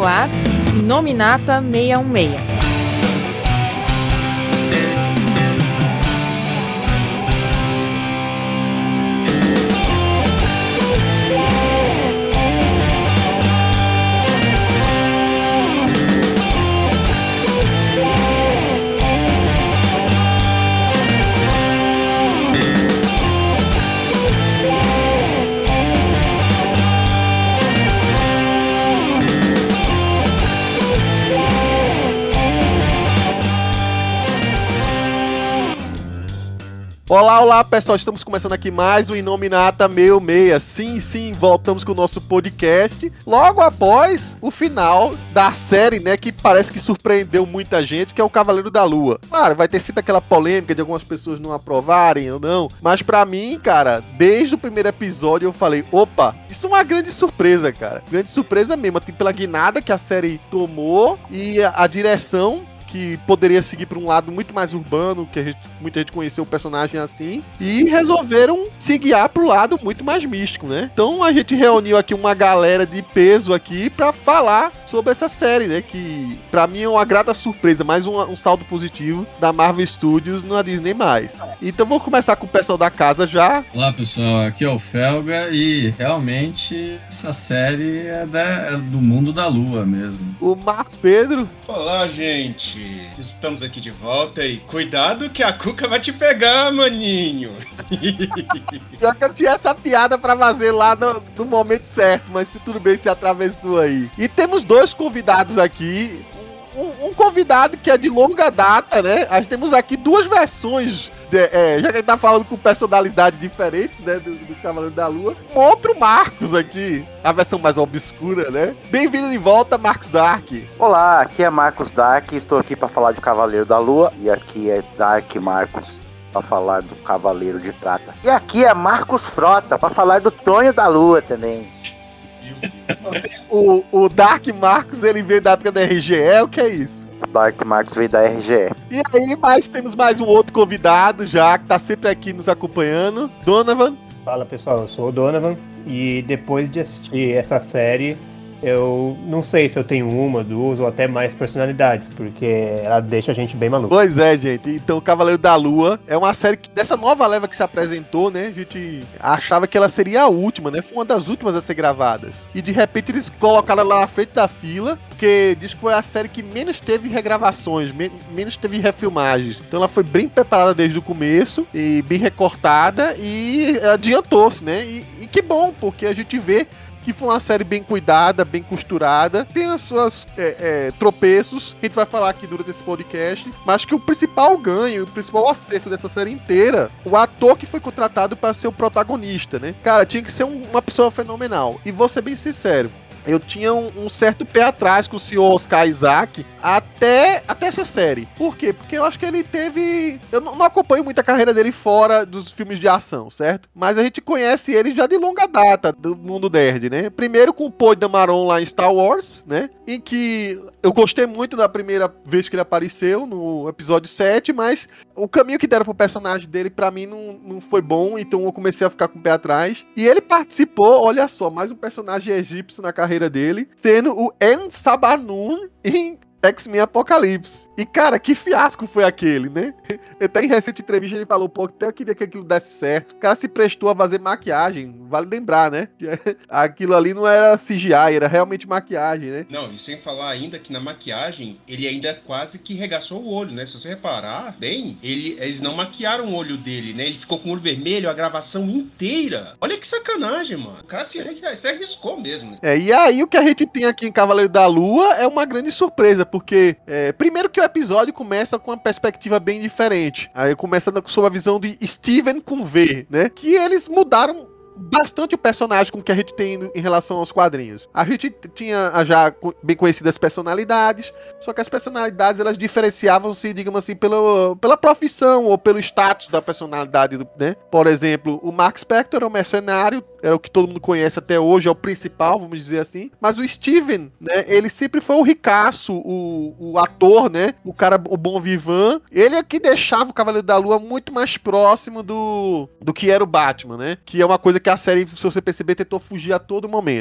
no ar, Inominata 616. Olá pessoal, estamos começando aqui mais um Inominata 616. Sim, voltamos com o nosso podcast logo após o final da série, né, que parece que surpreendeu muita gente, que é o Cavaleiro da Lua. Claro, vai ter sempre aquela polêmica de algumas pessoas não aprovarem ou não, mas pra mim, cara, desde o primeiro episódio eu falei, opa, isso é uma grande surpresa, cara, grande surpresa mesmo, tipo, pela guinada que a série tomou e a direção que poderia seguir para um lado muito mais urbano, que muita gente conheceu o personagem assim, e resolveram se guiar para o lado muito mais místico, né? Então a gente reuniu aqui uma galera de peso aqui para falar sobre essa série, né? Que para mim é uma grata surpresa, mais um saldo positivo da Marvel Studios na Disney+. Então vou começar com o pessoal da casa já. Olá pessoal, aqui é o Felga e realmente essa série é do mundo da lua mesmo. O Marcos Pedro. Olá gente, estamos aqui de volta e cuidado que a Cuca vai te pegar, maninho. Já que eu tinha essa piada pra fazer lá no momento certo, mas se tudo bem, se atravessou aí. E temos dois convidados aqui. Um convidado que é de longa data, né? Nós temos aqui duas versões, já que a gente tá falando com personalidades diferentes, né? Do Cavaleiro da Lua. Um outro Marcos aqui, a versão mais obscura, né? Bem-vindo de volta, Marcos Dark. Olá, aqui é Marcos Dark, estou aqui para falar de Cavaleiro da Lua. E aqui é Dark Marcos para falar do Cavaleiro de Prata. E aqui é Marcos Frota para falar do Tonho da Lua também. O Dark Marcos, ele veio da época da RGE, o que é isso? O Dark Marcos veio da RGE. E aí, temos mais um outro convidado já, que tá sempre aqui nos acompanhando, Donovan. Fala pessoal, eu sou o Donovan, e depois de assistir essa série, eu não sei se eu tenho uma, duas ou até mais personalidades, porque ela deixa a gente bem maluco. Pois é, gente. Então, Cavaleiro da Lua é uma série que, dessa nova leva que se apresentou, né? A gente achava que ela seria a última, né? Foi uma das últimas a ser gravadas. E, de repente, eles colocaram ela lá na frente da fila, porque diz que foi a série que menos teve regravações, menos teve refilmagens. Então, ela foi bem preparada desde o começo, e bem recortada, e adiantou-se, né? E que bom, porque a gente vê que foi uma série bem cuidada, bem costurada, tem as suas tropeços, que a gente vai falar aqui durante esse podcast, mas que o principal ganho, o principal acerto dessa série inteira, o ator que foi contratado para ser o protagonista, né? Cara, tinha que ser uma pessoa fenomenal. E vou ser bem sincero, eu tinha um certo pé atrás com o senhor Oscar Isaac até essa série. Por quê? Porque eu acho que ele teve... Eu não acompanho muito a carreira dele fora dos filmes de ação, certo? Mas a gente conhece ele já de longa data do mundo nerd, né? Primeiro com o Poe Dameron lá em Star Wars, né? Em que eu gostei muito da primeira vez que ele apareceu, no episódio 7, mas o caminho que deram pro personagem dele, pra mim, não foi bom, então eu comecei a ficar com o pé atrás. E ele participou, olha só, mais um personagem egípcio na carreira dele, sendo o En-Sabanun em X-Men Apocalipse. E, cara, que fiasco foi aquele, né? Até em recente entrevista ele falou, pô, até eu queria que aquilo desse certo. O cara se prestou a fazer maquiagem, vale lembrar, né? Que aquilo ali não era CGI, era realmente maquiagem, né? Não, e sem falar ainda que na maquiagem, ele ainda quase que regaçou o olho, né? Se você reparar bem, eles não maquiaram o olho dele, né? Ele ficou com o olho vermelho a gravação inteira. Olha que sacanagem, mano. O cara se arriscou mesmo. E aí o que a gente tem aqui em Cavaleiro da Lua é uma grande surpresa, porque primeiro que o episódio começa com uma perspectiva bem diferente. Aí começa sob a visão de Steven com V, né? Que eles mudaram bastante o personagem com que a gente tem em relação aos quadrinhos. A gente tinha já bem conhecidas personalidades, só que as personalidades elas diferenciavam-se, digamos assim, pela profissão ou pelo status da personalidade, né? Por exemplo, o Mark Spector é um mercenário, era o que todo mundo conhece até hoje, é o principal, vamos dizer assim. Mas o Steven, né, ele sempre foi o ricaço, o ator, né, o bom vivant. Ele é que deixava o Cavaleiro da Lua muito mais próximo do que era o Batman, né? Que é uma coisa que a série, se você perceber, tentou fugir a todo momento.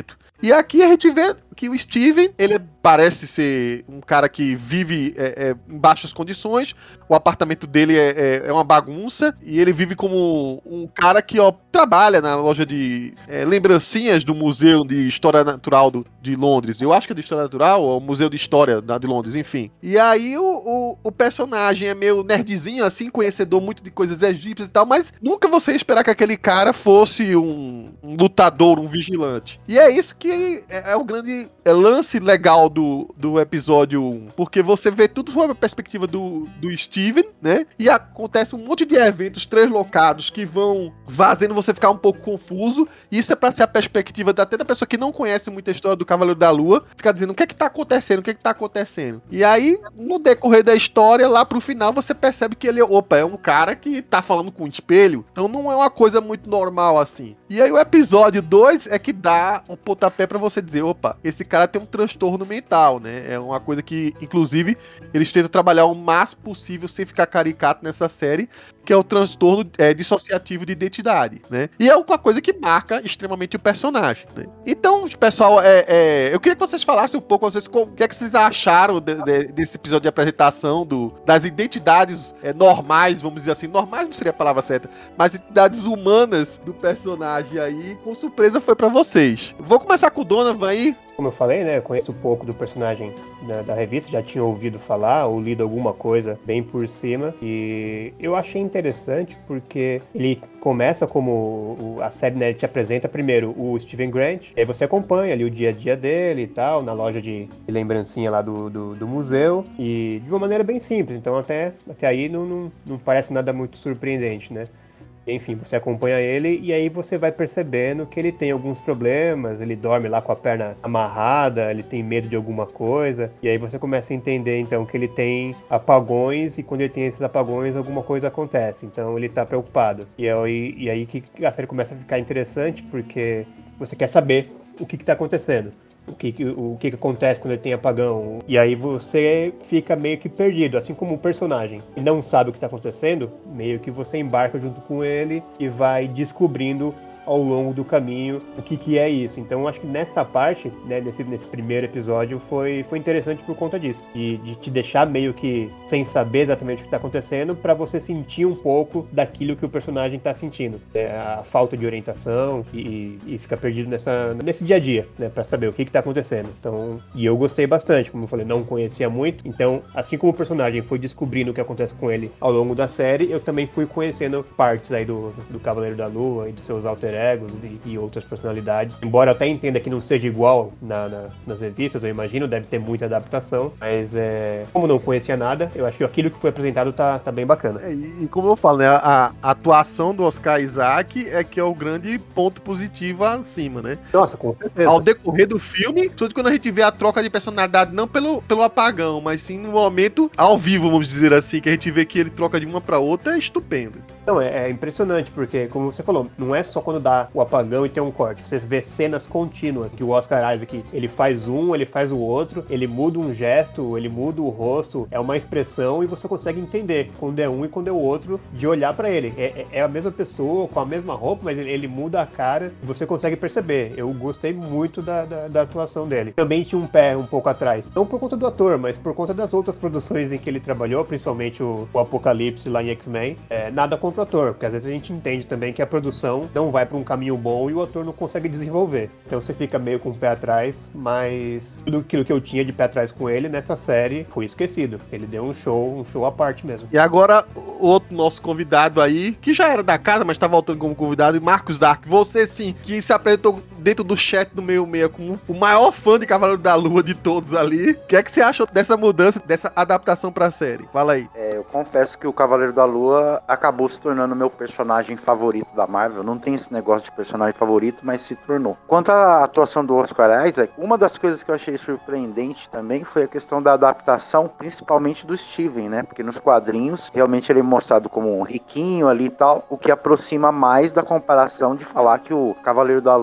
E aqui a gente vê que o Steven, ele parece ser um cara que vive em baixas condições, o apartamento dele é uma bagunça, e ele vive como um cara que trabalha na loja de lembrancinhas do Museu de História Natural de Londres. Eu acho que é de História Natural, ou Museu de História de Londres, enfim. E aí o personagem é meio nerdzinho, assim, conhecedor muito de coisas egípcias e tal, mas nunca você ia esperar que aquele cara fosse um lutador, um vigilante. E é isso que é o grande lance legal do episódio 1, porque você vê tudo sob a perspectiva do Steven, né? E acontece um monte de eventos translocados que vão fazendo você ficar um pouco confuso. Isso é pra ser a perspectiva até da pessoa que não conhece muito a história do Cavaleiro da Lua, ficar dizendo o que é que tá acontecendo, o que é que tá acontecendo. E aí, no decorrer da história, lá pro final, você percebe que ele, é um cara que tá falando com um espelho, então não é uma coisa muito normal assim. E aí o episódio 2 é que dá um pontapé pra você dizer, esse cara tem um transtorno mental, né? É uma coisa que, inclusive, eles tentam trabalhar o máximo possível sem ficar caricato nessa série, que é o transtorno dissociativo de identidade, né? E é uma coisa que marca extremamente o personagem, né? Então, pessoal, eu queria que vocês falassem um pouco, o que é que vocês acharam desse episódio de apresentação das identidades normais, vamos dizer assim, normais não seria a palavra certa, mas identidades humanas do personagem aí, com surpresa foi pra vocês. Vou começar com o Donovan aí. Como eu falei, né, eu conheço um pouco do personagem da revista, já tinha ouvido falar ou lido alguma coisa bem por cima, e eu achei interessante porque ele começa como a série, né, ele te apresenta primeiro o Steven Grant, e aí você acompanha ali o dia a dia dele e tal, na loja de lembrancinha lá do museu, e de uma maneira bem simples, então até aí não parece nada muito surpreendente, né? Enfim, você acompanha ele e aí você vai percebendo que ele tem alguns problemas, ele dorme lá com a perna amarrada, ele tem medo de alguma coisa, e aí você começa a entender então que ele tem apagões, e quando ele tem esses apagões alguma coisa acontece, então ele tá preocupado. E aí que a série começa a ficar interessante, porque você quer saber o que tá acontecendo. O que acontece quando ele tem apagão. E aí você fica meio que perdido, assim como o personagem e não sabe o que está acontecendo, meio que você embarca junto com ele e vai descobrindo ao longo do caminho o que é isso. Então acho que nessa parte, né, nesse primeiro episódio foi interessante por conta disso, de te deixar meio que sem saber exatamente o que está acontecendo, para você sentir um pouco daquilo que o personagem está sentindo, a falta de orientação e ficar perdido nesse dia a dia, né, para saber o que está acontecendo. Então, e eu gostei bastante, como eu falei, não conhecia muito, então assim como o personagem foi descobrindo o que acontece com ele ao longo da série, eu também fui conhecendo partes aí do Cavaleiro da Lua e dos seus alter egos e outras personalidades. Embora eu até entenda que não seja igual nas revistas, eu imagino, deve ter muita adaptação, mas como não conhecia nada, eu acho que aquilo que foi apresentado tá bem bacana. E como eu falo, né, a atuação do Oscar Isaac é que é o grande ponto positivo acima, né? Nossa, com certeza. Ao decorrer do filme, tudo quando a gente vê a troca de personalidade, não pelo apagão, mas sim no momento ao vivo, vamos dizer assim, que a gente vê que ele troca de uma pra outra, é estupendo. Não, é impressionante, porque, como você falou, não é só quando dá o apagão e tem um corte. Você vê cenas contínuas, que o Oscar Isaac, ele faz ele faz o outro, ele muda um gesto, ele muda o rosto, é uma expressão, e você consegue entender quando é um e quando é o outro, de olhar pra ele. É a mesma pessoa, com a mesma roupa, mas ele muda a cara, e você consegue perceber. Eu gostei muito da atuação dele. Também tinha um pé um pouco atrás. Não por conta do ator, mas por conta das outras produções em que ele trabalhou, principalmente o Apocalipse lá em X-Men. Nada contra o ator, porque às vezes a gente entende também que a produção não vai para um caminho bom e o ator não consegue desenvolver. Então você fica meio com o pé atrás, mas tudo aquilo que eu tinha de pé atrás com ele nessa série foi esquecido. Ele deu um show à parte mesmo. E agora, o outro nosso convidado aí, que já era da casa, mas tá voltando como convidado, Marcos Dark. Você sim, que se apresentou dentro do chat do Meio como o maior fã de Cavaleiro da Lua de todos ali. O que é que você achou dessa mudança, dessa adaptação pra série? Fala aí. Eu confesso que o Cavaleiro da Lua acabou se tornando meu personagem favorito da Marvel. Não tem esse negócio de personagem favorito, mas se tornou. Quanto à atuação do Oscar Isaac, uma das coisas que eu achei surpreendente também foi a questão da adaptação, principalmente do Steven, né? Porque nos quadrinhos, realmente ele é mostrado como um riquinho ali e tal, o que aproxima mais da comparação de falar que o Cavaleiro da Lua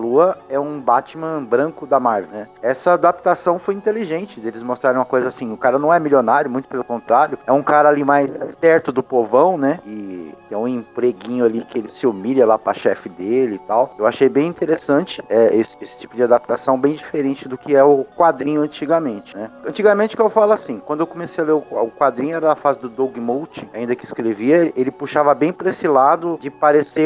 é um Batman branco da Marvel, né? Essa adaptação foi inteligente, eles mostraram uma coisa assim, o cara não é milionário, muito pelo contrário, é um cara ali mais perto do povão, né? E tem um empreguinho ali que ele se humilha lá pra chefe dele e tal. Eu achei bem interessante esse tipo de adaptação, bem diferente do que é o quadrinho antigamente, né? Antigamente, que eu falo assim, quando eu comecei a ler o quadrinho, era a fase do Doug Moult, ainda que escrevia, ele puxava bem pra esse lado de parecer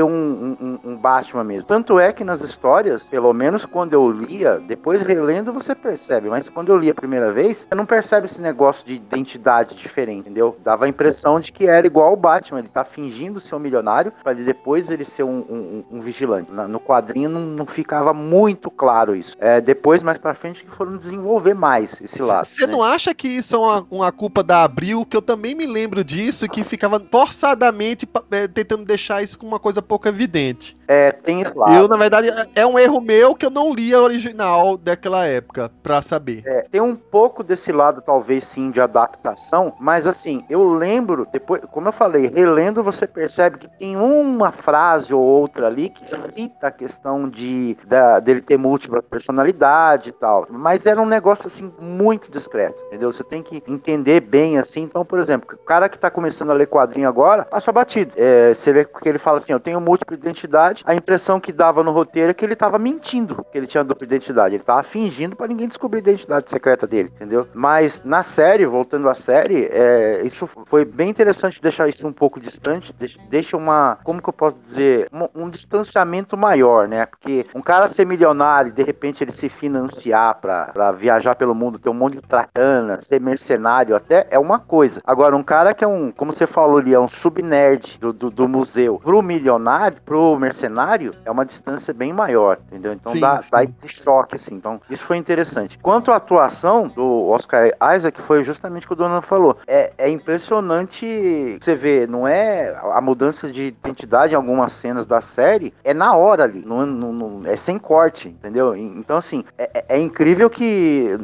um Batman mesmo. Tanto é que nas histórias, pelo menos quando eu lia, depois relendo você percebe, mas quando eu li a primeira vez, você não percebe esse negócio de identidade diferente, entendeu? Dava a impressão de que era igual o Batman, ele tá fingindo ser um milionário, para depois ele ser um vigilante. No quadrinho não ficava muito claro isso. Depois, mais pra frente, que foram desenvolver mais esse lado. Você não acha que isso é uma culpa da Abril? Que eu também me lembro disso, que ficava forçadamente tentando deixar isso como uma coisa pouco evidente. Tem esse lado. Eu, na verdade, é um erro meu que eu não li a original daquela época, pra saber. Tem um pouco desse lado, talvez sim, de adaptação, mas assim, eu lembro, depois, como eu falei, relendo você percebe que tem uma frase ou outra ali que cita a questão dele ter múltipla personalidade e tal, mas era um negócio assim, muito discreto, entendeu? Você tem que entender bem assim, então, por exemplo, o cara que tá começando a ler quadrinho agora, passa batido. Você vê que ele fala assim, eu tenho múltipla identidade, a impressão que dava no roteiro é que ele tava mentindo, que ele tinha dupla identidade, ele tava fingindo pra ninguém descobrir a identidade secreta dele, entendeu? Mas na série, voltando à série, isso foi bem interessante deixar isso um pouco distante, deixa como que eu posso dizer, um distanciamento maior, né? Porque um cara ser milionário e de repente ele se financiar pra viajar pelo mundo, ter um monte de tracana, ser mercenário até, é uma coisa. Agora, um cara que como você falou ali, é um subnerd do museu, pro milionário, pro mercenário, é uma distância bem maior, entendeu? Então sim, dá esse choque, assim. Então, isso foi interessante. Quanto à atuação do Oscar Isaac, foi justamente o que o Donald falou. É impressionante você ver, não é a mudança de identidade em algumas cenas da série, é na hora ali, não é sem corte, entendeu? Então, assim, é incrível que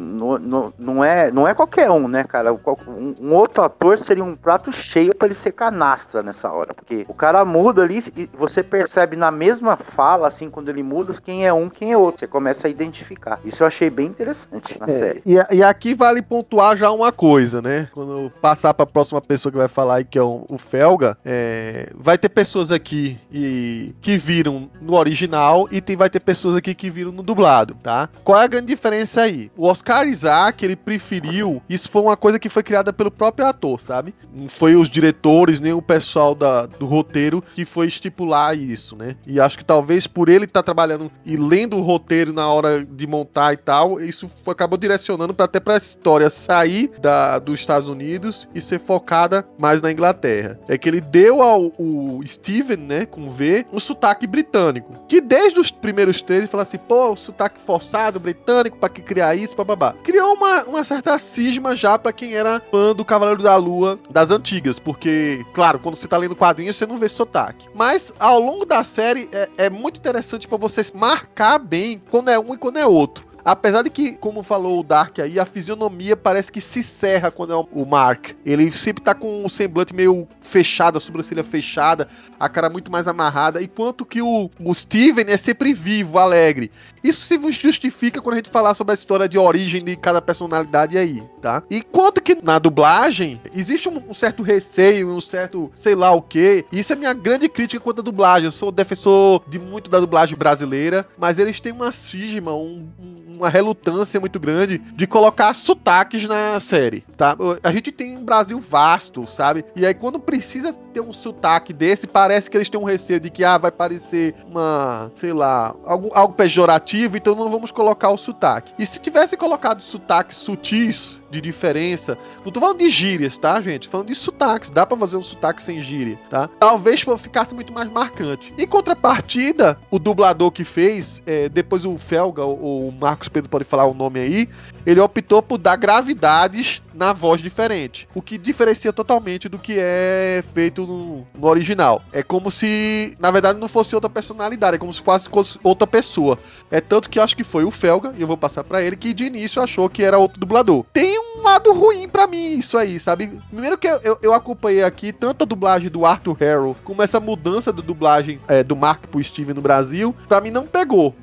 não é qualquer um, né, cara? Um outro ator seria um prato cheio pra ele ser canastra nessa hora, porque o cara muda ali e você percebe na mesma fala, assim, quando ele muda, quem é um, quem é outro. Você começa a identificar. Isso eu achei bem interessante na série. E aqui vale pontuar já uma coisa, né? Quando eu passar pra próxima pessoa que vai falar aí, que é o Felga, vai ter pessoas aqui que viram no original e vai ter pessoas aqui que viram no dublado, tá? Qual é a grande diferença aí? O Oscar Isaac, ele preferiu, isso foi uma coisa que foi criada pelo próprio ator, sabe? Não foi os diretores, nem o pessoal do roteiro que foi estipular isso, né? E acho que talvez por ele estar trabalhando e lendo o roteiro na hora de montar e tal, isso acabou direcionando até pra história sair dos Estados Unidos e ser focada mais na Inglaterra. É que ele deu ao Steven, né, com V, um sotaque britânico, que desde os primeiros trailers fala assim, pô, sotaque forçado britânico, pra que criar isso, bababá. Criou uma certa cisma já pra quem era fã do Cavaleiro da Lua das antigas, porque, claro, quando você tá lendo quadrinhos, você não vê sotaque. Mas, ao longo da série, é muito interessante pra você marcar bem quando é um e quando é outro. Apesar de que, como falou o Dark aí, a fisionomia parece que se cerra quando é o Mark. Ele sempre tá com o semblante meio fechado, a sobrancelha fechada, a cara muito mais amarrada, enquanto que o Steven é sempre vivo, alegre. Isso se justifica quando a gente falar sobre a história de origem de cada personalidade aí, tá? Enquanto que na dublagem, existe um certo receio, um certo sei lá o quê. Isso é minha grande crítica quanto à dublagem. Eu sou defensor de muito da dublagem brasileira, mas eles têm uma cisma, uma relutância muito grande de colocar sotaques na série, tá? A gente tem um Brasil vasto, sabe? E aí quando precisa ter um sotaque desse, parece que eles têm um receio de que, vai parecer sei lá, algo pejorativo, então não vamos colocar o sotaque. E se tivesse colocado sotaques sutis, de diferença, não tô falando de gírias, tá, gente? Falando de sotaques, dá pra fazer um sotaque sem gíria, tá? Talvez ficasse muito mais marcante. Em contrapartida, o dublador que fez, depois o Felga, ou o Marcos Pedro pode falar o nome aí, ele optou por dar gravidades na voz diferente, o que diferencia totalmente do que é feito no original. É como se, na verdade, não fosse outra personalidade, é como se fosse outra pessoa. É tanto que eu acho que foi o Felga, e eu vou passar pra ele, que de início achou que era outro dublador. Tem um lado ruim pra mim isso aí, sabe? Primeiro que eu acompanhei aqui tanto a dublagem do Arthur Harrow, como essa mudança da dublagem do Mark pro Steven no Brasil, pra mim não pegou, sabe?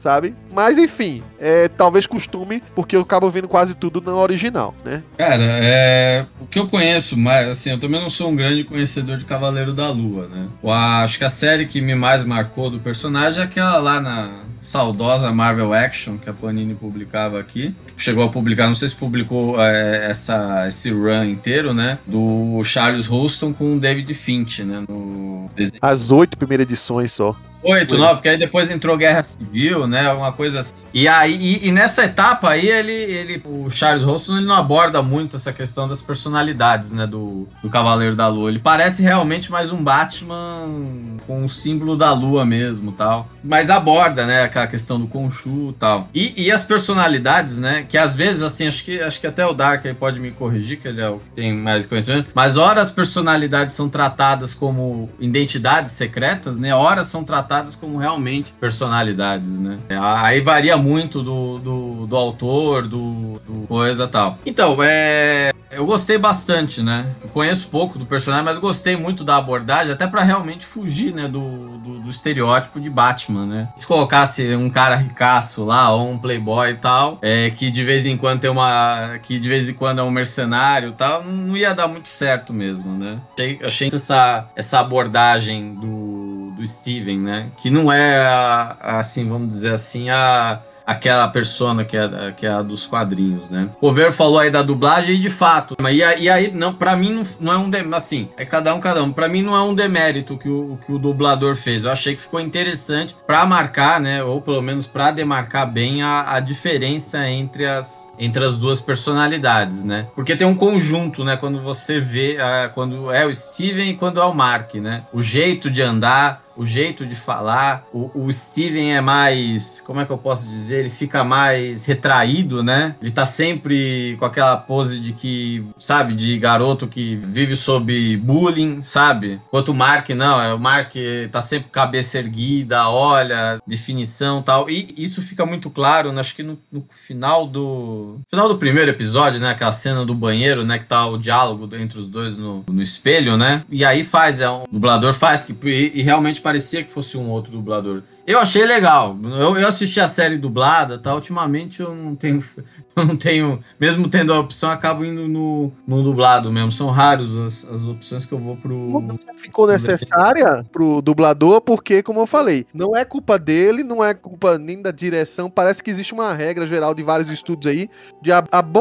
Mas enfim, talvez costume, porque eu acabo vendo quase tudo no original, né? Cara, o que eu conheço, mas assim, eu também não sou um grande conhecedor de Cavaleiro da Lua, né? Acho que a série que me mais marcou do personagem é aquela lá na saudosa Marvel Action, que a Panini publicava aqui. Chegou a publicar, não sei se publicou esse run inteiro, né? Do Charles Houston com o David Finch, né? No desenho. As 8 primeiras edições só. 8, 9, porque aí depois entrou Guerra Civil, né? Alguma coisa assim. E aí, e nessa etapa aí, o Charles Houston, ele não aborda muito essa questão das personalidades, né? Do Cavaleiro da Lua. Ele parece realmente mais um Batman com o símbolo da Lua mesmo, tal. Mas aborda, né? Aquela questão do Khonshu e tal. E as personalidades, né? Que às vezes, assim, acho que até o Dark aí pode me corrigir, que ele é o que tem mais conhecimento. Mas ora as personalidades são tratadas como identidades secretas, né? Ora são tratadas como realmente personalidades, né? Aí varia muito do autor, do coisa e tal. Então, eu gostei bastante, né? Eu conheço pouco do personagem, mas gostei muito da abordagem, até pra realmente fugir, né, do estereótipo de Batman, né? Se colocasse um cara ricaço lá, ou um playboy e tal, que de vez em quando que de vez em quando é um mercenário e tal, não ia dar muito certo mesmo, né? Achei essa abordagem do Steven, né? Que não é, assim, vamos dizer assim, aquela persona que é a dos quadrinhos, né? O Ver falou aí da dublagem e de fato, e aí não, pra mim não é assim, é cada um. Pra mim não é um demérito que o dublador fez. Eu achei que ficou interessante pra marcar, né? Ou pelo menos pra demarcar bem a diferença entre as duas personalidades, né? Porque tem um conjunto, né? Quando você vê, quando é o Steven e quando é o Mark, né? O jeito de andar, o jeito de falar, o Steven é mais, como é que eu posso dizer, ele fica mais retraído, né? Ele tá sempre com aquela pose de que, sabe, de garoto que vive sob bullying, sabe? Enquanto o Mark, não, o Mark tá sempre com cabeça erguida, olha, definição e tal, e isso fica muito claro, né? Acho que no final do primeiro episódio, né? Aquela cena do banheiro, né? Que tá o diálogo entre os dois no espelho, né? E aí o dublador faz, e realmente parecia que fosse um outro dublador. Eu achei legal. Eu assisti a série dublada, tá? Ultimamente eu não tenho, mesmo tendo a opção, acabo indo no dublado mesmo. São raros as opções que eu vou pro... Não ficou necessária pro dublador, porque, como eu falei, não é culpa dele, não é culpa nem da direção. Parece que existe uma regra geral de vários estúdios aí de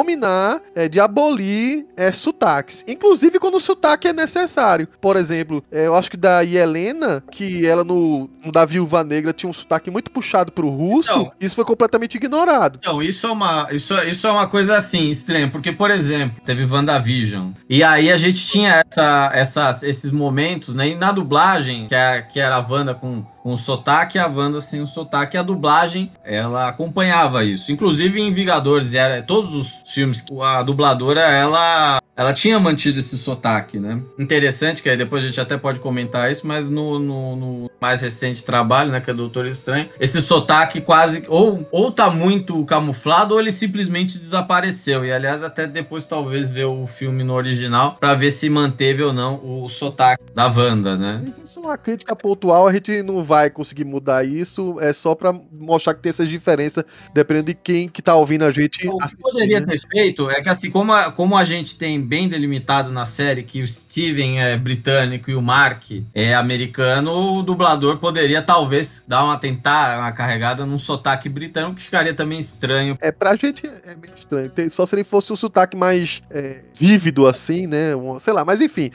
de abolir sotaques. Inclusive quando o sotaque é necessário. Por exemplo, eu acho que da Yelena, que ela no da Viúva Negra tinha um sotaque muito puxado pro russo, então, isso foi completamente ignorado. Então, isso é uma coisa assim, estranha, porque, por exemplo, teve WandaVision, e aí a gente tinha esses momentos, né, e na dublagem, que era a Wanda com o sotaque, a Wanda sem o sotaque, a dublagem, ela acompanhava isso. Inclusive em Vingadores, todos os filmes, a dubladora, ela tinha mantido esse sotaque, né? Interessante, que aí depois a gente até pode comentar isso, mas no mais recente trabalho, né, que é o Doutor Estranho, esse sotaque quase, ou tá muito camuflado, ou ele simplesmente desapareceu. E aliás, até depois talvez ver o filme no original, pra ver se manteve ou não o sotaque da Wanda, né? Mas isso é uma crítica pontual, a gente não vai conseguir mudar isso, é só pra mostrar que tem essas diferenças, dependendo de quem que tá ouvindo a gente. O que poderia ter feito é que, assim, como a gente tem bem delimitado na série que o Steven é britânico e o Mark é americano, o dublador poderia talvez tentar uma carregada num sotaque britânico, que ficaria também estranho. Pra gente é meio estranho, só se ele fosse um sotaque mais vívido assim, né, sei lá, mas enfim,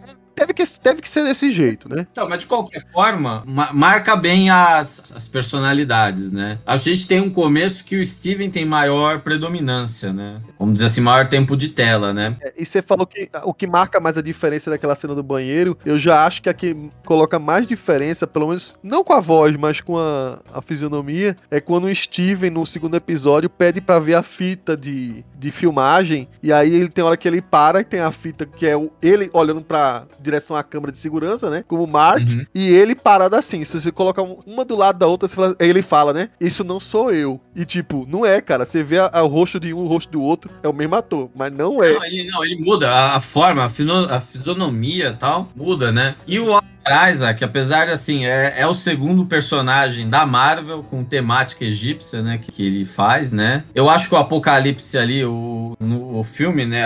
teve que ser desse jeito, né? Então, mas de qualquer forma, marca bem as personalidades, né? A gente tem um começo que o Steven tem maior predominância, né? Vamos dizer assim, maior tempo de tela, né? E você falou que o que marca mais a diferença daquela cena do banheiro, eu já acho que a que coloca mais diferença, pelo menos não com a voz, mas com a fisionomia, é quando o Steven, no segundo episódio, pede pra ver a fita de filmagem, e aí ele tem hora que ele para e tem a fita que é ele olhando pra direção à câmera de segurança, né? Como o Mark, e ele parado assim. Se você colocar uma do lado da outra, ele fala, né? Isso não sou eu. E tipo, não é, cara. Você vê o rosto de um, o rosto do outro, é o mesmo ator, mas não é. Não, ele muda a forma, a fisionomia e tal, muda, né? E o Isaac, apesar de, assim, é o segundo personagem da Marvel com temática egípcia, né, que ele faz, né? Eu acho que o Apocalipse ali, no filme, né,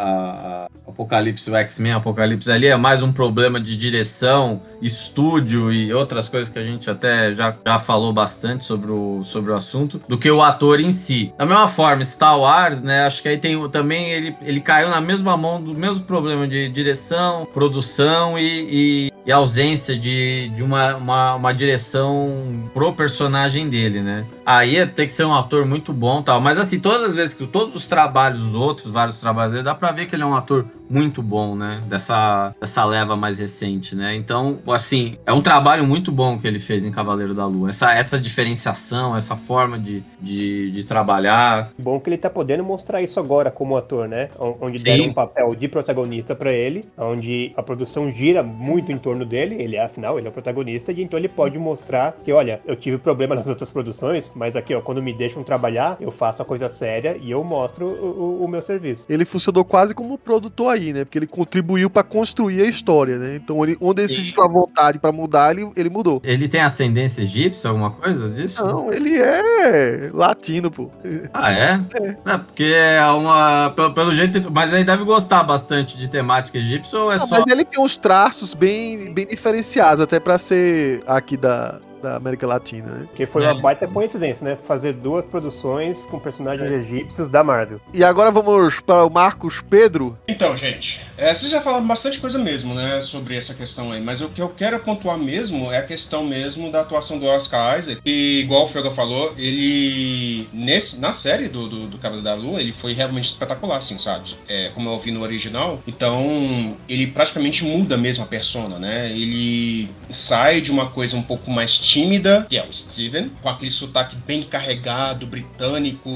a Apocalipse, o X-Men Apocalipse ali é mais um problema de direção, estúdio e outras coisas que a gente até já falou bastante sobre o assunto, do que o ator em si. Da mesma forma, Star Wars, né, acho que aí tem também, ele caiu na mesma mão do mesmo problema de direção, produção e ausência de uma direção pro personagem dele, né? Aí tem que ser um ator muito bom e tal. Mas assim, todas as vezes que todos os trabalhos, os outros, vários trabalhos dele, dá pra ver que ele é um ator muito bom, né? Dessa leva mais recente, né? Então, assim, é um trabalho muito bom que ele fez em Cavaleiro da Lua. Essa diferenciação, essa forma de trabalhar. Bom que ele tá podendo mostrar isso agora como ator, né? Onde Sim. deram um papel de protagonista pra ele, onde a produção gira muito em torno dele, afinal, ele é o protagonista, e então ele pode mostrar que, olha, eu tive problema nas outras produções, mas aqui, ó, quando me deixam trabalhar, eu faço a coisa séria e eu mostro o meu serviço. Ele funcionou quase como produtor aí, né? Porque ele contribuiu pra construir a história, né? Então, onde ele se sentiu à vontade pra mudar, ele mudou. Ele tem ascendência egípcia, alguma coisa disso? Não, ele é latino, pô. Ah, é? É, porque é pelo jeito... Mas aí deve gostar bastante de temática egípcia ou é só... Mas ele tem uns traços bem diferenciados, até pra ser aqui da América Latina, né? Porque foi uma baita coincidência, né? Fazer duas produções com personagens egípcios da Marvel. E agora vamos para o Marcos Pedro. Então, gente, vocês já falaram bastante coisa mesmo, né, sobre essa questão aí, mas o que eu quero pontuar mesmo é a questão mesmo da atuação do Oscar Isaac, que, igual o Frega falou, ele, na série do Cavaleiro da Lua, ele foi realmente espetacular, assim, sabe? Como eu ouvi no original, então ele praticamente muda mesmo a persona, né? Ele sai de uma coisa um pouco mais tímida, que é o Steven, com aquele sotaque bem carregado, britânico,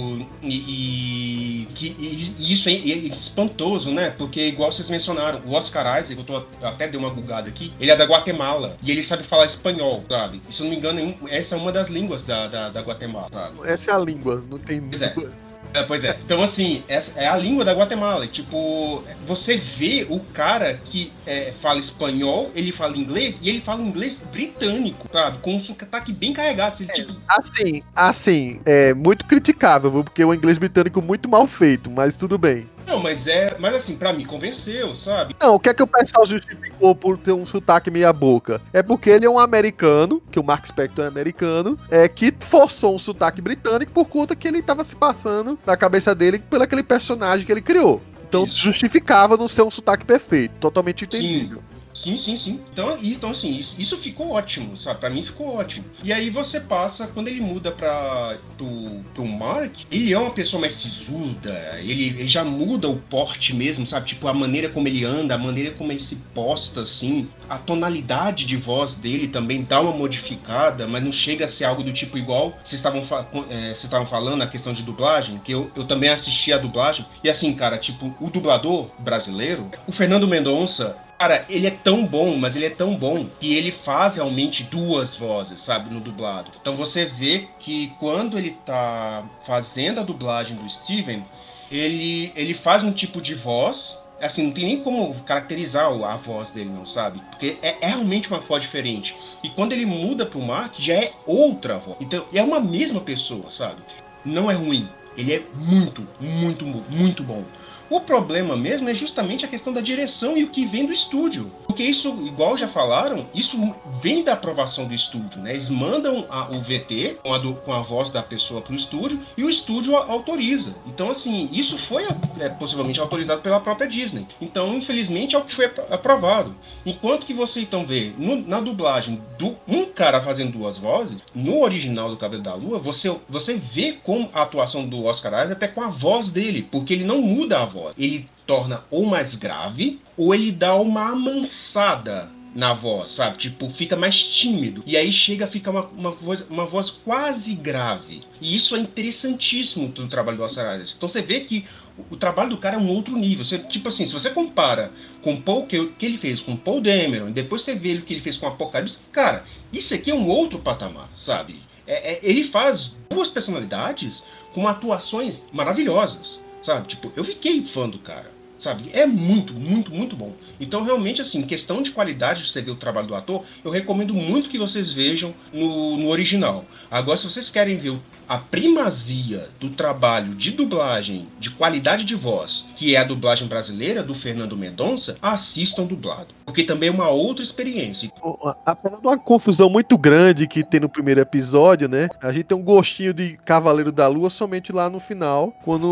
e isso é espantoso, né? Porque, igual vocês mencionaram, o Oscar Isaac, eu até dei uma bugada aqui, ele é da Guatemala, e ele sabe falar espanhol, sabe? E, se eu não me engano, essa é uma das línguas da Guatemala, sabe? Essa é a língua, não tem... Pois é. Então, assim, essa é a língua da Guatemala. Tipo, você vê o cara que fala espanhol, ele fala inglês, e ele fala inglês britânico, sabe? Com um sotaque bem carregado. Assim, tipo... Assim, é muito criticável, porque o inglês britânico é muito mal feito, mas tudo bem. Não, mas assim, pra mim convenceu, sabe? Não, o que é que o pessoal justificou por ter um sotaque meia boca? É porque ele é um americano, que o Mark Spector é americano, que forçou um sotaque britânico por conta que ele tava se passando na cabeça dele pelo aquele personagem que ele criou. Então justificava não ser um sotaque perfeito, totalmente entendível. Sim. Então assim, isso ficou ótimo, sabe? Pra mim ficou ótimo. E aí você passa, quando ele muda pro Mark, ele é uma pessoa mais sisuda, ele já muda o porte mesmo, sabe? Tipo, a maneira como ele anda, a maneira como ele se posta, assim. A tonalidade de voz dele também dá uma modificada, mas não chega a ser algo do tipo igual vocês estavam falando, a questão de dublagem, que eu também assisti a dublagem. E assim, cara, tipo, o dublador brasileiro, o Fernando Mendonça, cara, ele é tão bom, mas ele é tão bom que ele faz realmente duas vozes, sabe, no dublado. Então você vê que quando ele tá fazendo a dublagem do Steven, ele faz um tipo de voz, assim, não tem nem como caracterizar a voz dele, não, sabe? Porque é realmente uma voz diferente. E quando ele muda pro Mark, já é outra voz. Então, é uma mesma pessoa, sabe? Não é ruim. Ele é muito, muito, muito bom. O problema mesmo é justamente a questão da direção e o que vem do estúdio. Porque isso, igual já falaram, isso vem da aprovação do estúdio, né? Eles mandam o VT com a voz da pessoa pro estúdio e o estúdio autoriza. Então, assim, isso foi possivelmente autorizado pela própria Disney. Então, infelizmente, é o que foi aprovado. Enquanto que você, então, vê na dublagem um cara fazendo duas vozes, no original do Cavaleiro da Lua, você vê como a atuação do Oscar Isaac até com a voz dele, porque ele não muda a voz. Ele torna ou mais grave, ou ele dá uma amansada na voz, sabe? Tipo, fica mais tímido. E aí fica uma voz quase grave. E isso é interessantíssimo do trabalho do Oscar Isaac. Então você vê que o trabalho do cara é um outro nível. Tipo assim, se você compara com o que ele fez com Paul Dameron, e depois você vê o que ele fez com Apocalipse, cara, isso aqui é um outro patamar, sabe? Ele faz duas personalidades com atuações maravilhosas. Sabe, tipo, eu fiquei fã do cara. sabe? É muito, muito, muito bom. Então, realmente, assim, questão de qualidade de você ver o trabalho do ator, eu recomendo muito que vocês vejam no original. Agora, se vocês querem ver a primazia do trabalho de dublagem, de qualidade de voz, que é a dublagem brasileira do Fernando Mendonça, assistam dublado. Porque também é uma outra experiência. Apesar de uma confusão muito grande que tem no primeiro episódio, né? A gente tem um gostinho de Cavaleiro da Lua somente lá no final, quando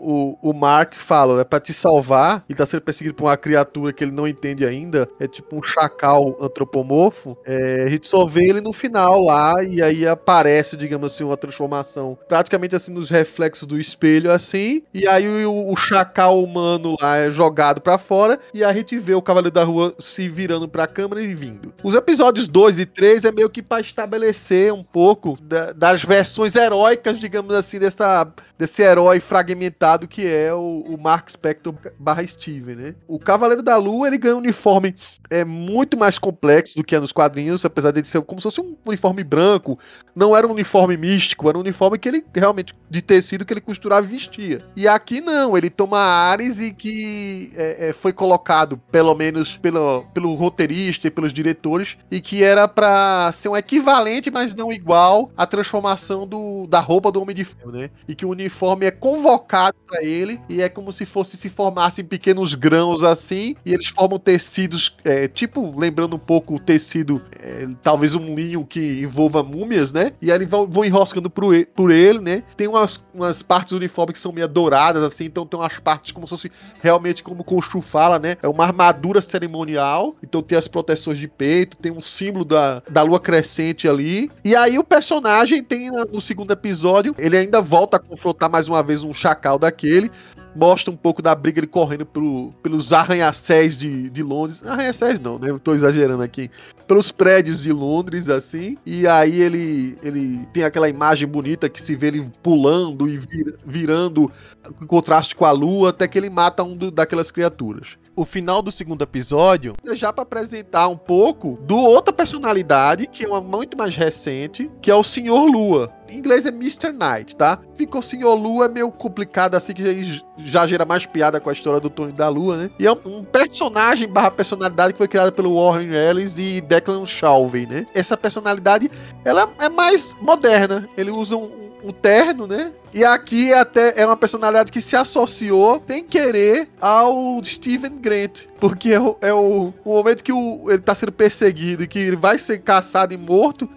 o Mark fala, né? Pra te salvar, ele tá sendo perseguido por uma criatura que ele não entende ainda, é tipo um chacal antropomorfo. A gente só vê ele no final lá, e aí aparece, digamos assim, uma transformação praticamente assim nos reflexos do espelho, assim, e aí o chacal humano lá é jogado pra fora, e a gente vê o Cavaleiro da Lua se virando pra câmera e vindo. Os episódios 2 e 3 é meio que pra estabelecer um pouco das versões heróicas, digamos assim, desse herói fragmentado que é o Mark Spector / Steven, né? O Cavaleiro da Lua, ele ganha um uniforme muito mais complexo do que é nos quadrinhos, apesar de ser como se fosse um uniforme branco, não era um uniforme místico, era um uniforme que ele realmente, de tecido, que ele costurava e vestia. E aqui não, ele toma ares e que foi colocado, pelo menos pelo roteirista e pelos diretores, e que era pra ser um equivalente, mas não igual, à transformação da roupa do Homem de Ferro, né? E que o uniforme é convocado pra ele, e é como se se formassem pequenos grãos assim, e eles formam tecidos, tipo, lembrando um pouco o tecido, talvez um linho que envolva múmias, né? E aí eles vão enroscando por ele, né? Tem umas partes do uniforme que são meio douradas, assim, então tem umas partes como se fosse realmente, como o Khonshu fala, né? É uma armadura cerimonial, então tem as proteções de peito, tem um símbolo da lua crescente ali. E aí o personagem tem, no segundo episódio, ele ainda volta a confrontar mais uma vez um chacal daquele, mostra um pouco da briga, ele correndo pelos arranha-céus de Londres. Arranha-céus não, né? Eu tô exagerando aqui. Pelos prédios de Londres, assim. E aí ele tem aquela imagem bonita que se vê ele pulando e virando em contraste com a lua, até que ele mata daquelas criaturas. O final do segundo episódio é já para apresentar um pouco do outra personalidade, que é uma muito mais recente, que é o Senhor Lua. Em inglês é Mr. Knight, tá? Ficou Senhor Lua, é meio complicado assim, que já gera mais piada com a história do Tonho da Lua, né? E é um personagem / personalidade que foi criada pelo Warren Ellis e Declan Shalvey, né? Essa personalidade, ela é mais moderna. Ele usa um terno, né? E aqui até é uma personalidade que se associou, sem querer, ao Steven Grant. Porque é o momento que ele tá sendo perseguido e que ele vai ser caçado e morto,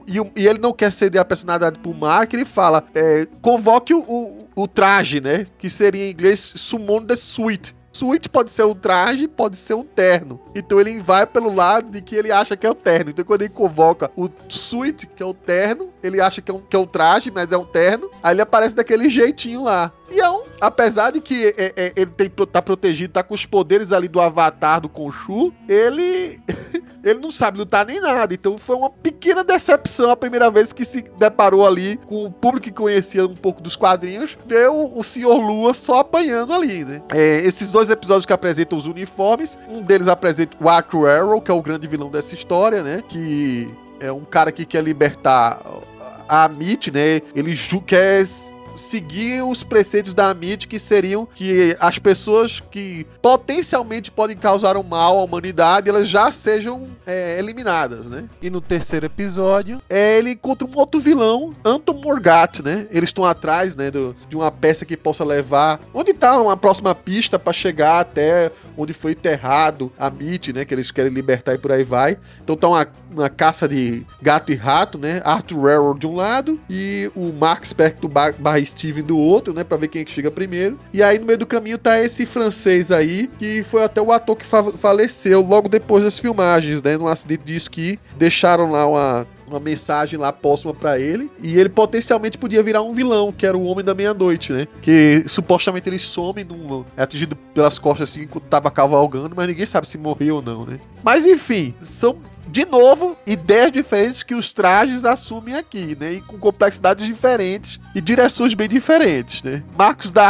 e ele não quer ceder a personalidade pro Mark, ele fala, convoque o traje, né? Que seria em inglês Summon the Suit. Suit pode ser um traje, pode ser um terno. Então ele vai pelo lado de que ele acha que é o terno. Então quando ele convoca o suit, que é o terno, ele acha que é um traje, mas é um terno. Aí ele aparece daquele jeitinho lá. E apesar de que ele tá protegido, tá com os poderes ali do avatar do Khonshu, ele não sabe lutar nem nada. Então foi uma pequena decepção a primeira vez que se deparou ali com o público que conhecia um pouco dos quadrinhos, ver o Senhor Lua só apanhando ali, né? Esses dois episódios que apresentam os uniformes, um deles apresenta o Arthur Arrow, que é o grande vilão dessa história, né? Que é um cara que quer libertar a Amit, né? Ele quer seguir os preceitos da Amit, que seriam que as pessoas que potencialmente podem causar um mal à humanidade, elas já sejam eliminadas, né? E no terceiro episódio, ele encontra um outro vilão, Anton Morgat, né? Eles estão atrás, né, de uma peça que possa levar... Onde tá uma próxima pista para chegar até onde foi enterrado a Amit, né? Que eles querem libertar e por aí vai. Então tá uma caça de gato e rato, né? Arthur Arrow de um lado e o Mark Spector / Steven do outro, né, pra ver quem é que chega primeiro. E aí no meio do caminho tá esse francês aí, que foi até o ator que faleceu logo depois das filmagens, né, num acidente de esqui. Deixaram lá uma mensagem lá póstuma pra ele, e ele potencialmente podia virar um vilão, que era o Homem da Meia-Noite, né, que supostamente ele some, é atingido pelas costas assim, quando tava cavalgando, mas ninguém sabe se morreu ou não, né. Mas enfim, são de novo ideias diferentes que os trajes assumem aqui, né, e com complexidades diferentes e direções bem diferentes, né. Marcos Dark,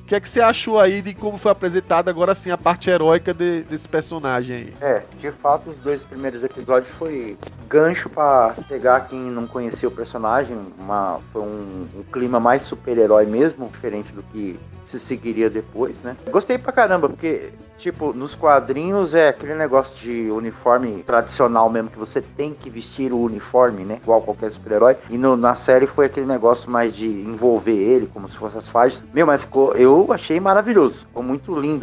que é que você achou aí de como foi apresentada agora sim a parte heróica desse personagem aí? De fato, os 2 primeiros episódios foi gancho pra pegar quem não conhecia o personagem, foi um clima mais super-herói mesmo, diferente do que se seguiria depois, né? Gostei pra caramba, porque, tipo, nos quadrinhos é aquele negócio de uniforme tradicional mesmo, que você tem que vestir o uniforme, né? Igual qualquer super-herói. E na série foi aquele negócio mais de envolver ele, como se fosse as faixas. Mas eu achei maravilhoso. Ficou muito lindo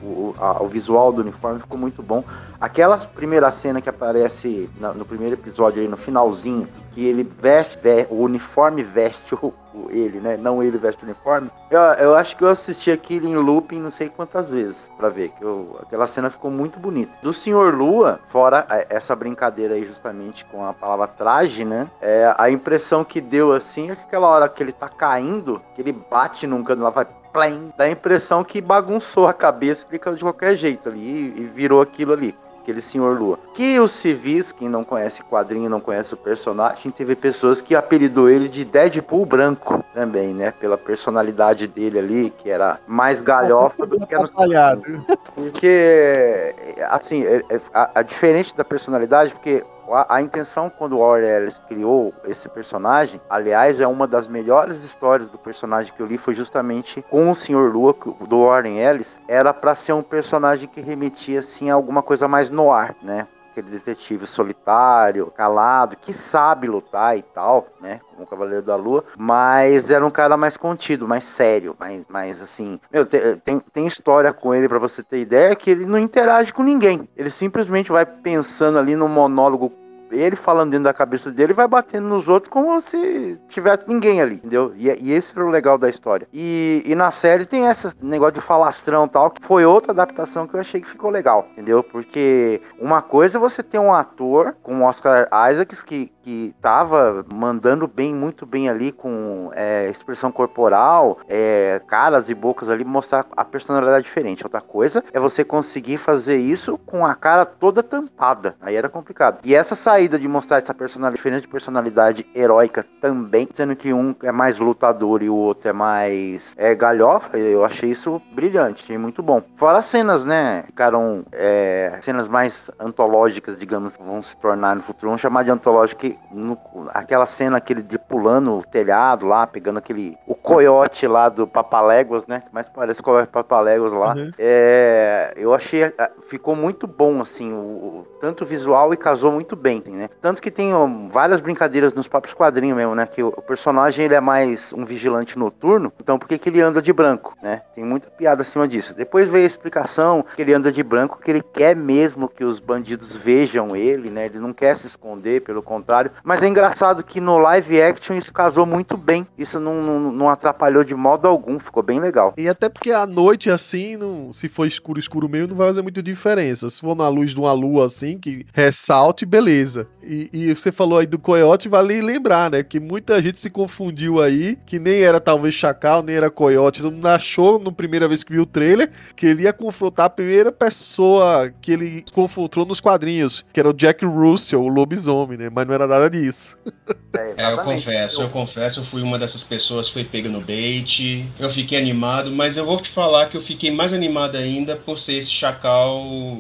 o visual do uniforme, ficou muito bom. Aquela primeira cena que aparece no primeiro episódio aí, no finalzinho, que ele veste, o uniforme veste ele, né? Não ele veste o uniforme. Eu acho que eu assisti aquilo em looping não sei quantas vezes pra ver, aquela cena ficou muito bonita. Do Senhor Lua, fora essa brincadeira aí justamente com a palavra traje, né? A impressão que deu assim é que aquela hora que ele tá caindo, que ele bate num canto lá, vai plim, dá a impressão que bagunçou a cabeça, fica de qualquer jeito ali e virou aquilo ali. Aquele Senhor Lua. Que os civis, quem não conhece quadrinho, não conhece o personagem, teve pessoas que apelidou ele de Deadpool branco também, né? Pela personalidade dele ali, que era mais galhofa do que nos quadrinhos. Porque, assim, diferente da personalidade, porque a intenção quando o Warren Ellis criou esse personagem, aliás, é uma das melhores histórias do personagem que eu li, foi justamente com o Senhor Lua, do Warren Ellis, era pra ser um personagem que remetia, assim, a alguma coisa mais noir, né? Aquele detetive solitário, calado, que sabe lutar e tal, né? Como o Cavaleiro da Lua, mas era um cara mais contido, mais sério, mais assim... Tem história com ele, pra você ter ideia, que ele não interage com ninguém. Ele simplesmente vai pensando ali no monólogo, ele falando dentro da cabeça dele, vai batendo nos outros como se tivesse ninguém ali, entendeu? E esse era o legal da história. E na série tem esse negócio de falastrão e tal, que foi outra adaptação que eu achei que ficou legal, entendeu? Porque uma coisa é você ter um ator como o Oscar Isaacs que tava mandando muito bem ali com expressão corporal, caras e bocas ali, mostrar a personalidade diferente. Outra coisa é você conseguir fazer isso com a cara toda tampada. Aí era complicado. E essa saída de mostrar essa personalidade diferente de personalidade heróica também, sendo que um é mais lutador e o outro é mais galhofa, eu achei isso brilhante, achei muito bom. Fora as cenas, né, ficaram cenas mais antológicas, digamos, vão se tornar no futuro, vamos chamar de antológica, aquela cena aquele de pulando o telhado lá, pegando o coiote lá do Papaléguas, né, que mais parece o coiote Papaléguas lá, eu achei, ficou muito bom, assim, tanto visual e casou muito bem, né? Tanto que tem várias brincadeiras nos próprios quadrinhos mesmo, né? Que o personagem ele é mais um vigilante noturno, então por que ele anda de branco, né? Tem muita piada acima disso. Depois veio a explicação que ele anda de branco, que ele quer mesmo que os bandidos vejam ele, né? Ele não quer se esconder, pelo contrário. Mas é engraçado que no live action isso casou muito bem. Isso não atrapalhou de modo algum, ficou bem legal. E até porque à noite assim, se for escuro mesmo, não vai fazer muita diferença. Se for na luz de uma lua assim, que ressalte, beleza. E você falou aí do coiote, vale lembrar, né? Que muita gente se confundiu aí, que nem era talvez Chacal, nem era coiote. Todo mundo achou, na primeira vez que viu o trailer, que ele ia confrontar a primeira pessoa que ele confrontou nos quadrinhos, que era o Jack Russell, o lobisomem, né? Mas não era nada disso. Eu confesso, eu fui uma dessas pessoas que foi pega no bait, eu fiquei animado, mas eu vou te falar que eu fiquei mais animado ainda por ser esse Chacal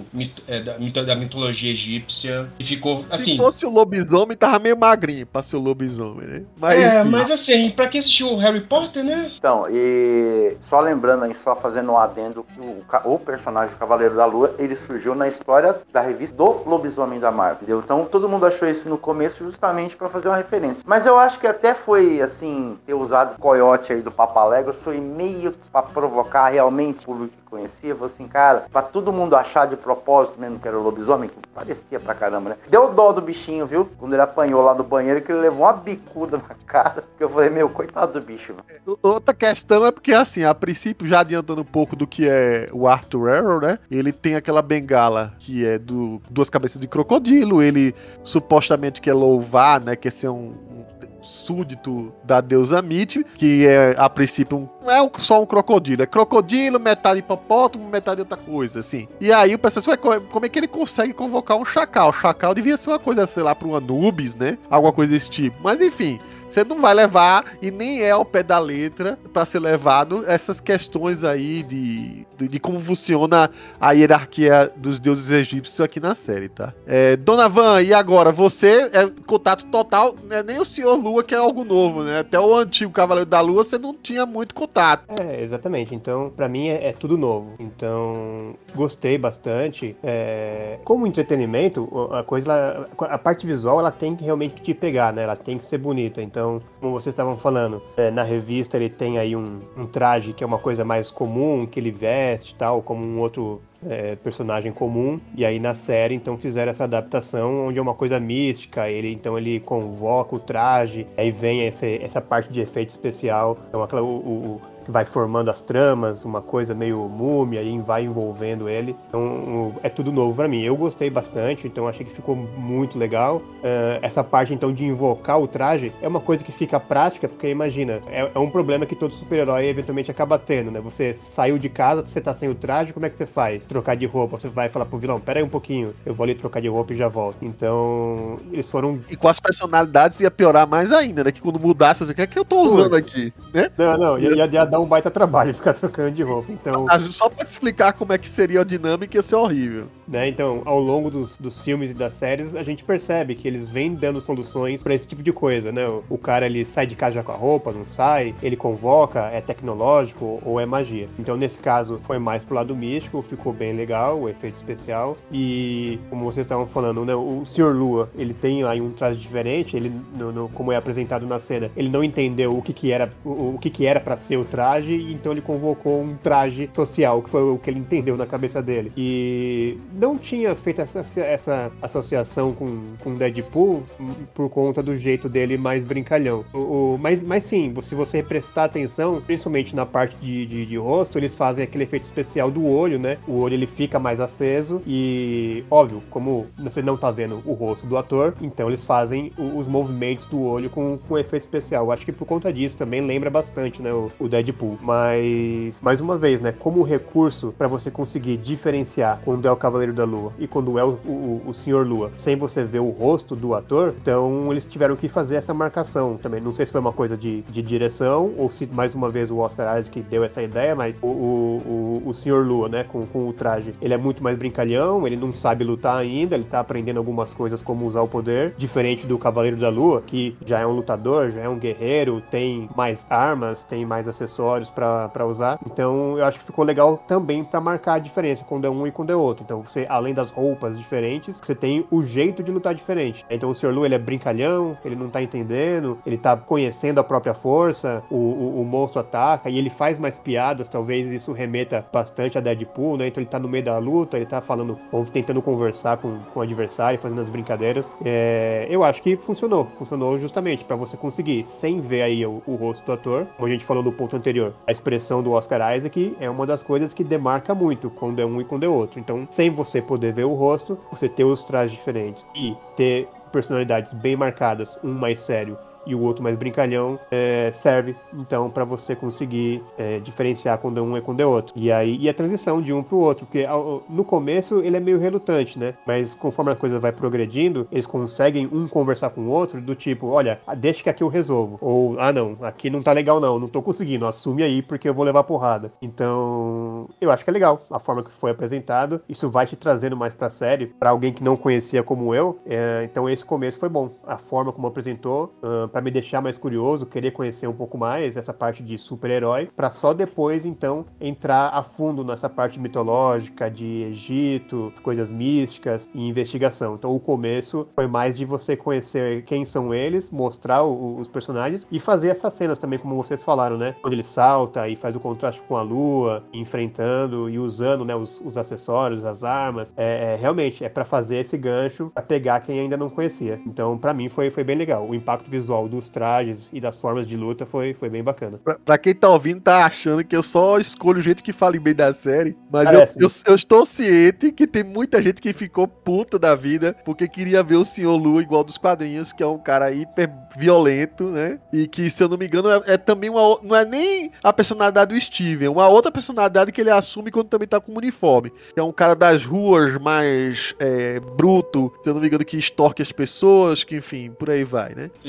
da mitologia egípcia, e ficou, assim... Se fosse o lobisomem, tava meio magrinho pra ser o lobisomem, né? Mas assim, pra quem assistiu o Harry Potter, né? Então, e só lembrando aí, só fazendo um adendo, que o personagem Cavaleiro da Lua, ele surgiu na história da revista do Lobisomem da Marvel, entendeu? Então todo mundo achou isso no começo justamente pra fazer uma referência. Mas eu acho que até foi, assim, ter usado o coiote aí do Papaléguas, foi meio pra provocar realmente o público que conhecia, falou assim, cara, pra todo mundo achar de propósito mesmo que era o lobisomem, que parecia pra caramba, né? Deu dó do bichinho, viu? Quando ele apanhou lá no banheiro, que ele levou uma bicuda na cara, que eu falei, coitado do bicho. Outra questão é porque, assim, a princípio, já adiantando um pouco do que é o Arthur Harrow, né? Ele tem aquela bengala que é duas cabeças de crocodilo, ele supostamente quer louvar, né? Quer ser um súdito da deusa Mít, que é, a princípio, não é só um crocodilo, é crocodilo, metade hipopótamo, metade outra coisa, assim. E aí o pessoal, como é que ele consegue convocar um chacal? O chacal devia ser uma coisa, sei lá, para um Anubis, né? Alguma coisa desse tipo. Mas enfim, Você não vai levar, e nem é ao pé da letra, pra ser levado essas questões aí de como funciona a hierarquia dos deuses egípcios aqui na série, tá? Dona Van, e agora? Você é contato total, não é nem o Senhor Lua que é algo novo, né? Até o antigo Cavaleiro da Lua você não tinha muito contato. Exatamente. Então, pra mim é tudo novo. Então, gostei bastante. Como entretenimento, a parte visual, ela tem que realmente te pegar, né? Ela tem que ser bonita. Então, como vocês estavam falando, na revista ele tem aí um traje que é uma coisa mais comum, que ele veste e tal, como um outro personagem comum, e aí na série então fizeram essa adaptação onde é uma coisa mística, ele convoca o traje, aí vem essa parte de efeito especial, então que vai formando as tramas, uma coisa meio múmia, e vai envolvendo ele. Então, é tudo novo pra mim. Eu gostei bastante, então achei que ficou muito legal. Essa parte, então, de invocar o traje é uma coisa que fica prática, porque imagina, é um problema que todo super-herói eventualmente acaba tendo, né? Você saiu de casa, você tá sem o traje, como é que você faz? Trocar de roupa, você vai falar pro vilão, pera aí um pouquinho, eu vou ali trocar de roupa e já volto. Então, eles foram... E com as personalidades ia piorar mais ainda, né? Que quando mudasse, você o que é que eu tô usando aqui, né? Não, ia dar um baita trabalho ficar trocando de roupa. Então, só pra explicar como é que seria a dinâmica, ia ser horrível. Né? Então, ao longo dos filmes e das séries, a gente percebe que eles vêm dando soluções pra esse tipo de coisa, né? O cara, ele sai de casa já com a roupa, não sai, ele convoca, é tecnológico ou é magia. Então, nesse caso, foi mais pro lado místico, ficou bem legal, o efeito especial. E, como vocês estavam falando, né? O Sr. Lua, ele tem aí um traje diferente, ele, como é apresentado na cena, ele não entendeu o que era pra ser o traje, então ele convocou um traje social, que foi o que ele entendeu na cabeça dele. E não tinha feito essa associação com Deadpool por conta do jeito dele mais brincalhão. Mas sim, se você prestar atenção, principalmente na parte de rosto, eles fazem aquele efeito especial do olho, né? O olho ele fica mais aceso e, óbvio, como você não tá vendo o rosto do ator, então eles fazem os movimentos do olho com efeito especial. Eu acho que por conta disso também lembra bastante, né, o Deadpool. Mas, mais uma vez, né, como recurso para você conseguir diferenciar quando é o Cavaleiro da Lua e quando é o Senhor Lua, sem você ver o rosto do ator, então eles tiveram que fazer essa marcação também. Não sei se foi uma coisa de direção ou se, mais uma vez, o Oscar Isaac deu essa ideia, mas o Senhor Lua, né, com o traje, ele é muito mais brincalhão, ele não sabe lutar ainda, ele tá aprendendo algumas coisas como usar o poder, diferente do Cavaleiro da Lua, que já é um lutador, já é um guerreiro, tem mais armas, tem mais acessórios pra usar. Então eu acho que ficou legal também pra marcar a diferença quando é um e quando é outro. Então você, além das roupas diferentes, você tem o jeito de lutar diferente. Então o Sr. Lu, ele é brincalhão, ele não tá entendendo, ele tá conhecendo a própria força, o monstro ataca e ele faz mais piadas, talvez isso remeta bastante a Deadpool, né? Então ele tá no meio da luta, ele tá falando, ou tentando conversar com o adversário, fazendo as brincadeiras. Eu acho que funcionou justamente pra você conseguir, sem ver aí o rosto do ator, como a gente falou no ponto anterior, a expressão do Oscar Isaac é uma das coisas que demarca muito quando é um e quando é outro. Então, sem você poder ver o rosto, você ter os trajes diferentes e ter personalidades bem marcadas, um mais sério e o outro mais brincalhão, serve então para você conseguir diferenciar quando é um e quando é outro. E aí a transição de um pro outro, porque no começo ele é meio relutante, né? Mas conforme a coisa vai progredindo, eles conseguem um conversar com o outro do tipo, olha, deixa que aqui eu resolvo. Ou, não, aqui não tá legal não tô conseguindo, assume aí porque eu vou levar porrada. Então, eu acho que é legal a forma que foi apresentado. Isso vai te trazendo mais pra série, pra alguém que não conhecia como eu. Então esse começo foi bom. A forma como apresentou, para me deixar mais curioso, querer conhecer um pouco mais essa parte de super-herói, para só depois, então, entrar a fundo nessa parte mitológica, de Egito, coisas místicas e investigação. Então, o começo foi mais de você conhecer quem são eles, mostrar os personagens e fazer essas cenas também, como vocês falaram, né? Quando ele salta e faz o contraste com a lua, enfrentando e usando, né, os acessórios, as armas. Realmente, é para fazer esse gancho, para pegar quem ainda não conhecia. Então, para mim, foi bem legal. O impacto visual dos trajes e das formas de luta foi bem bacana. Pra quem tá ouvindo, tá achando que eu só escolho o jeito que fale bem da série, mas eu estou ciente que tem muita gente que ficou puta da vida porque queria ver o Sr. Lua igual dos quadrinhos, que é um cara hiper violento, né? E que, se eu não me engano, é também não é nem a personalidade do Steven, uma outra personalidade que ele assume quando também tá com o uniforme. Que é um cara das ruas, mais bruto, se eu não me engano, que extorque as pessoas, que enfim, por aí vai, né? Eu também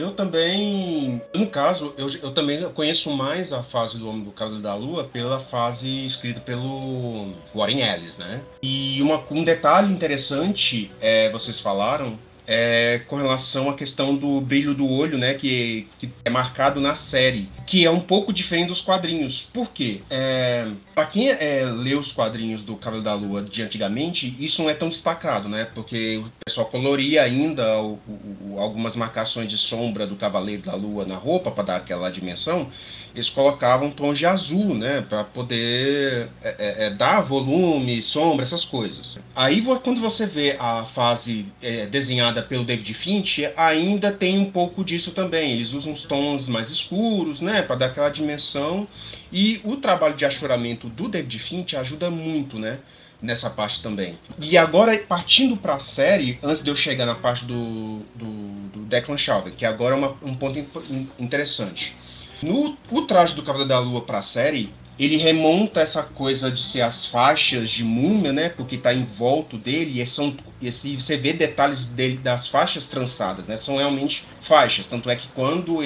também, no caso, eu também conheço mais a fase do Homem do Cavaleiro da Lua pela fase escrita pelo Warren Ellis, né? E um detalhe interessante, vocês falaram, com relação à questão do brilho do olho, né, que é marcado na série, que é um pouco diferente dos quadrinhos. Por quê? Para quem lê os quadrinhos do Cavaleiro da Lua de antigamente, isso não é tão destacado, né, porque o pessoal coloria ainda algumas marcações de sombra do Cavaleiro da Lua na roupa para dar aquela dimensão. Eles colocavam tons de azul, né, para poder dar volume, sombra, essas coisas. Aí, quando você vê a fase desenhada pelo David Fincher, ainda tem um pouco disso também. Eles usam uns tons mais escuros, né, para dar aquela dimensão. E o trabalho de achuramento do David Fincher ajuda muito, né, nessa parte também. E agora, partindo para a série, antes de eu chegar na parte do Declan Shalvey, que agora é um ponto interessante. O traje do Cavaleiro da Lua para a série, ele remonta essa coisa de ser as faixas de múmia, né? Porque está em volta dele e você vê detalhes dele das faixas trançadas, né? São realmente faixas. Tanto é que quando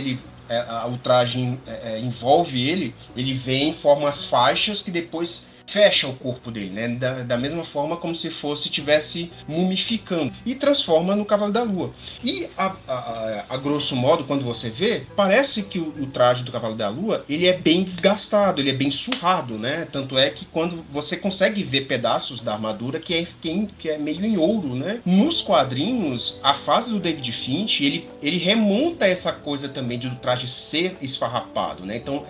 o traje envolve ele vem em forma as faixas que depois fecha o corpo dele, né? Da mesma forma como se estivesse mumificando. E transforma no Cavaleiro da Lua. E, a grosso modo, quando você vê, parece que o traje do Cavaleiro da Lua, ele é bem desgastado, ele é bem surrado, né? Tanto é que quando você consegue ver pedaços da armadura que é meio em ouro, né? Nos quadrinhos, a fase do David Fincher, ele remonta essa coisa também do traje ser esfarrapado, né? Então,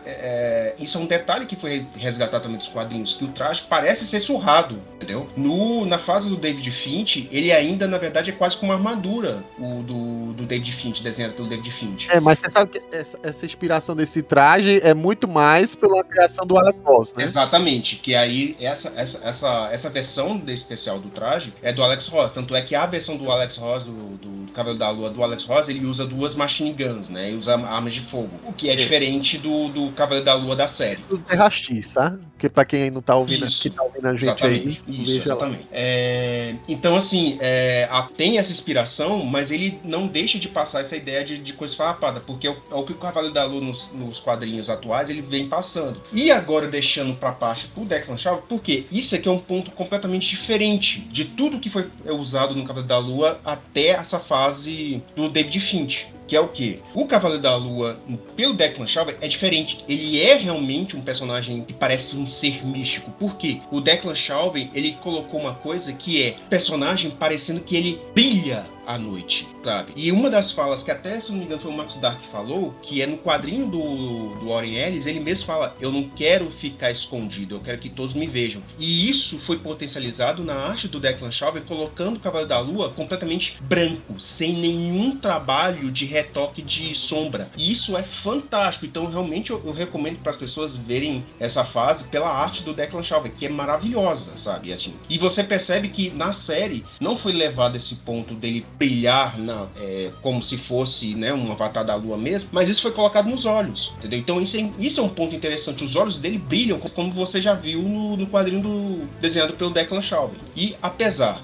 isso é um detalhe que foi resgatado também dos quadrinhos, que o traje parece ser surrado, entendeu? Na fase do David Fincher, ele ainda, na verdade, é quase como uma armadura do David Fincher, desenhado pelo David Fincher. Mas você sabe que essa inspiração desse traje é muito mais pela criação do Alex Ross, né? Exatamente, que aí essa versão desse especial do traje é do Alex Ross, tanto é que a versão do Alex Ross, do Cavaleiro da Lua do Alex Ross, ele usa 2 machine guns, né? Ele usa armas de fogo, o que é diferente do Cavaleiro da Lua da série. Isso é rastiça, sabe? Porque pra quem não tá ouvindo, que tá ouvindo a gente exatamente, aí, isso, veja exatamente. Então, assim, tem essa inspiração, mas ele não deixa de passar essa ideia de coisa farrapada, porque é o que o Cavaleiro da Lua nos quadrinhos atuais, ele vem passando. E agora, deixando pra parte pro Declan Shalvey, porque isso aqui é um ponto completamente diferente de tudo que foi usado no Cavaleiro da Lua até essa fase do David Fincher. Que é o quê? O Cavaleiro da Lua, pelo Declan Shalvey, é diferente. Ele é realmente um personagem que parece um ser místico. Por quê? O Declan Shalvey, ele colocou uma coisa que é personagem parecendo que ele brilha à noite, sabe? E uma das falas que até, se não me engano, foi o Marcus Dark que falou, que é no quadrinho do Warren Ellis, ele mesmo fala, eu não quero ficar escondido, eu quero que todos me vejam. E isso foi potencializado na arte do Declan Shalvey, colocando o Cavaleiro da Lua completamente branco, sem nenhum trabalho de retoque de sombra. E isso é fantástico. Então, realmente, eu recomendo para as pessoas verem essa fase pela arte do Declan Shalvey, que é maravilhosa, sabe? Assim. E você percebe que na série não foi levado esse ponto dele brilhar como se fosse, né, um avatar da lua mesmo, mas isso foi colocado nos olhos, entendeu? Então isso é um ponto interessante. Os olhos dele brilham, como você já viu no quadrinho desenhado pelo Declan Shalvey. E apesar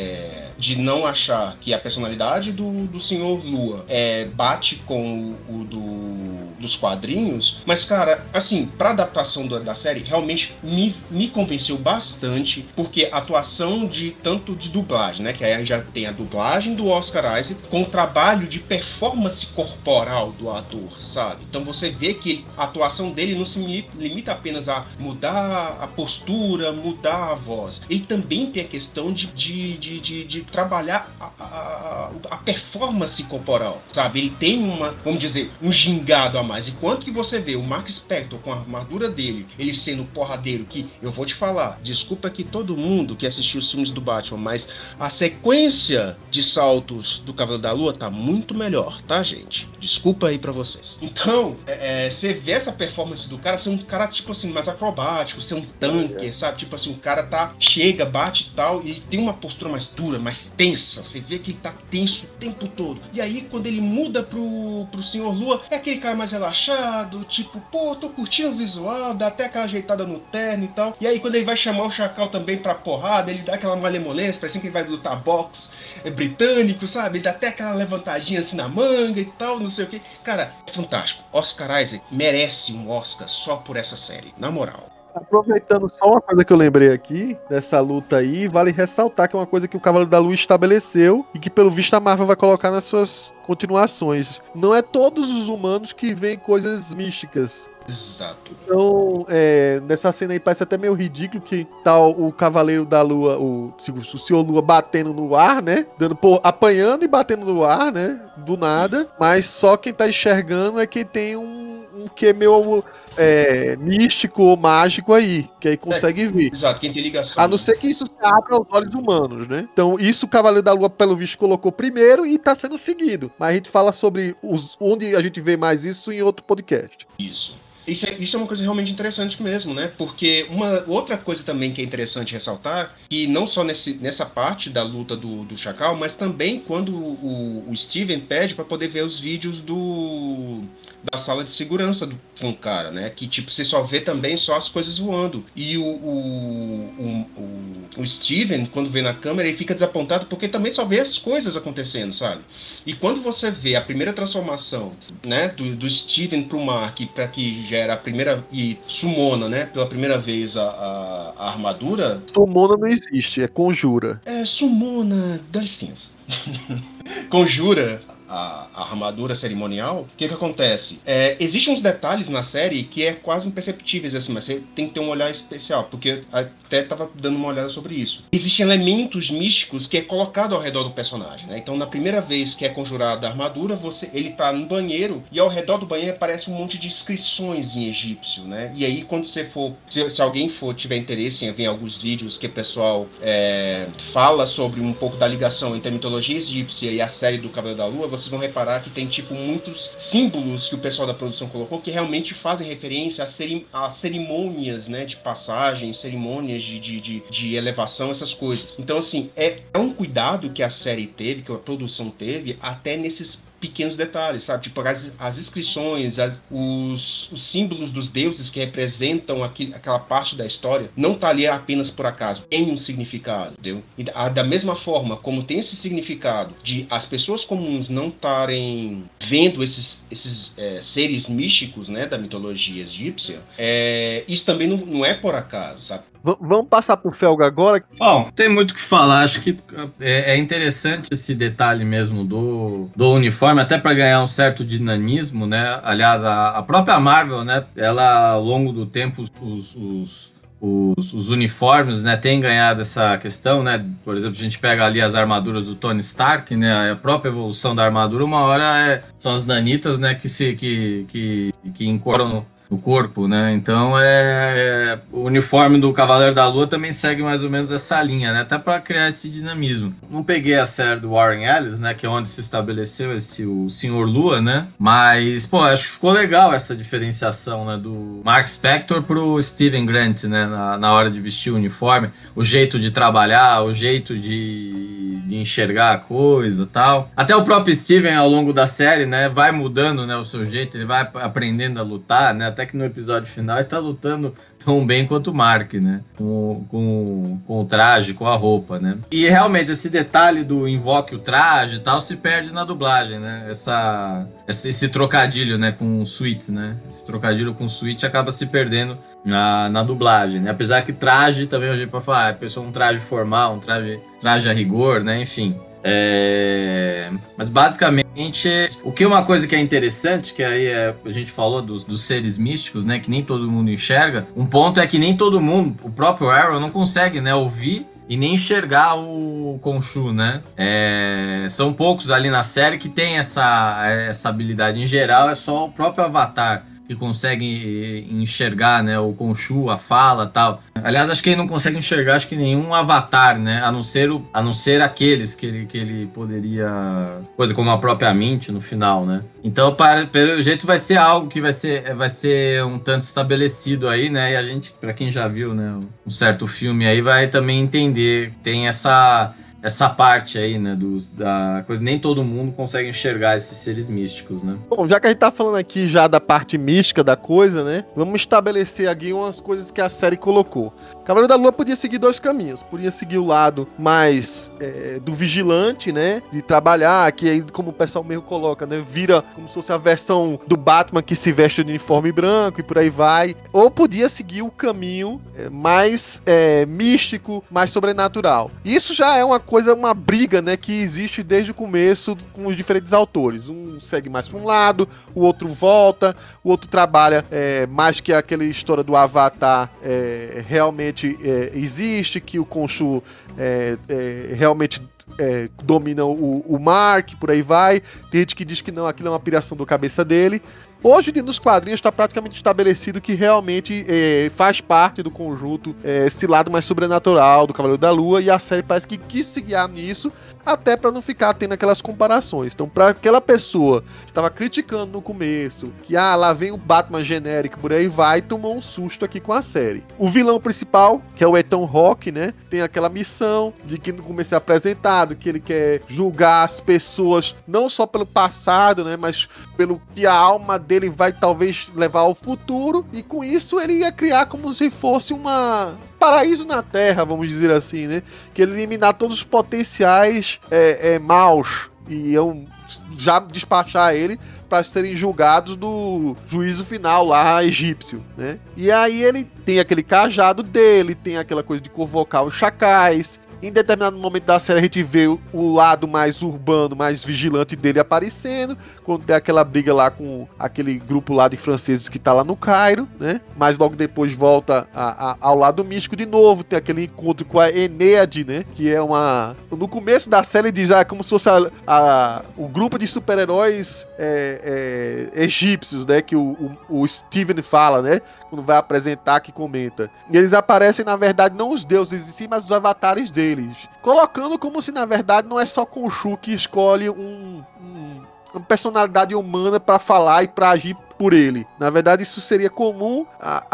de não achar que a personalidade do Senhor Lua bate com o dos quadrinhos, mas, cara, assim, pra adaptação da série, realmente me convenceu bastante, porque a atuação tanto de dublagem, né, que aí já tem a dublagem do Oscar Isaac, com o trabalho de performance corporal do ator, sabe? Então você vê que a atuação dele não se limita apenas a mudar a postura, mudar a voz. Ele também tem a questão de trabalhar a performance corporal, sabe? Ele tem vamos dizer, um gingado a mais. Enquanto que você vê o Mark Spector com a armadura dele, ele sendo porradeiro, que eu vou te falar, desculpa que todo mundo que assistiu os filmes do Batman, mas a sequência de saltos do Cavaleiro da Lua tá muito melhor, tá, gente? Desculpa aí pra vocês. Então, você vê essa performance do cara ser um cara, tipo assim, mais acrobático, ser um tanque, sabe? Tipo assim, o cara chega, bate e tal, e tem uma postura mais dura, mais mais tensa, você vê que ele tá tenso o tempo todo. E aí, quando ele muda pro Senhor Lua, é aquele cara mais relaxado, tipo, pô, tô curtindo o visual, dá até aquela ajeitada no terno e tal. E aí, quando ele vai chamar o Chacal também pra porrada, ele dá aquela malemolência, parece que ele vai lutar boxe britânico, sabe? Ele dá até aquela levantadinha assim na manga e tal, não sei o que. Cara, é fantástico. Oscar Isaac merece um Oscar só por essa série, na moral. Aproveitando só uma coisa que eu lembrei aqui dessa luta aí, vale ressaltar que é uma coisa que o Cavaleiro da Lua estabeleceu e que pelo visto a Marvel vai colocar nas suas continuações. Não é todos os humanos que veem coisas místicas. Exato. Então, nessa cena aí parece até meio ridículo que tá o Cavaleiro da Lua, o Senhor Lua batendo no ar, né? Apanhando e batendo no ar, né? Do nada. Mas só quem tá enxergando é quem tem um que é meio místico ou mágico aí, que aí consegue ver. Exato, quem tem ligação. A não ser que isso se abra aos olhos humanos, né? Então, isso o Cavaleiro da Lua, pelo visto, colocou primeiro e tá sendo seguido. Mas a gente fala sobre onde a gente vê mais isso em outro podcast. Isso. Isso é uma coisa realmente interessante mesmo, né? Porque uma outra coisa também que é interessante ressaltar, que não só nessa parte da luta do Chacal, mas também quando o Steven pede para poder ver os vídeos da sala de segurança com o cara, né? Que tipo, você só vê também só as coisas voando. E o Steven, quando vê na câmera, ele fica desapontado porque também só vê as coisas acontecendo, sabe? E quando você vê a primeira transformação, né, do Steven pro Mark, para que já era a primeira, e sumona, né, pela primeira vez a armadura... Sumona não existe, é conjura. Sumona, dá licença. Conjura a armadura cerimonial, o que acontece? Existem uns detalhes na série que é quase imperceptíveis, assim, mas você tem que ter um olhar especial, porque até tava dando uma olhada sobre isso. Existem elementos místicos que é colocado ao redor do personagem, né? Então, na primeira vez que é conjurada a armadura, ele tá no banheiro e ao redor do banheiro aparece um monte de inscrições em egípcio, né? E aí, quando você for, se alguém tiver interesse em ver alguns vídeos que o pessoal fala sobre um pouco da ligação entre a mitologia egípcia e a série do Cavaleiro da Lua, vocês vão reparar que tem tipo muitos símbolos que o pessoal da produção colocou que realmente fazem referência a cerimônias, né, de passagem, cerimônias de elevação, essas coisas. Então, assim, é um cuidado que a série teve, que a produção teve, até nesses pequenos detalhes, sabe? Tipo, as inscrições, os símbolos dos deuses que representam aquela parte da história, não tá ali apenas por acaso, tem um significado, entendeu? E da mesma forma como tem esse significado de as pessoas comuns não estarem vendo esses seres místicos, né, da mitologia egípcia, isso também não é por acaso, sabe? Vamos passar pro Felga agora? Bom, tem muito o que falar. Acho que é interessante esse detalhe mesmo do uniforme, até para ganhar um certo dinamismo, né? Aliás, a própria Marvel, né? Ela, ao longo do tempo, os uniformes, né, tem ganhado essa questão, né? Por exemplo, a gente pega ali as armaduras do Tony Stark, né? A própria evolução da armadura, uma hora são as nanitas, né, que incorporam no corpo, né? Então o uniforme do Cavaleiro da Lua também segue mais ou menos essa linha, né? Até para criar esse dinamismo. Não peguei a série do Warren Ellis, né? Que é onde se estabeleceu o Senhor Lua, né? Mas, pô, acho que ficou legal essa diferenciação, né? Do Mark Spector pro Steven Grant, né? Na hora de vestir o uniforme, o jeito de trabalhar, o jeito de enxergar a coisa, tal. Até o próprio Steven, ao longo da série, né? Vai mudando, né? O seu jeito, ele vai aprendendo a lutar, né? Até que no episódio final ele tá lutando tão bem quanto o Mark, né? Com o traje, com a roupa, né? E realmente esse detalhe do invoque o traje e tal se perde na dublagem, né? Esse trocadilho, né? Com o suíte, né? Esse trocadilho com o suíte acaba se perdendo na dublagem, né? Apesar que traje também é um jeito pra falar, pessoa um traje formal, um traje a rigor, né? Enfim. Mas basicamente, uma coisa que é interessante, que aí a gente falou dos seres místicos, né, que nem todo mundo enxerga, um ponto é que nem todo mundo, o próprio Arrow não consegue, né, ouvir e nem enxergar o Khonshu, né? São poucos ali na série que tem essa habilidade. Em geral é só o próprio Avatar que consegue enxergar, né, o Khonshu, a fala, tal. Aliás, acho que ele não consegue enxergar, acho que nenhum avatar, né, a não ser aqueles que ele poderia, coisa como a própria Mint no final, né. Então, pelo jeito vai ser algo que vai ser um tanto estabelecido aí, né, e a gente, para quem já viu, né, um certo filme aí, vai também entender, tem essa essa parte aí, né, da coisa. Nem todo mundo consegue enxergar esses seres místicos, né? Bom, já que a gente tá falando aqui já da parte mística da coisa, né? Vamos estabelecer aqui umas coisas que a série colocou. Cavaleiro da Lua podia seguir dois caminhos. Podia seguir o lado mais do vigilante, né? De trabalhar, que aí, como o pessoal mesmo coloca, né? Vira como se fosse a versão do Batman que se veste de uniforme branco e por aí vai. Ou podia seguir o caminho mais místico, mais sobrenatural. Isso já é uma briga, né? Que existe desde o começo com os diferentes autores. Um segue mais para um lado, o outro volta, o outro trabalha mais que aquela história do Avatar realmente existe, que o Khonshu realmente domina o mar, que por aí vai. Tem gente que diz que não, aquilo é uma piração da cabeça dele. Hoje, nos quadrinhos, está praticamente estabelecido que realmente faz parte do conjunto esse lado mais sobrenatural do Cavaleiro da Lua, e a série parece que quis se guiar nisso, até para não ficar tendo aquelas comparações. Então, para aquela pessoa que estava criticando no começo, que lá vem o Batman genérico, por aí vai, tomou um susto aqui com a série. O vilão principal, que é o Ethan Hawke, né, tem aquela missão de que no começo é apresentado, que ele quer julgar as pessoas não só pelo passado, né, mas pelo que a alma dele vai talvez levar ao futuro, e com isso ele ia criar como se fosse paraíso na Terra, vamos dizer assim, né? Que ele eliminar todos os potenciais maus e iam já despachar ele para serem julgados do juízo final lá egípcio, né? E aí ele tem aquele cajado dele, tem aquela coisa de convocar os chacais. Em determinado momento da série a gente vê o lado mais urbano, mais vigilante dele aparecendo, quando tem aquela briga lá com aquele grupo lá de franceses que tá lá no Cairo, né? Mas logo depois volta ao lado místico de novo, tem aquele encontro com a Enéade, né? Que é no começo da série diz, como se fosse o grupo de super-heróis egípcios, né? Que o Steven fala, né? Quando vai apresentar, que comenta. E eles aparecem, na verdade, não os deuses em si, mas os avatares deles. Colocando como se, na verdade, não é só Khonshu que escolhe uma personalidade humana para falar e para agir por ele. Na verdade, isso seria comum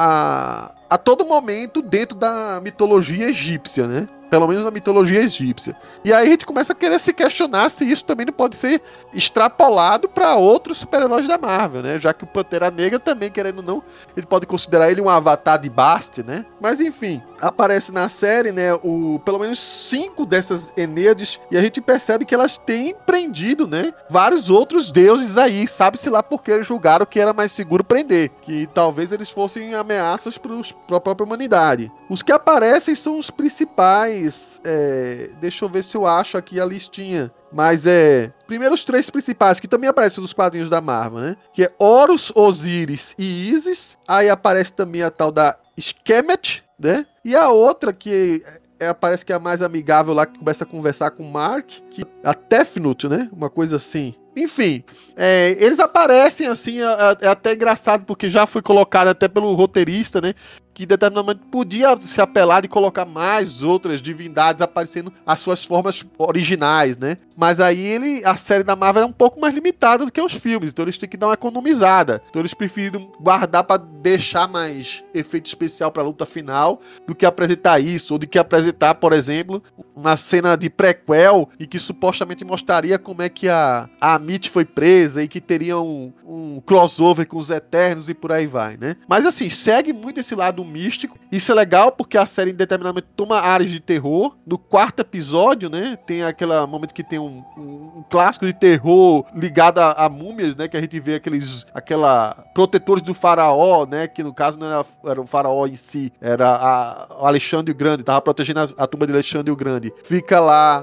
a todo momento dentro da mitologia egípcia, né? Pelo menos na mitologia egípcia. E aí a gente começa a querer se questionar se isso também não pode ser extrapolado para outros super-heróis da Marvel, né? Já que o Pantera Negra também, querendo ou não, ele pode considerar ele um avatar de Bast, né? Mas enfim, aparece na série, né, pelo menos 5 dessas Enéades, e a gente percebe que elas têm prendido, né, vários outros deuses aí. Sabe-se lá porque eles julgaram que era mais seguro prender, que talvez eles fossem ameaças para a própria humanidade. Os que aparecem são os principais. Deixa eu ver se eu acho aqui a listinha. Mas primeiro os 3 principais, que também aparecem nos quadrinhos da Marvel, né? Que é Horus, Osíris e Ísis. Aí aparece também a tal da Sekhmet, né? E a outra que parece que é a mais amigável lá, que começa a conversar com o Mark, que é a Tefnut, né? Uma coisa assim. Enfim, eles aparecem assim, é até engraçado, porque já foi colocado até pelo roteirista, né? Que determinadamente podia se apelar de colocar mais outras divindades aparecendo as suas formas originais, né? Mas aí a série da Marvel é um pouco mais limitada do que os filmes, então eles têm que dar uma economizada. Então eles preferiram guardar para deixar mais efeito especial para a luta final do que apresentar isso, ou do que apresentar, por exemplo, uma cena de prequel e que supostamente mostraria como é que a Amit foi presa e que teria um crossover com os Eternos e por aí vai, né? Mas assim, segue muito esse lado místico. Isso é legal porque a série em determinado momento toma áreas de terror. No 4º episódio, né, tem aquele momento que tem um clássico de terror ligado a múmias, né, que a gente vê aquela protetores do faraó, né, que no caso não era o faraó em si, era o Alexandre o Grande, tava protegendo a tumba de Alexandre o Grande. Fica lá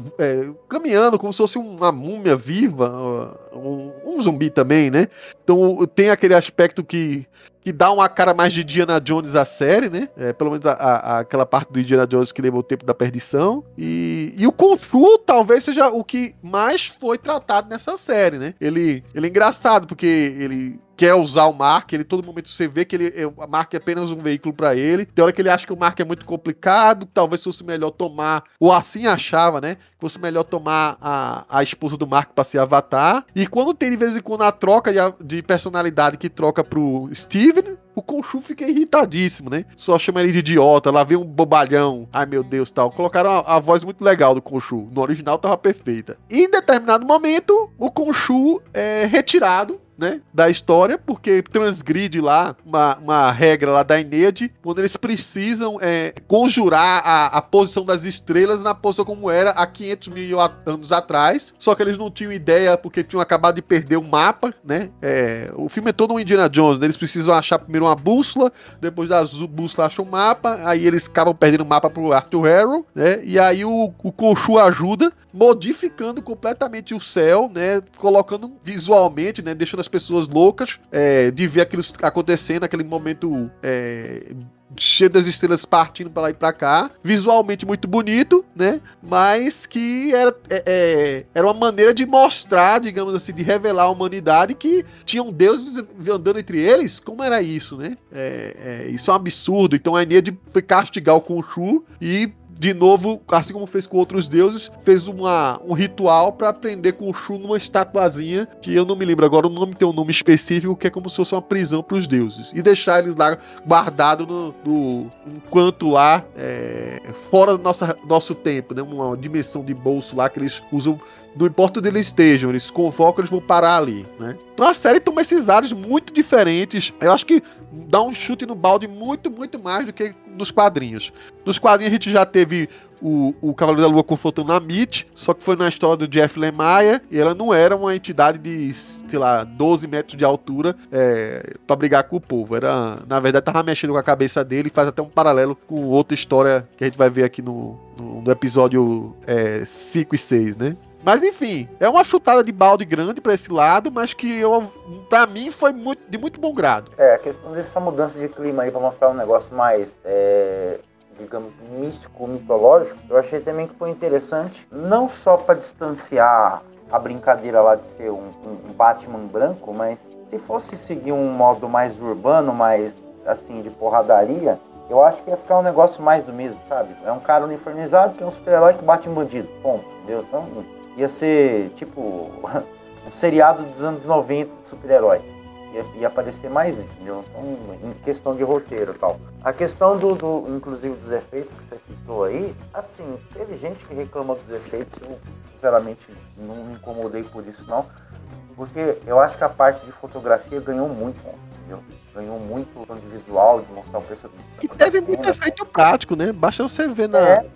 caminhando como se fosse uma múmia viva, um zumbi também, né? Então tem aquele aspecto que dá uma cara mais de Indiana Jones à série, né? Pelo menos aquela parte do Indiana Jones que lembra o tempo da perdição. E o Khonshu talvez seja o que mais foi tratado nessa série, né? Ele é engraçado porque ele quer usar o Mark, ele todo momento você vê que a Mark é apenas um veículo pra ele. Tem hora que ele acha que o Mark é muito complicado, talvez fosse melhor tomar, ou assim achava, né? Que fosse melhor tomar a esposa do Mark pra ser Avatar. E quando tem de vez em quando a troca de personalidade que troca pro Steven, o Khonshu fica irritadíssimo, né? Só chama ele de idiota, lá vem um bobalhão, ai meu Deus, tal. Colocaram a voz muito legal do Khonshu, no original tava perfeita. E em determinado momento, o Khonshu é retirado, né, da história, porque transgride lá uma regra lá da Eneade, quando eles precisam conjurar a posição das estrelas na posição como era há 500 mil anos atrás, só que eles não tinham ideia porque tinham acabado de perder o mapa, né, o filme é todo um Indiana Jones, né? Eles precisam achar primeiro uma bússola, depois da bússola acham o mapa, aí eles acabam perdendo o mapa pro Arthur Harrow, né, e aí o Khonshu ajuda, modificando completamente o céu, né, colocando visualmente, né, deixando as pessoas loucas de ver aquilo acontecendo, aquele momento cheio das estrelas partindo pra lá e pra cá, visualmente muito bonito, né, mas que era uma maneira de mostrar, digamos assim, de revelar a humanidade que tinham deuses andando entre eles. Como era isso, né? Isso é um absurdo. Então a Eneade foi castigar o Khonshu e, de novo, assim como fez com outros deuses, fez um ritual pra prender Khonshu numa estatuazinha, que eu não me lembro agora, o nome tem um nome específico, que é como se fosse uma prisão pros deuses. E deixar eles lá guardados enquanto lá, fora do nosso tempo, né? Uma dimensão de bolso lá que eles usam. Não importa onde eles estejam, eles convocam, eles vão parar ali, né? Então a série toma esses ares muito diferentes. Eu acho que dá um chute no balde muito, muito mais do que nos quadrinhos. Nos quadrinhos a gente já teve o Cavaleiro da Lua confrontando a Mitch, só que foi na história do Jeff Lemire, e ela não era uma entidade de, sei lá, 12 metros de altura pra brigar com o povo. Na verdade, tava mexendo com a cabeça dele e faz até um paralelo com outra história que a gente vai ver aqui no episódio 5 e 6, né? Mas enfim, é uma chutada de balde grande pra esse lado, mas que pra mim foi de muito bom grado. A questão dessa mudança de clima aí pra mostrar um negócio mais, digamos, místico, mitológico, eu achei também que foi interessante, não só pra distanciar a brincadeira lá de ser um Batman branco, mas se fosse seguir um modo mais urbano, mais assim, de porradaria, eu acho que ia ficar um negócio mais do mesmo, sabe? É um cara uniformizado que é um super-herói que bate em bandido, ponto, entendeu? Então ia ser tipo um seriado dos anos 90 de super-herói. Ia aparecer mais, entendeu? Então, em questão de roteiro e tal. A questão inclusive dos efeitos que você citou aí, assim, teve gente que reclamou dos efeitos, eu sinceramente não me incomodei por isso não, porque eu acho que a parte de fotografia ganhou muito, entendeu? Ganhou muito de visual, de mostrar o personagem. E teve muito efeito prático, né? Basta você ver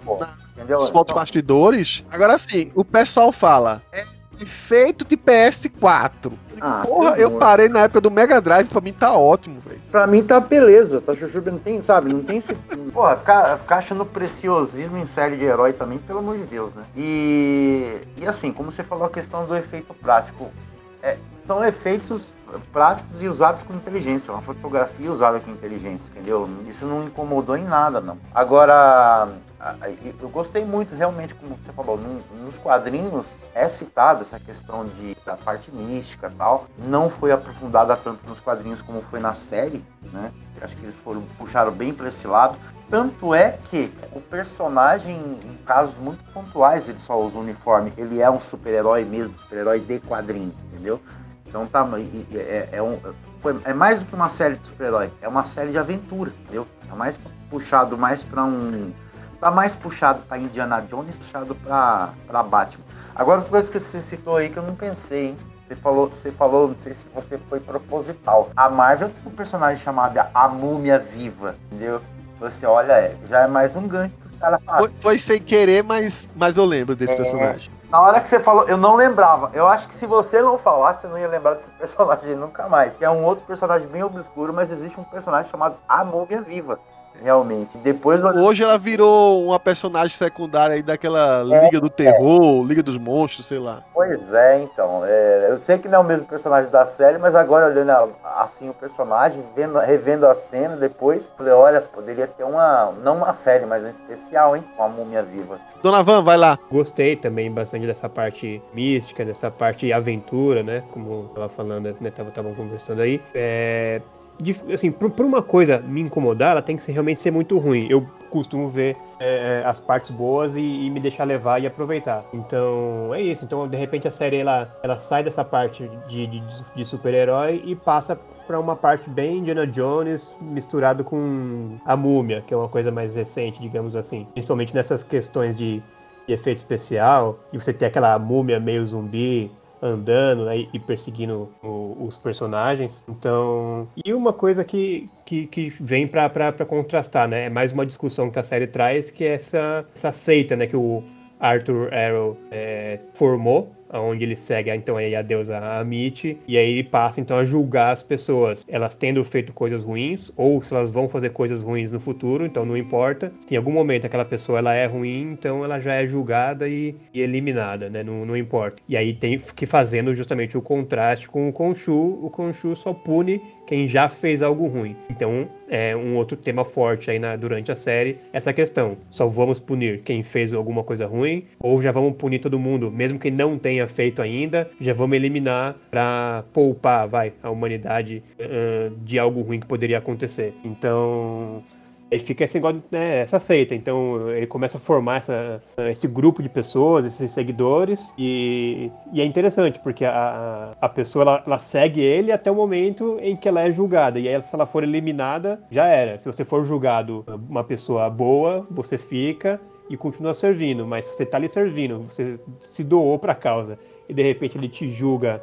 nos fotos bastidores. Agora sim, o pessoal fala, efeito de PS4. Porra, eu parei na época do Mega Drive, pra mim tá ótimo, velho. Pra mim tá beleza, tá chuchu, não tem, sabe? Não tem esse... Porra, ficar achando preciosismo em série de herói também, pelo amor de Deus, né? E assim, como você falou a questão do efeito prático, são efeitos práticos e usados com inteligência, uma fotografia usada com inteligência, entendeu? Isso não incomodou em nada, não. Agora, eu gostei muito, realmente, como você falou, nos quadrinhos é citada essa questão da parte mística e tal, não foi aprofundada tanto nos quadrinhos como foi na série, né? Acho que eles puxaram bem para esse lado. Tanto é que o personagem, em casos muito pontuais, ele só usa o uniforme, ele é um super-herói mesmo, super-herói de quadrinho, entendeu? Então é mais do que uma série de super-herói, é uma série de aventura, entendeu? É mais puxado tá mais puxado pra Indiana Jones, puxado pra Batman. Agora, outra coisa que você citou aí que eu não pensei, hein? Você falou, não sei se você foi proposital. A Marvel tem um personagem chamado A Múmia Viva, entendeu? Você olha, já é mais um gancho que os caras fazem. Foi sem querer, mas eu lembro desse personagem. Na hora que você falou, eu não lembrava. Eu acho que se você não falasse, você não ia lembrar desse personagem nunca mais. Que é um outro personagem bem obscuro, mas existe um personagem chamado A Múmia Viva. realmente. Depois Hoje ela virou uma personagem secundária aí daquela Liga do Terror, Liga dos Monstros, sei lá. Pois é, então. Eu sei que não é o mesmo personagem da série, mas agora olhando assim o personagem, revendo a cena depois, falei, olha, poderia ter não uma série, mas um especial, hein? Com a Múmia Viva. Dona Van, vai lá. Gostei também bastante dessa parte mística, dessa parte aventura, né? Como eu tava falando, né? Estavam conversando aí. Assim, por uma coisa me incomodar, ela tem que realmente ser muito ruim. Eu costumo ver as partes boas e me deixar levar e aproveitar. Então, é isso. Então, de repente, a série ela sai dessa parte de super-herói e passa para uma parte bem Indiana Jones misturado com a Múmia, que é uma coisa mais recente, digamos assim. Principalmente nessas questões de efeito especial, e você tem aquela múmia meio zumbi andando, né, e perseguindo os personagens. Então, e uma coisa que vem para contrastar, né, é mais uma discussão que a série traz, que é essa seita, né, que o Arthur Arrow formou, onde ele segue então aí a deusa Amit, e aí ele passa então a julgar as pessoas, elas tendo feito coisas ruins, ou se elas vão fazer coisas ruins no futuro, então não importa. Se em algum momento aquela pessoa ela é ruim, então ela já é julgada e eliminada, né? Não importa. E aí tem que fazendo justamente o contraste com o Khonshu só pune quem já fez algo ruim. Então, é um outro tema forte aí durante a série, essa questão. Só vamos punir quem fez alguma coisa ruim, ou já vamos punir todo mundo, mesmo que não tenha feito ainda, já vamos eliminar para poupar, a humanidade de algo ruim que poderia acontecer. Então, aí fica esse negócio, né, essa seita. Então ele começa a formar esse grupo de pessoas, esses seguidores, e é interessante, porque a pessoa ela segue ele até o momento em que ela é julgada, e aí se ela for eliminada, já era. Se você for julgado uma pessoa boa, você fica e continua servindo, mas se você tá ali servindo, você se doou pra causa, e de repente ele te julga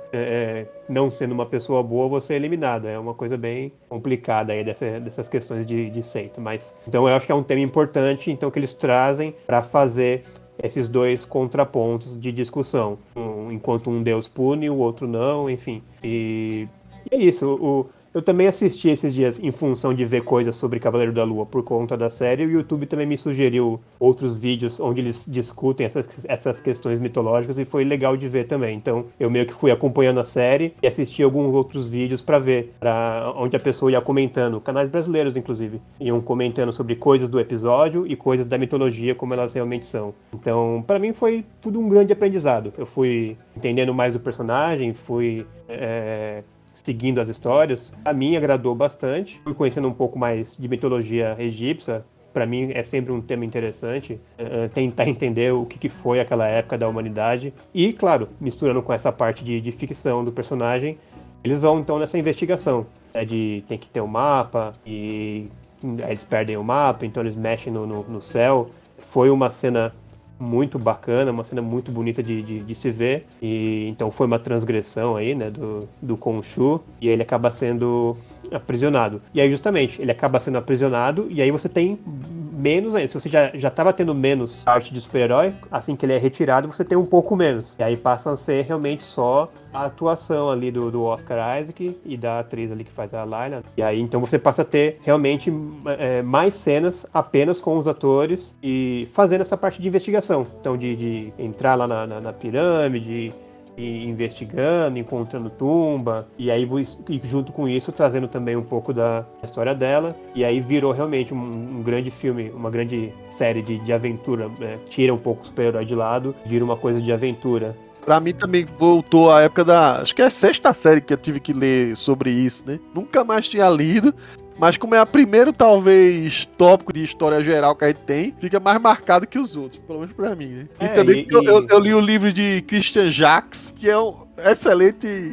não sendo uma pessoa boa, você é eliminado. É uma coisa bem complicada aí dessas questões de seita. Mas, então eu acho que é um tema importante, então, que eles trazem para fazer esses dois contrapontos de discussão. Enquanto um deus pune, o outro não, enfim. E é isso. Eu também assisti esses dias em função de ver coisas sobre Cavaleiro da Lua por conta da série. O YouTube também me sugeriu outros vídeos onde eles discutem essas questões mitológicas, e foi legal de ver também. Então eu meio que fui acompanhando a série e assisti alguns outros vídeos para ver, onde a pessoa ia comentando, canais brasileiros inclusive, iam comentando sobre coisas do episódio e coisas da mitologia como elas realmente são. Então para mim foi tudo um grande aprendizado. Eu fui entendendo mais do personagem, fui seguindo as histórias. A mim agradou bastante. Fui conhecendo um pouco mais de mitologia egípcia. Para mim é sempre um tema interessante, tentar entender o que foi aquela época da humanidade. E, claro, misturando com essa parte de ficção do personagem, eles vão então nessa investigação. Tem que ter um mapa, e aí eles perdem o mapa, então eles mexem no céu. Foi uma cena muito bacana, uma cena muito bonita de se ver, e então foi uma transgressão aí, né, do Khonshu, e ele acaba sendo aprisionado. E aí justamente, ele acaba sendo aprisionado, e aí você tem menos ainda. Se você já estava tendo menos parte de super-herói, assim que ele é retirado, você tem um pouco menos. E aí passa a ser realmente só a atuação ali do Oscar Isaac e da atriz ali que faz a Layla. E aí então você passa a ter realmente mais cenas apenas com os atores e fazendo essa parte de investigação. Então de entrar lá na pirâmide, e investigando, encontrando tumba, e aí junto com isso trazendo também um pouco da história dela, e aí virou realmente um grande filme, uma grande série de aventura, né? Tira um pouco o super-herói de lado, vira uma coisa de aventura. Pra mim também voltou a época acho que é a 6ª série que eu tive que ler sobre isso, né? Nunca mais tinha lido, mas como é a primeiro, talvez, tópico de história geral que a gente tem, fica mais marcado que os outros, pelo menos pra mim, né? E também eu li o livro de Christian Jacques, que é um excelente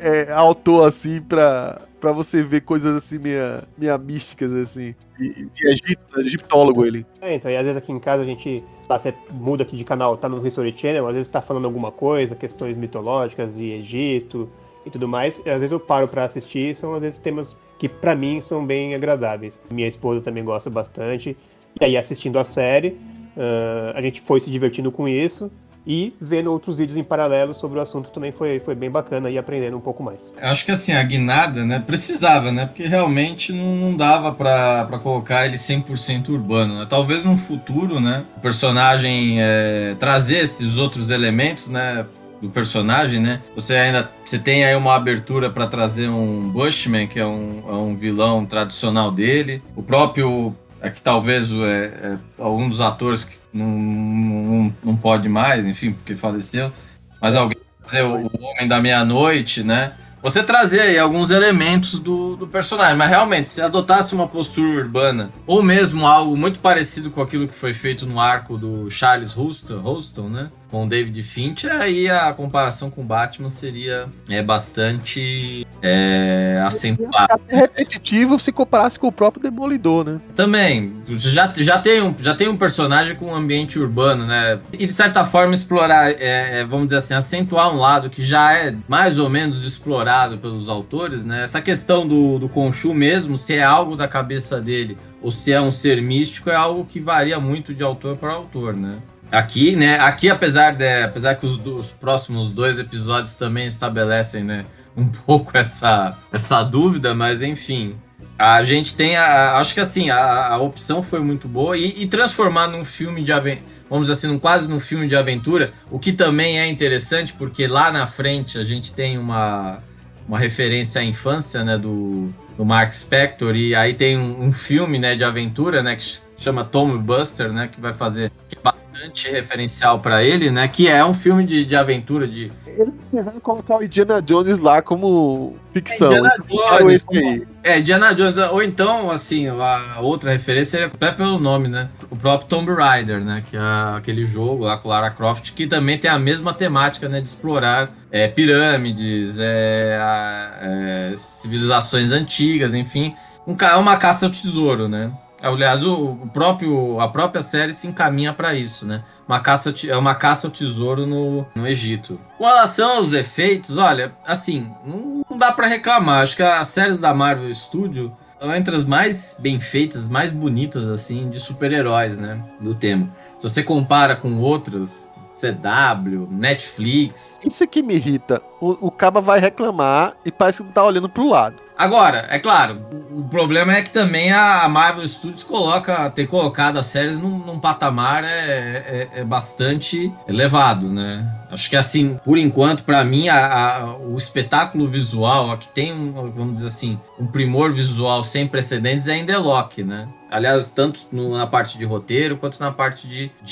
autor, assim, pra você ver coisas assim, meio místicas, assim, de Egito, egiptólogo ele. Então, e às vezes aqui em casa a gente, você muda aqui de canal, tá no History Channel, às vezes tá falando alguma coisa, questões mitológicas de Egito e tudo mais, e às vezes eu paro pra assistir, são às vezes temas que pra mim são bem agradáveis. Minha esposa também gosta bastante. E aí, assistindo a série, a gente foi se divertindo com isso. E vendo outros vídeos em paralelo sobre o assunto também foi bem bacana e aprendendo um pouco mais. Acho que assim, a guinada, né, precisava, né, porque realmente não dava pra colocar ele 100% urbano, né, talvez no futuro, né, o personagem trazer esses outros elementos, né, do personagem, né, você tem aí uma abertura pra trazer um Bushman, que é um vilão tradicional dele, o próprio que talvez algum dos atores que não pode mais, enfim, porque faleceu, mas alguém fazer o Homem da Meia-Noite, né? Você trazer aí alguns elementos do personagem, mas realmente, se adotasse uma postura urbana, ou mesmo algo muito parecido com aquilo que foi feito no arco do Charles Houston, né? Com o David Fincher, aí a comparação com o Batman seria bastante acentuada. É repetitivo se comparasse com o próprio Demolidor, né? Também, já tem um personagem com um ambiente urbano, né? E de certa forma explorar, vamos dizer assim, acentuar um lado que já é mais ou menos explorado pelos autores, né? Essa questão do Khonshu mesmo, se é algo da cabeça dele ou se é um ser místico, é algo que varia muito de autor para autor, né? Aqui, apesar que os próximos 2 episódios também estabelecem, né, um pouco essa dúvida, mas enfim, a gente tem acho que assim, a opção foi muito boa e transformar num filme de aventura, vamos dizer assim, quase num filme de aventura, o que também é interessante, porque lá na frente a gente tem uma referência à infância, né, do Mark Spector, e aí tem um filme, né, de aventura, né, que chama Tom Buster, né, que vai fazer, que é bastante referencial para ele, né, que é um filme de aventura, de... Eles quiseram colocar o Indiana Jones lá como ficção. Indiana Jones, ou então, assim, a outra referência seria até pelo nome, né, o próprio Tomb Raider, né, que é aquele jogo lá com Lara Croft, que também tem a mesma temática, né, de explorar pirâmides, civilizações antigas, enfim, uma caça ao tesouro, né. Aliás, a própria série se encaminha para isso, né? Uma caça ao tesouro no Egito. Com relação aos efeitos, olha, assim, não dá para reclamar. Acho que as séries da Marvel Studios são entre as mais bem feitas, mais bonitas, assim, de super-heróis, né? Do tema. Se você compara com outras, CW, Netflix... Isso que me irrita. O caba vai reclamar e parece que não tá olhando pro lado. Agora, é claro, o problema é que também a Marvel Studios ter colocado as séries num patamar bastante elevado, né? Acho que assim, por enquanto, para mim, o espetáculo visual, que tem, vamos dizer assim, um primor visual sem precedentes é em The Lock, né? Aliás, tanto na parte de roteiro quanto na parte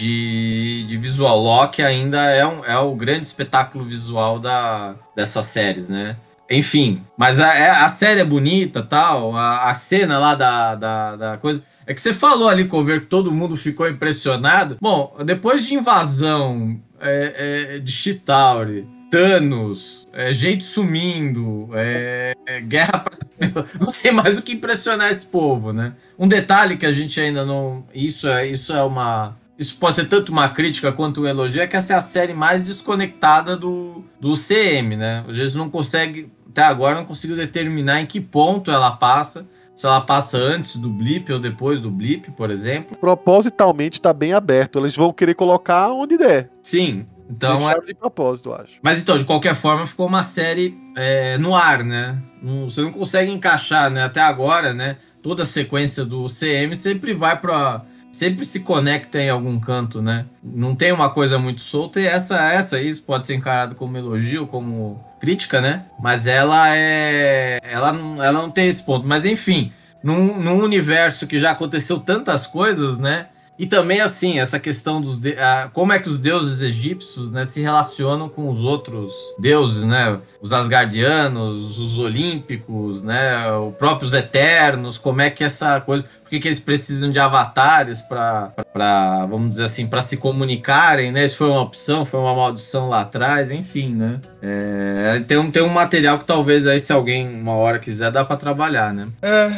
de visual. Loki ainda é o grande espetáculo visual dessas séries, né? Enfim, mas a série é bonita, tal, a cena lá da coisa... É que você falou ali, Cover, que todo mundo ficou impressionado. Bom, depois de invasão de Chitauri, Thanos, gente sumindo, guerra... Não tem mais o que impressionar esse povo, né? Um detalhe que a gente ainda não... Isso pode ser tanto uma crítica quanto um elogio, é que essa é a série mais desconectada do CM, né? A gente não consegue... Até agora não consigo determinar em que ponto ela passa, se ela passa antes do blip ou depois do blip, por exemplo. Propositalmente tá bem aberto, eles vão querer colocar onde der. Sim, então... de propósito, eu acho. Mas então, de qualquer forma, ficou uma série no ar, né? Você não consegue encaixar, né? Até agora, né? Toda a sequência do CM sempre vai para... Sempre se conecta em algum canto, né? Não tem uma coisa muito solta, e isso pode ser encarado como elogio, como crítica, né? Mas ela não tem esse ponto. Mas enfim, num universo que já aconteceu tantas coisas, né? E também, assim, essa questão como é que os deuses egípcios, né, se relacionam com os outros deuses, né? Os asgardianos, os olímpicos, né? Os próprios eternos, como é que essa coisa... Por que eles precisam de avatares para, vamos dizer assim, para se comunicarem, né? Isso foi uma opção, foi uma maldição lá atrás, enfim, né? Tem um material que talvez aí, se alguém uma hora quiser, dá para trabalhar, né?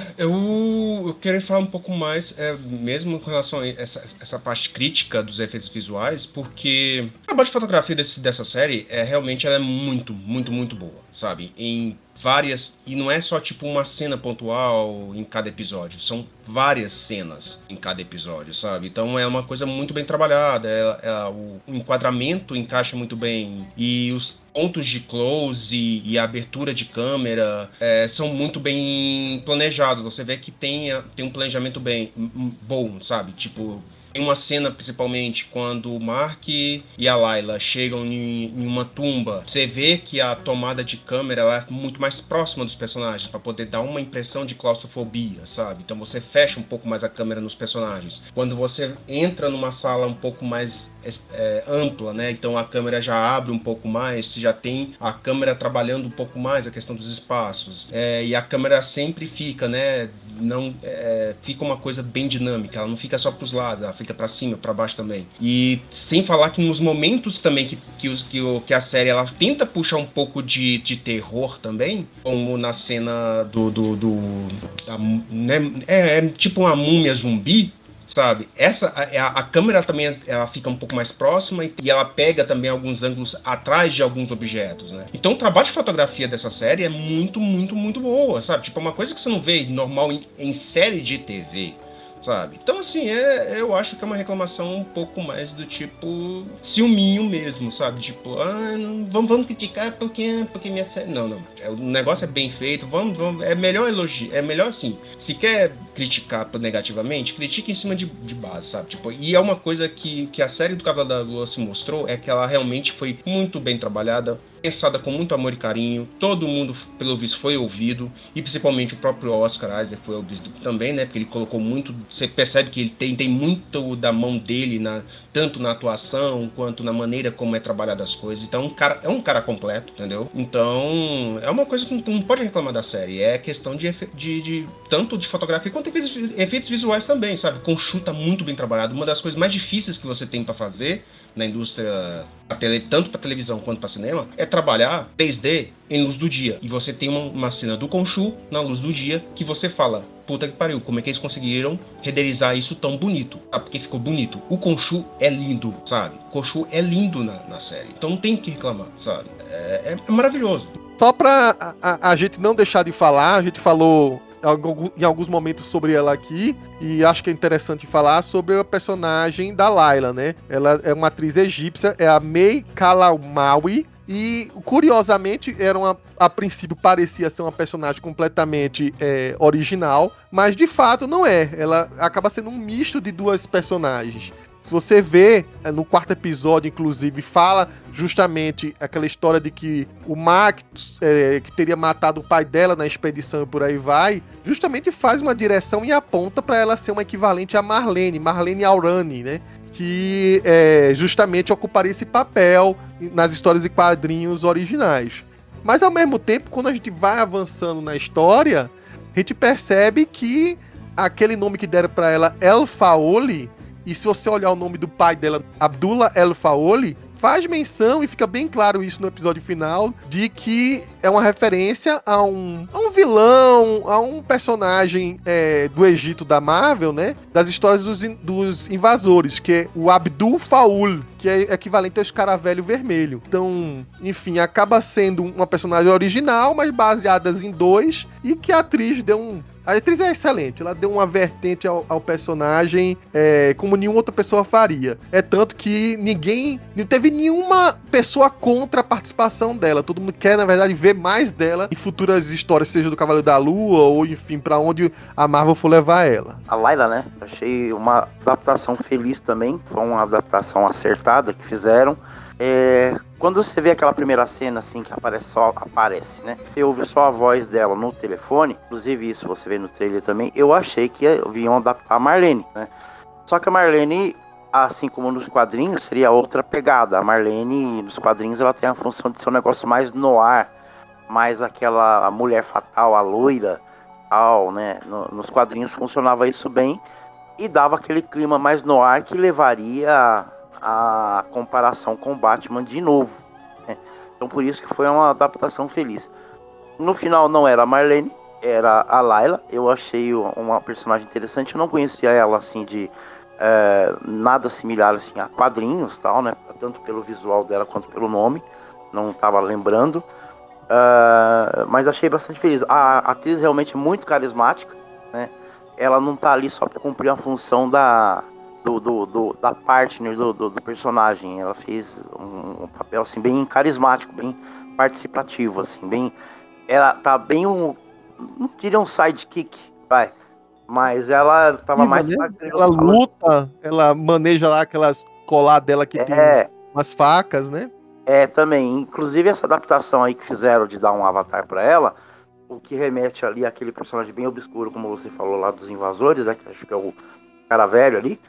Eu queria falar um pouco mais, mesmo com relação a essa parte crítica dos efeitos visuais, porque a parte de fotografia dessa série realmente ela é muito, muito, muito boa, sabe? Em várias, e não é só tipo uma cena pontual em cada episódio, são várias cenas em cada episódio, sabe? Então é uma coisa muito bem trabalhada, o enquadramento encaixa muito bem, e os pontos de close e a abertura de câmera são muito bem planejados. Você vê que tem um planejamento bem bom, sabe? Tipo, tem uma cena, principalmente, quando o Mark e a Layla chegam em uma tumba. Você vê que a tomada de câmera ela é muito mais próxima dos personagens, para poder dar uma impressão de claustrofobia, sabe? Então você fecha um pouco mais a câmera nos personagens. Quando você entra numa sala um pouco mais ampla, né? Então a câmera já abre um pouco mais, você já tem a câmera trabalhando um pouco mais a questão dos espaços. E a câmera sempre fica, né? Não fica uma coisa bem dinâmica, ela não fica só pros lados, ela fica para cima, para baixo também. E sem falar que nos momentos também que a série ela tenta puxar um pouco de terror também, como na cena tipo uma múmia zumbi, sabe? A câmera também ela fica um pouco mais próxima e ela pega também alguns ângulos atrás de alguns objetos, né? Então o trabalho de fotografia dessa série é muito, muito, muito boa, sabe? Tipo, uma coisa que você não vê normal em série de TV, sabe? Então, assim, eu acho que é uma reclamação um pouco mais do tipo ciúminho mesmo, sabe? Tipo, vamos criticar porque minha série... Não. O negócio é bem feito, é melhor elogiar, é melhor assim. Se quer criticar negativamente, critique em cima de base, sabe? Tipo, e é uma coisa que a série do Cavaleiro da Lua se mostrou, é que ela realmente foi muito bem trabalhada, pensada com muito amor e carinho, todo mundo, pelo visto, foi ouvido, e principalmente o próprio Oscar Isaac foi ouvido também, né, porque ele colocou muito, você percebe que ele tem muito da mão dele, tanto na atuação, quanto na maneira como é trabalhada as coisas, então é um cara completo, entendeu? Então, é uma coisa que não pode reclamar da série, é questão de tanto de fotografia, quanto efeitos visuais também, sabe? Khonshu tá muito bem trabalhado, uma das coisas mais difíceis que você tem pra fazer na indústria, tanto para televisão quanto para cinema, é trabalhar 3D em luz do dia. E você tem uma cena do Khonshu na luz do dia que você fala, puta que pariu, como é que eles conseguiram renderizar isso tão bonito? Porque ficou bonito. O Khonshu é lindo, sabe? O Khonshu é lindo na série. Então não tem o que reclamar, sabe? É maravilhoso. Só pra a gente não deixar de falar, a gente falou em alguns momentos sobre ela aqui, e acho que é interessante falar sobre a personagem da Layla, né? Ela é uma atriz egípcia, é a May Kalamaui, e curiosamente a princípio parecia ser uma personagem completamente original, mas de fato não é. Ela acaba sendo um misto de duas personagens. Se você vê, no quarto episódio, inclusive, fala justamente aquela história de que o Mark, que teria matado o pai dela na expedição e por aí vai, justamente faz uma direção e aponta para ela ser uma equivalente a Marlene Aurani, né? Que justamente ocuparia esse papel nas histórias e quadrinhos originais. Mas, ao mesmo tempo, quando a gente vai avançando na história, a gente percebe que aquele nome que deram para ela, El Faoli, e se você olhar o nome do pai dela, Abdullah El Faoli, faz menção, e fica bem claro isso no episódio final, de que é uma referência a um vilão, a um personagem do Egito da Marvel, né? Das histórias dos invasores, que é o Abdul Faul, que é equivalente ao Escaravelho Vermelho. Então, enfim, acaba sendo uma personagem original, mas baseada em dois, e que a atriz deu A atriz é excelente, ela deu uma vertente ao personagem como nenhuma outra pessoa faria. É tanto que não teve nenhuma pessoa contra a participação dela. Todo mundo quer, na verdade, ver mais dela em futuras histórias, seja do Cavaleiro da Lua, ou enfim, pra onde a Marvel for levar ela. A Layla, né? Achei uma adaptação feliz também. Foi uma adaptação acertada que fizeram. Quando você vê aquela primeira cena assim que aparece, né? Você ouve só a voz dela no telefone, inclusive isso você vê no trailer também. Eu achei que iam adaptar a Marlene, né? Só que a Marlene, assim como nos quadrinhos, seria outra pegada. A Marlene, nos quadrinhos, ela tem a função de ser um negócio mais noir, mais aquela mulher fatal, a loira, tal, né? Nos quadrinhos funcionava isso bem e dava aquele clima mais noir que levaria a comparação com o Batman de novo, né? Então por isso que foi uma adaptação feliz. No final não era a Marlene, era a Layla. Eu achei uma personagem interessante. Eu não conhecia ela assim de nada similar assim a quadrinhos, tal, né? Tanto pelo visual dela quanto pelo nome, não estava lembrando. Mas achei bastante feliz. A atriz realmente é muito carismática, né? Ela não tá ali só pra cumprir a função da partner do personagem. Ela fez um papel assim, bem carismático, bem participativo, assim, bem. Ela tá bem não diria um sidekick, vai. Mas ela tava mais. Né? Ela luta, ela maneja lá aquelas colar dela que tem umas facas, né? Também. Inclusive essa adaptação aí que fizeram de dar um avatar pra ela, o que remete ali àquele personagem bem obscuro, como você falou lá dos invasores, né? Que acho que é o cara velho ali.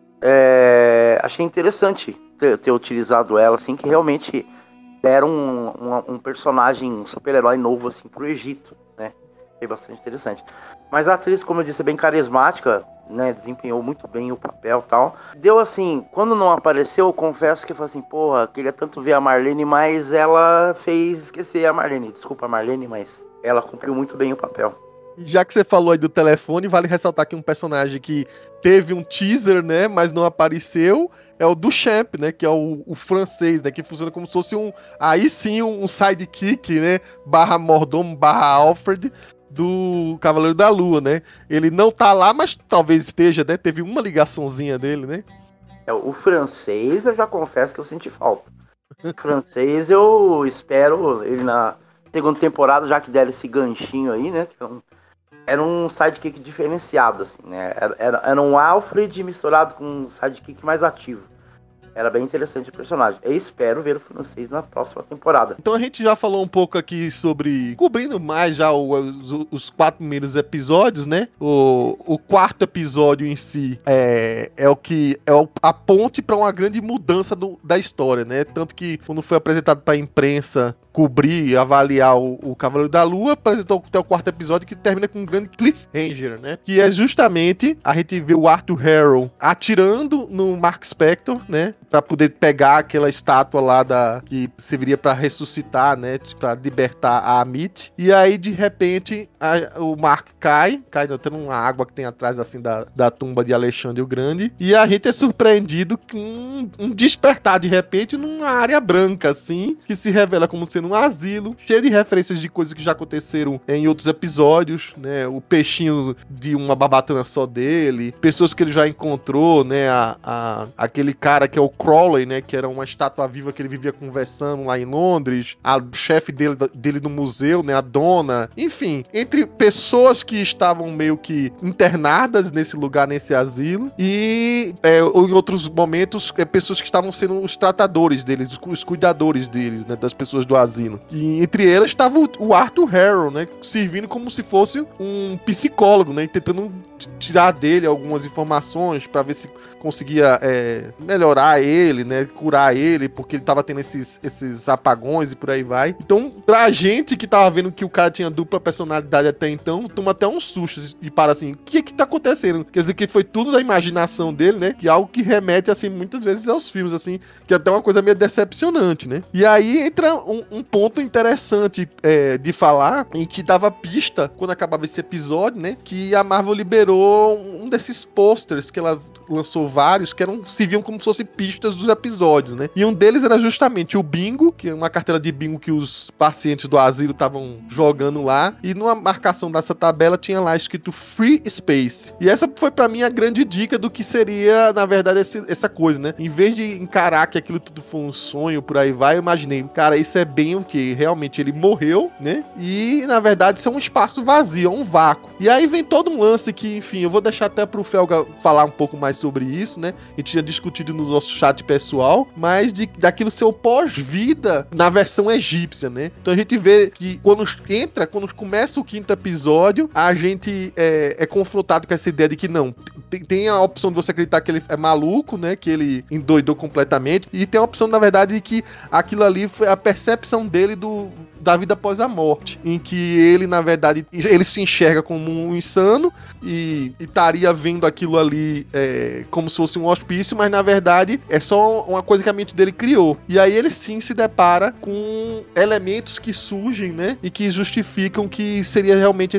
Achei interessante ter utilizado ela, assim, que realmente deram um personagem, um super-herói novo, assim, pro Egito, né? Achei bastante interessante. Mas a atriz, como eu disse, é bem carismática, né? Desempenhou muito bem o papel e tal. Deu assim, quando não apareceu, eu confesso que eu falei assim, porra, queria tanto ver a Marlene, mas ela fez esquecer a Marlene. Desculpa, Marlene, mas ela cumpriu muito bem o papel. Já que você falou aí do telefone, vale ressaltar que um personagem que teve um teaser, né, mas não apareceu, é o Duchamp, né, que é o francês, né, que funciona como se fosse um sidekick, né, barra mordomo, barra Alfred, do Cavaleiro da Lua, né. Ele não tá lá, mas talvez esteja, né, teve uma ligaçãozinha dele, né. O francês, eu já confesso que eu senti falta. O francês, eu espero ele na segunda temporada, já que deram esse ganchinho aí, né, era um sidekick diferenciado, assim, né? Era um Alfred misturado com um sidekick mais ativo. Era bem interessante o personagem. Eu espero ver o francês na próxima temporada. Então a gente já falou um pouco aqui sobre... Cobrindo mais já os 4 primeiros episódios, né? O quarto episódio em si é a ponte para uma grande mudança da história, né? Tanto que quando foi apresentado para a imprensa cobrir, avaliar o Cavaleiro da Lua, apresentou até o quarto episódio que termina com um grande cliffhanger, né? Que é justamente a gente vê o Arthur Harrow atirando no Mark Spector, né? Pra poder pegar aquela estátua lá que serviria pra ressuscitar, né? Pra libertar a Amit. E aí, de repente, o Mark cai tendo uma água que tem atrás, assim, da tumba de Alexandre o Grande. E a gente é surpreendido com um despertar, de repente, numa área branca, assim, que se revela como sendo um asilo, cheio de referências de coisas que já aconteceram em outros episódios, né? O peixinho de uma barbatana só dele, pessoas que ele já encontrou, né? Aquele cara que é o Crowley, né? Que era uma estátua viva que ele vivia conversando lá em Londres, a chefe dele no museu, né? A dona, enfim, entre pessoas que estavam meio que internadas nesse lugar, nesse asilo, e em outros momentos, pessoas que estavam sendo os tratadores deles, os cuidadores deles, né? Das pessoas do asilo. E entre elas estava o Arthur Harrow, né? Servindo como se fosse um psicólogo, né? Tentando tirar dele algumas informações para ver se conseguia melhorar ele, né? Curar ele, porque ele tava tendo esses apagões e por aí vai. Então, pra gente que tava vendo que o cara tinha dupla personalidade até então, toma até um susto e para assim, o que tá acontecendo? Quer dizer que foi tudo da imaginação dele, né? Que é algo que remete, assim, muitas vezes aos filmes, assim, que é até uma coisa meio decepcionante, né? E aí entra um ponto interessante de falar, em que dava pista, quando acabava esse episódio, né? Que a Marvel liberou um desses posters que ela lançou vários, que serviam como se fossem pistas dos episódios, né? E um deles era justamente o bingo, que é uma cartela de bingo que os pacientes do asilo estavam jogando lá, e numa marcação dessa tabela tinha lá escrito Free Space. E essa foi pra mim a grande dica do que seria, na verdade, essa coisa, né? Em vez de encarar que aquilo tudo foi um sonho, por aí vai, eu imaginei, cara, isso é bem o que? Realmente ele morreu, né? E, na verdade, isso é um espaço vazio, é um vácuo. E aí vem todo um lance que, enfim, eu vou deixar até pro Felga falar um pouco mais sobre isso, né? A gente tinha discutido no nosso chat pessoal, mas daquilo seu pós-vida na versão egípcia, né? Então a gente vê que quando começa o quinto episódio, a gente é confrontado com essa ideia de que não, tem a opção de você acreditar que ele é maluco, né? Que ele endoidou completamente, e tem a opção, na verdade, de que aquilo ali foi a percepção dele da vida após a morte, em que ele, na verdade, ele se enxerga como um insano, e e estaria vendo aquilo ali como se fosse um hospício, mas na verdade é só uma coisa que a mente dele criou. E aí ele sim se depara com elementos que surgem, né, e que justificam que seria realmente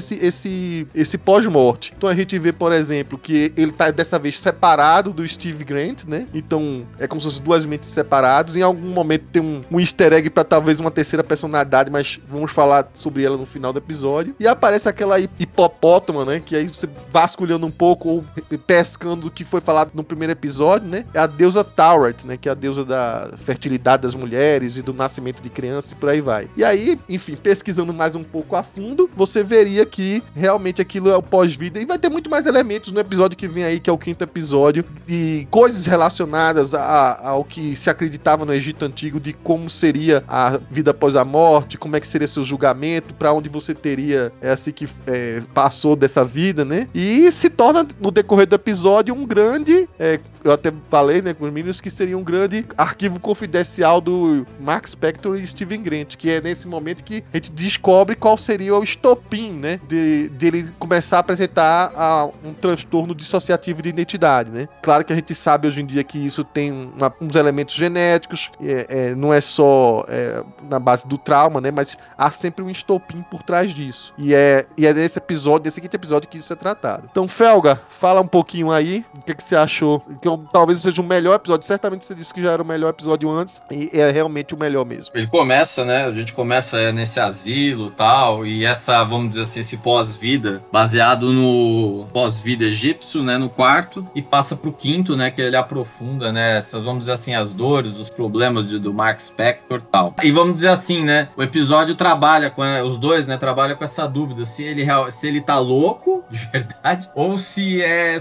esse pós-morte. Então a gente vê, por exemplo, que ele tá dessa vez separado do Steve Grant, né, então é como se fossem duas mentes separadas. Em algum momento tem um easter egg pra talvez uma terceira personalidade, mas vamos falar sobre ela no final do episódio. E aparece aquela hipopótama, né, que aí você vasculhando um pouco ou pescando do que foi falado no primeiro episódio, né, é a deusa Taweret, né, que é a deusa da fertilidade das mulheres e do nascimento de crianças e por aí vai. E aí, enfim, pesquisando mais um pouco a fundo, você veria que realmente aquilo é o pós-vida, e vai ter muito mais elementos no episódio que vem aí, que é o 5º episódio, de coisas relacionadas ao que se acreditava no Egito Antigo, de como seria a vida após a morte, como é que seria seu julgamento, pra onde você teria assim que passou dessa vida, né? E se torna, no decorrer do episódio, um grande, eu até falei, né, com os meninos, que seria um grande arquivo confidencial do Mark Spector e Steven Grant, que é nesse momento que a gente descobre qual seria o estopim, né, de ele começar a apresentar um transtorno dissociativo de identidade, né? Claro que a gente sabe hoje em dia que isso tem uns elementos genéticos, não é só na base do trauma, né, mas há sempre um estopim por trás disso. E é nesse episódio, nesse 5º episódio, que isso é tratado. Então, Felga, fala um pouquinho aí, o que você achou? Que talvez seja o melhor episódio, certamente você disse que já era o melhor episódio antes, e é realmente o melhor mesmo. Ele começa, né, a gente começa nesse asilo e tal, e essa, vamos dizer assim, esse pós-vida, baseado no pós-vida egípcio, né, no 4º, e passa pro 5º, né, que ele aprofunda, né, essas, vamos dizer assim, as dores, os problemas do Mark Spector e tal. E vamos dizer assim, né, o episódio trabalha com, os dois, né, trabalham com essa dúvida, se ele tá louco, de verdade, ou se é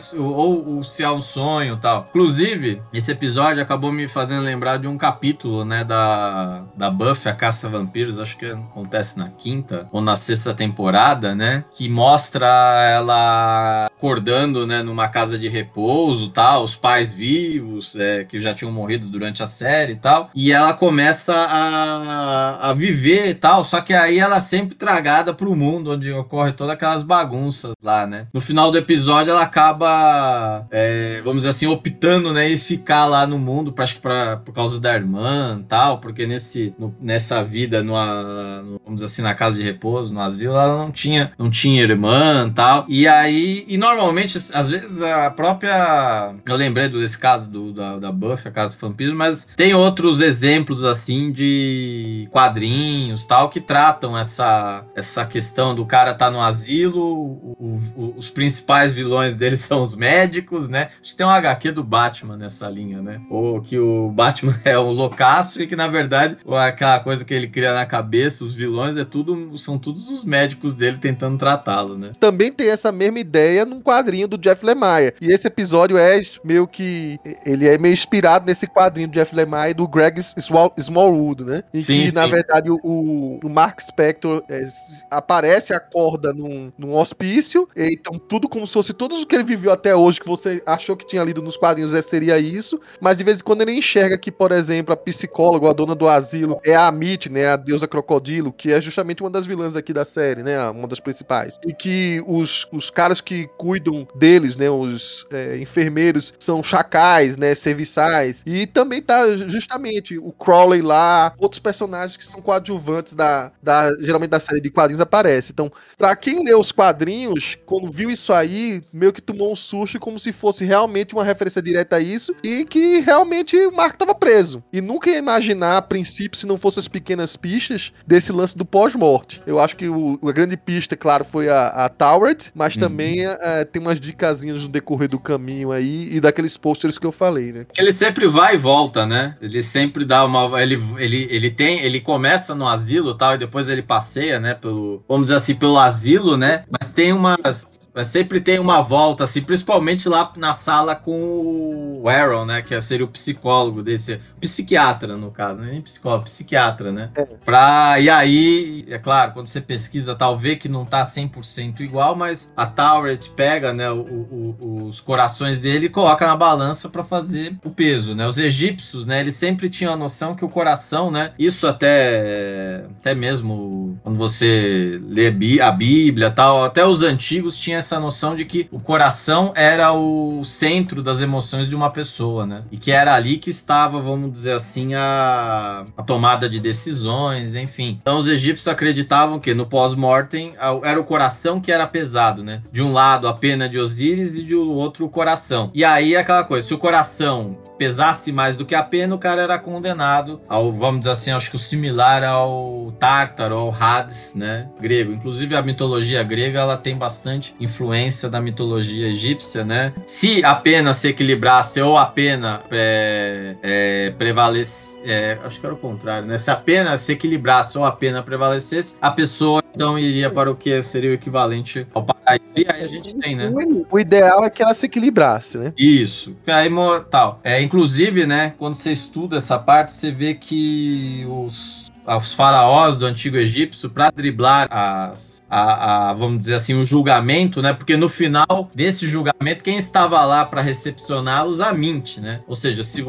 um sonho e tal. Inclusive, esse episódio acabou me fazendo lembrar de um capítulo, né, da Buffy, a Caça a Vampiros, acho que acontece na 5ª ou na 6ª temporada, né, que mostra ela acordando, né, numa casa de repouso, tal, os pais vivos, que já tinham morrido durante a série e tal, e ela começa a viver e tal, só que aí ela é sempre tragada pro mundo, onde ocorre todas aquelas bagunças lá, né. No final do episódio, ela acaba, vamos dizer assim, optando, né, em ficar lá no mundo, acho que por causa da irmã e tal, porque nessa vida, vamos dizer assim, na casa de repouso, no asilo, ela não tinha irmã e tal, e normalmente, às vezes, a própria... Eu lembrei desse caso da Buffy, a Casa dos Vampiros, mas tem outros exemplos, assim, de quadrinhos, tal, que tratam essa questão do cara tá no asilo, os principais vilões dele são os médicos, né? Acho que tem um HQ do Batman nessa linha, né? Ou que o Batman é um loucaço e que, na verdade, aquela coisa que ele cria na cabeça, os vilões, são todos os médicos dele tentando tratá-lo, né? Também tem essa mesma ideia num quadrinho do Jeff Lemire. E esse episódio meio que... Ele é meio inspirado nesse quadrinho do Jeff Lemire do Greg Smallwood, né? Em que, na verdade, o Mark Spector aparece, acorda num hospício. Então, tudo como se fosse tudo o que ele viveu até hoje, que você achou que tinha lido nos quadrinhos, seria isso. Mas, de vez em quando, ele enxerga que, por exemplo, a psicóloga, a dona do asilo, é a Amit, né? A deusa crocodilo, que é justamente uma das vilãs aqui da série, né? Uma das principais. E que os caras que cuidam deles, né? Os enfermeiros são chacais, né? Serviçais. E também tá justamente o Crowley lá, outros personagens que são coadjuvantes geralmente da série de quadrinhos aparecem. Então, pra quem lê os quadrinhos, quando viu isso aí, meio que tomou um susto, como se fosse realmente uma referência direta a isso, e que realmente o Mark tava preso. E nunca ia imaginar, a princípio, se não fossem as pequenas pistas desse lance do pós-morte. Eu acho que a grande pista, claro, foi a Taweret, mas também tem umas dicasinhas no decorrer do caminho aí, e daqueles posters que eu falei, né? Ele sempre vai e volta, né? Ele sempre dá uma... Ele começa no asilo, tal, e depois ele passeia, né? Vamos dizer assim, pelo asilo, né? Mas sempre tem uma volta, assim, principalmente lá na sala com o Aaron, né? Que seria o psicólogo desse. Psiquiatra, no caso, nem psicólogo, psiquiatra, né? E aí, é claro, quando você pesquisa, tal, vê que não tá 100% igual, mas a Taweret pega, né, os corações dele e coloca na balança para fazer o peso, né? Os egípcios, né, eles sempre tinham a noção que o coração, né, isso até mesmo quando você lê a Bíblia, tal, até os antigos tinham essa noção de que o coração era o centro das emoções de uma pessoa, né? E que era ali que estava, vamos dizer assim, a tomada de decisões, enfim. Então os egípcios acreditavam que no pós-mortem era o coração que era pesado, né? De um lado a pena de Osíris e de outro o coração. E aí aquela coisa, se o coração pesasse mais do que a pena, o cara era condenado ao, vamos dizer assim, acho que o similar ao Tártaro, ao Hades, né, grego. Inclusive a mitologia grega, ela tem bastante influência da mitologia egípcia, né. Se a pena se equilibrasse ou a pena prevalecesse, acho que era o contrário, né, se a pena se equilibrasse ou a pena prevalecesse, a pessoa então iria para o que seria o equivalente ao paraíso. E aí a gente tem, né. O ideal é que ela se equilibrasse, né. Isso. Aí, tal. Inclusive, né, quando você estuda essa parte, você vê que os faraós do antigo egípcio, para driblar vamos dizer assim, o julgamento, né? Porque no final desse julgamento, quem estava lá para recepcioná-los? A Mint, né? Ou seja, se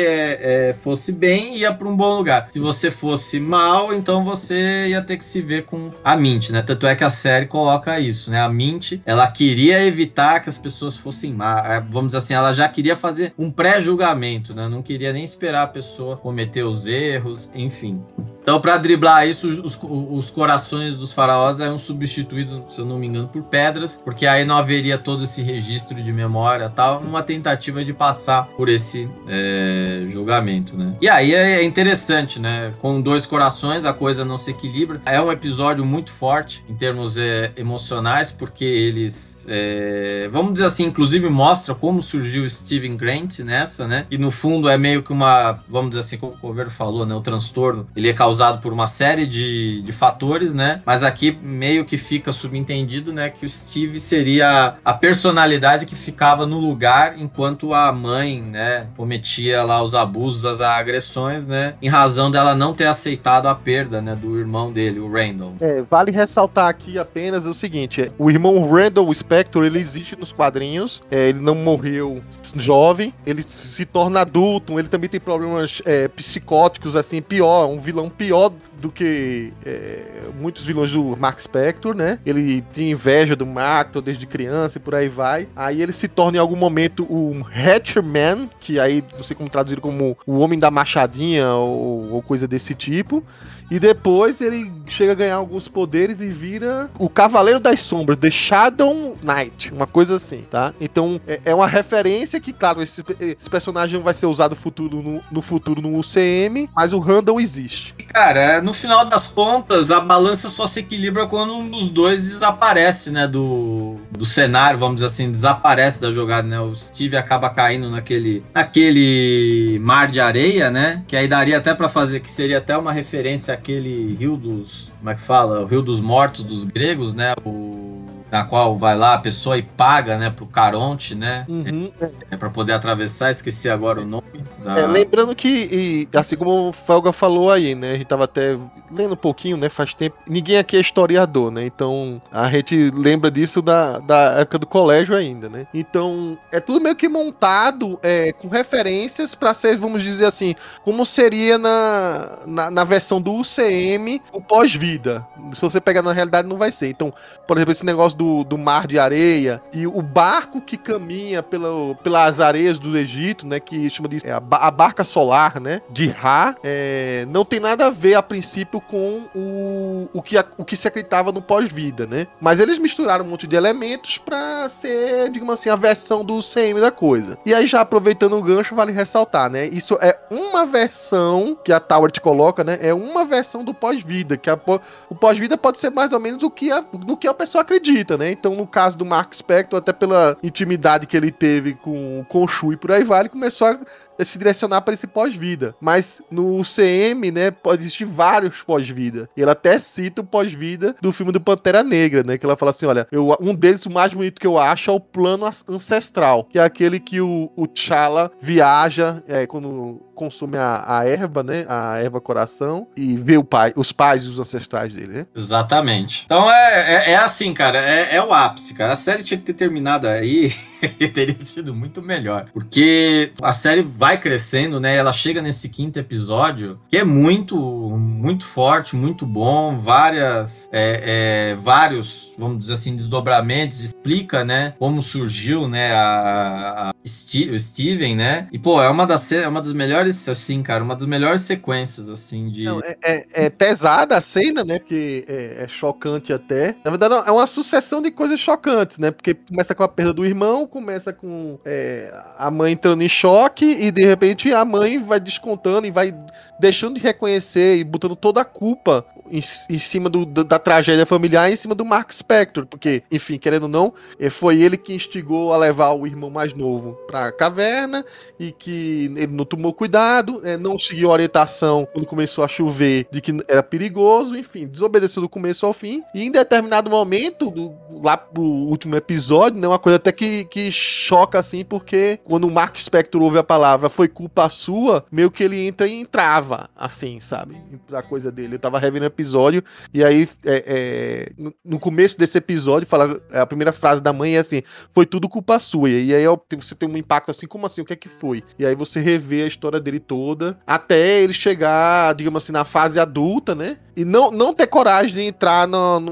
você fosse bem, ia para um bom lugar. Se você fosse mal, então você ia ter que se ver com a Mint, né? Tanto é que a série coloca isso, né? A Mint, ela queria evitar que as pessoas fossem má. Vamos dizer assim, ela já queria fazer um pré-julgamento, né? Não queria nem esperar a pessoa cometer os erros, enfim. Então, para driblar isso, os corações dos faraós eram substituídos, se eu não me engano, por pedras, porque aí não haveria todo esse registro de memória e tal, numa tentativa de passar por esse julgamento, né? E aí é interessante, né? Com 2 corações, a coisa não se equilibra. É um episódio muito forte em termos emocionais, porque eles, vamos dizer assim, inclusive mostra como surgiu o Steven Grant nessa, né? E no fundo é meio que vamos dizer assim, como o Coveiro falou, né? O transtorno, ele é causado por uma série de fatores, né? Mas aqui meio que fica subentendido, né? Que o Steve seria a personalidade que ficava no lugar enquanto a mãe, né? Cometia lá os abusos, as agressões, né? Em razão dela não ter aceitado a perda, né? Do irmão dele, o Randall. Vale ressaltar aqui apenas o seguinte, o irmão Randall Spector, ele existe nos quadrinhos, ele não morreu jovem, ele se torna adulto, ele também tem problemas psicóticos, assim, pior, um vilão pior do que muitos vilões do Mark Spector, né? Ele tinha inveja do Mactor desde criança e por aí vai. Aí ele se torna em algum momento o Hatcherman, que aí não sei como traduzir como o Homem da Machadinha ou coisa desse tipo. E depois ele chega a ganhar alguns poderes e vira o Cavaleiro das Sombras, The Shadow Knight, uma coisa assim, tá? Então é uma referência que, claro, esse personagem não vai ser usado no futuro no UCM, mas o Randall existe. Cara, no final das contas, a balança só se equilibra quando um dos dois desaparece, né, do cenário, vamos dizer assim, desaparece da jogada, né? O Steve acaba caindo naquele mar de areia, né? Que aí daria até pra fazer, que seria até uma referência àquele rio dos... Como é que fala? O rio dos mortos dos gregos, né? Na qual vai lá a pessoa e paga, né, pro Caronte, né? Uhum. Pra poder atravessar, esqueci agora o nome. Lembrando que, assim como o Felga falou aí, né? A gente tava até lendo um pouquinho, né? Faz tempo. Ninguém aqui é historiador, né? Então a gente lembra disso da época do colégio ainda, né? Então é tudo meio que montado com referências pra ser, vamos dizer assim, como seria na versão do UCM o pós-vida. Se você pegar na realidade, não vai ser. Então, por exemplo, esse negócio do mar de areia e o barco que caminha pelas areias do Egito, né, que chama de a barca solar, né, de Ra, não tem nada a ver a princípio com o que se acreditava no pós-vida, né, mas eles misturaram um monte de elementos pra ser, digamos assim, a versão do CM da coisa. E aí, já aproveitando o gancho, vale ressaltar, né, isso é uma versão que a Tower te coloca, né, é uma versão do pós-vida, que o pós-vida pode ser mais ou menos no que a pessoa acredita, 70, né? Então, no caso do Mark Spector, até pela intimidade que ele teve com o Khonshu e por aí vai, ele começou a se direcionar para esse pós-vida. Mas no CM, né, pode existir vários pós-vida. E ela até cita o pós-vida do filme do Pantera Negra, né? Que ela fala assim, olha, um deles, o mais bonito que eu acho, é o plano ancestral, que é aquele que o T'Challa viaja quando consome a erva, né? A erva coração, e vê os pais e os ancestrais dele, né? Exatamente. Então é assim, cara, é o ápice, cara. A série tinha que ter terminado aí e teria sido muito melhor. Porque a série vai crescendo, né? Ela chega nesse 5º episódio, que é muito, muito forte, muito bom. Vários, vamos dizer assim, desdobramentos. Explica, né? Como surgiu, né? O Steven, né? E, pô, é uma das melhores, assim, cara, uma das melhores sequências, assim, de... Não, é pesada a cena, né? Porque é chocante até. Na verdade, é uma sucessão de coisas chocantes, né? Porque começa com a perda do irmão, começa com a mãe entrando em choque e, de repente, a mãe vai descontando e vai deixando de reconhecer e botando toda a culpa em cima da tragédia familiar, em cima do Mark Spector. Porque, enfim, querendo ou não, foi ele que instigou a levar o irmão mais novo pra caverna e que ele não tomou cuidado, não seguiu a orientação quando começou a chover de que era perigoso, enfim, desobedeceu do começo ao fim. E em determinado momento, lá pro último episódio, né, uma coisa até que choca, assim, porque quando o Mark Spector ouve a palavra "foi culpa sua", meio que ele entra em trava, assim, sabe? A coisa dele. Eu tava revendo o episódio e aí no começo desse episódio, a primeira frase da mãe é assim: "foi tudo culpa sua". E aí você tem um impacto assim, como assim? O que é que foi? E aí você revê a história dele toda, até ele chegar, digamos assim, na fase adulta, né? E não ter coragem de entrar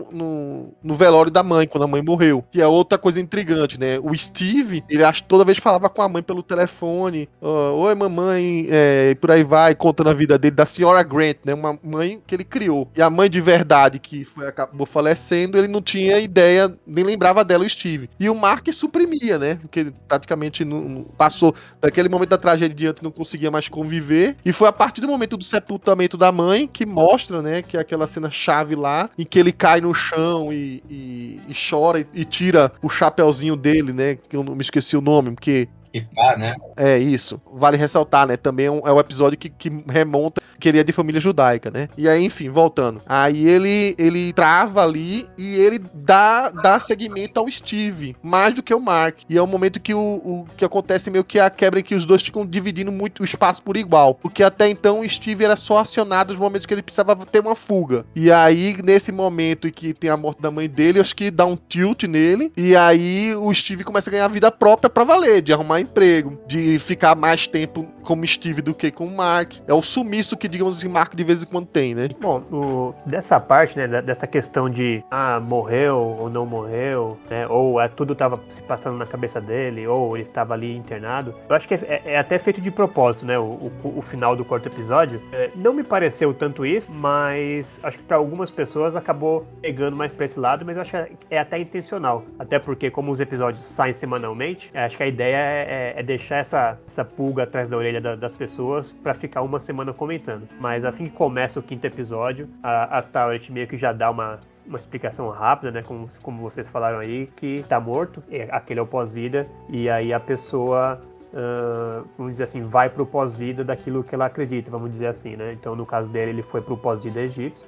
no velório da mãe, quando a mãe morreu. Que é outra coisa intrigante, né? O Steve, ele toda vez falava com a mãe pelo telefone: "Oi, mamãe", e por aí vai, contando a vida dele, da senhora Grant, né? Uma mãe que ele criou. E a mãe de verdade, que acabou falecendo, ele não tinha ideia, nem lembrava dela, o Steve. E o Mark suprimia, né? Porque ele praticamente não passou daquele momento da tragédia diante, não conseguia mais conviver. E foi a partir do momento do sepultamento da mãe que mostra, né? Que é aquela cena chave lá, em que ele cai no chão e chora e tira o chapeuzinho dele, né? Que eu não me esqueci o nome, porque... né? É isso. Vale ressaltar, né? Também é um episódio que remonta que ele é de família judaica, né? E aí, enfim, voltando. Aí ele trava ali e ele dá seguimento ao Steve, mais do que o Mark. E é um momento que o que acontece meio que a quebra em que os dois ficam dividindo muito o espaço por igual. Porque até então o Steve era só acionado nos momentos que ele precisava ter uma fuga. E aí, nesse momento em que tem a morte da mãe dele, acho que dá um tilt nele. E aí o Steve começa a ganhar vida própria pra valer, de arrumar emprego, de ficar mais tempo como Steve do que com o Mark. É o sumiço que, digamos assim, Mark de vez em quando tem, né? Bom, dessa parte, né, dessa questão de morreu ou não morreu, né, ou tudo tava se passando na cabeça dele, ou ele estava ali internado, eu acho que é até feito de propósito, né, o final do 4º episódio. Não me pareceu tanto isso, mas acho que para algumas pessoas acabou pegando mais pra esse lado, mas eu acho que é até intencional, até porque como os episódios saem semanalmente, acho que a ideia é deixar essa pulga atrás da orelha das pessoas pra ficar uma semana comentando. Mas assim que começa o 5º episódio, a Tauret meio que já dá uma explicação rápida, né, como vocês falaram aí, que tá morto, aquele é o pós-vida, e aí a pessoa, vamos dizer assim, vai pro pós-vida daquilo que ela acredita, vamos dizer assim, né? Então, no caso dele, ele foi pro pós-vida egípcio,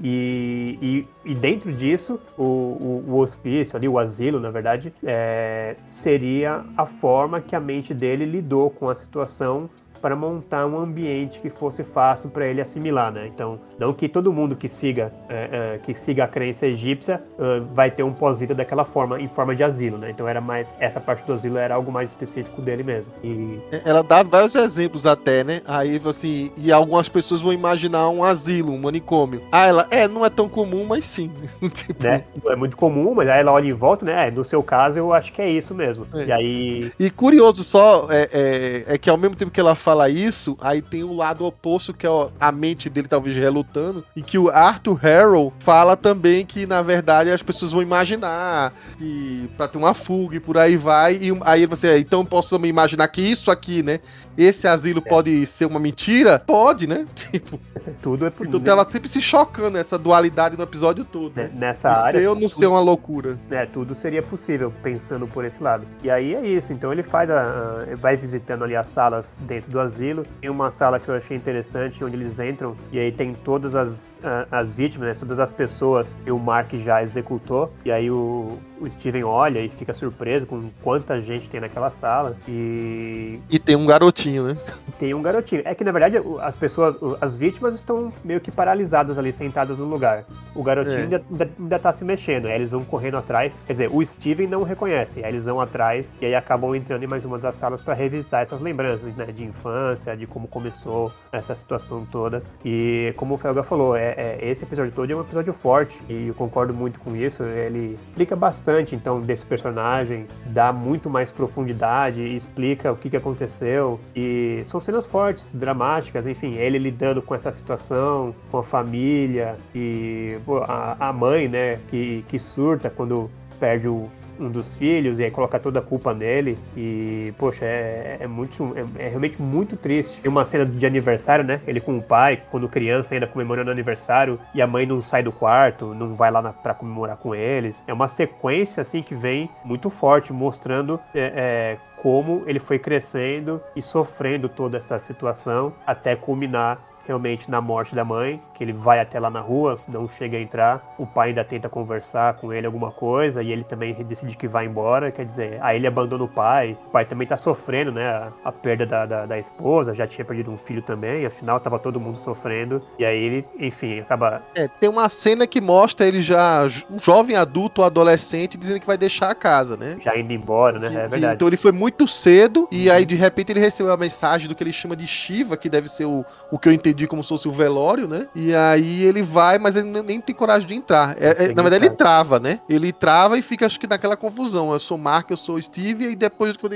e dentro disso, o hospício ali, o asilo, na verdade, seria a forma que a mente dele lidou com a situação para montar um ambiente que fosse fácil para ele assimilar, né? Então, não que todo mundo que siga a crença egípcia vai ter um pós-vida daquela forma, em forma de asilo, né? Então era mais, essa parte do asilo era algo mais específico dele mesmo. E... ela dá vários exemplos até, né? Aí, assim, e algumas pessoas vão imaginar um asilo, um manicômio. Ela, não é tão comum, mas sim. Tipo... né? Não é muito comum, mas aí ela olha em volta, né? No seu caso, eu acho que é isso mesmo. E aí... E curioso só, é que ao mesmo tempo que ela fala fala isso, aí tem o lado oposto, que é a mente dele talvez relutando, e que o Arthur Harrow fala também que, na verdade, as pessoas vão imaginar que pra ter uma fuga e por aí vai, e aí você, então possamos imaginar que isso aqui, né, esse asilo pode ser uma mentira? Pode, né? Tipo, Tudo é por então ela sempre se chocando, essa dualidade no episódio todo. Né? Nessa de área. ser ou não ser uma loucura. Tudo seria possível, pensando por esse lado. E aí é isso, então ele vai visitando ali as salas dentro do asilo. Tem uma sala que eu achei interessante, onde eles entram, e aí tem todas as vítimas, né, todas as pessoas que o Mark já executou, e aí o Steven olha e fica surpreso com quanta gente tem naquela sala, e tem um garotinho, né? Tem um garotinho. É que, na verdade, as vítimas estão meio que paralisadas ali, sentadas no lugar. O garotinho ainda tá se mexendo, aí eles vão correndo atrás, quer dizer, o Steven não o reconhece, aí eles vão atrás, e aí acabam entrando em mais uma das salas para revisitar essas lembranças, né, de infância, de como começou essa situação toda, e como o Felga falou, esse episódio todo é um episódio forte, e eu concordo muito com isso. Ele explica bastante, então, desse personagem, dá muito mais profundidade, explica o que aconteceu, e são cenas fortes, dramáticas, enfim, ele lidando com essa situação, com a família, e a mãe, né, que surta quando perde um dos filhos, e aí coloca toda a culpa nele, e, poxa, é realmente muito triste. Tem uma cena de aniversário, né, ele com o pai, quando criança, ainda comemorando o aniversário, e a mãe não sai do quarto, não vai lá pra comemorar com eles. É uma sequência, assim, que vem muito forte, mostrando como ele foi crescendo e sofrendo toda essa situação, até culminar realmente na morte da mãe, que ele vai até lá na rua, não chega a entrar, o pai ainda tenta conversar com ele alguma coisa, e ele também decide que vai embora, quer dizer, aí ele abandona o pai também tá sofrendo, né, a perda da esposa, já tinha perdido um filho também, afinal tava todo mundo sofrendo, e aí ele, enfim, acaba... Tem uma cena que mostra ele já, um jovem adulto ou adolescente, dizendo que vai deixar a casa, né? Já indo embora, né, é verdade. Então ele foi muito cedo, e aí de repente ele recebeu a mensagem do que ele chama de Shiva, que deve ser o que eu entendi como se fosse o velório, né? E aí ele vai, mas ele nem tem coragem de entrar. Na verdade, ele trava, né? Ele trava e fica, acho que, naquela confusão. Eu sou Mark, eu sou Steve, e depois, quando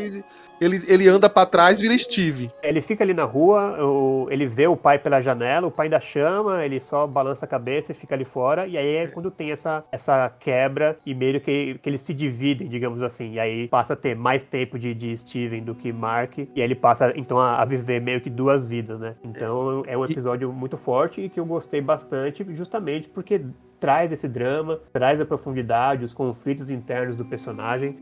ele anda pra trás, vira Steve. Ele fica ali na rua, ele vê o pai pela janela, o pai ainda chama, ele só balança a cabeça e fica ali fora, e aí é quando tem essa quebra, e meio que eles se dividem, digamos assim, e aí passa a ter mais tempo de Steven do que Mark, e aí ele passa, então, a viver meio que duas vidas, né? Então, é um episódio muito forte e que eu gostei bastante, justamente porque traz esse drama, traz a profundidade, os conflitos internos do personagem,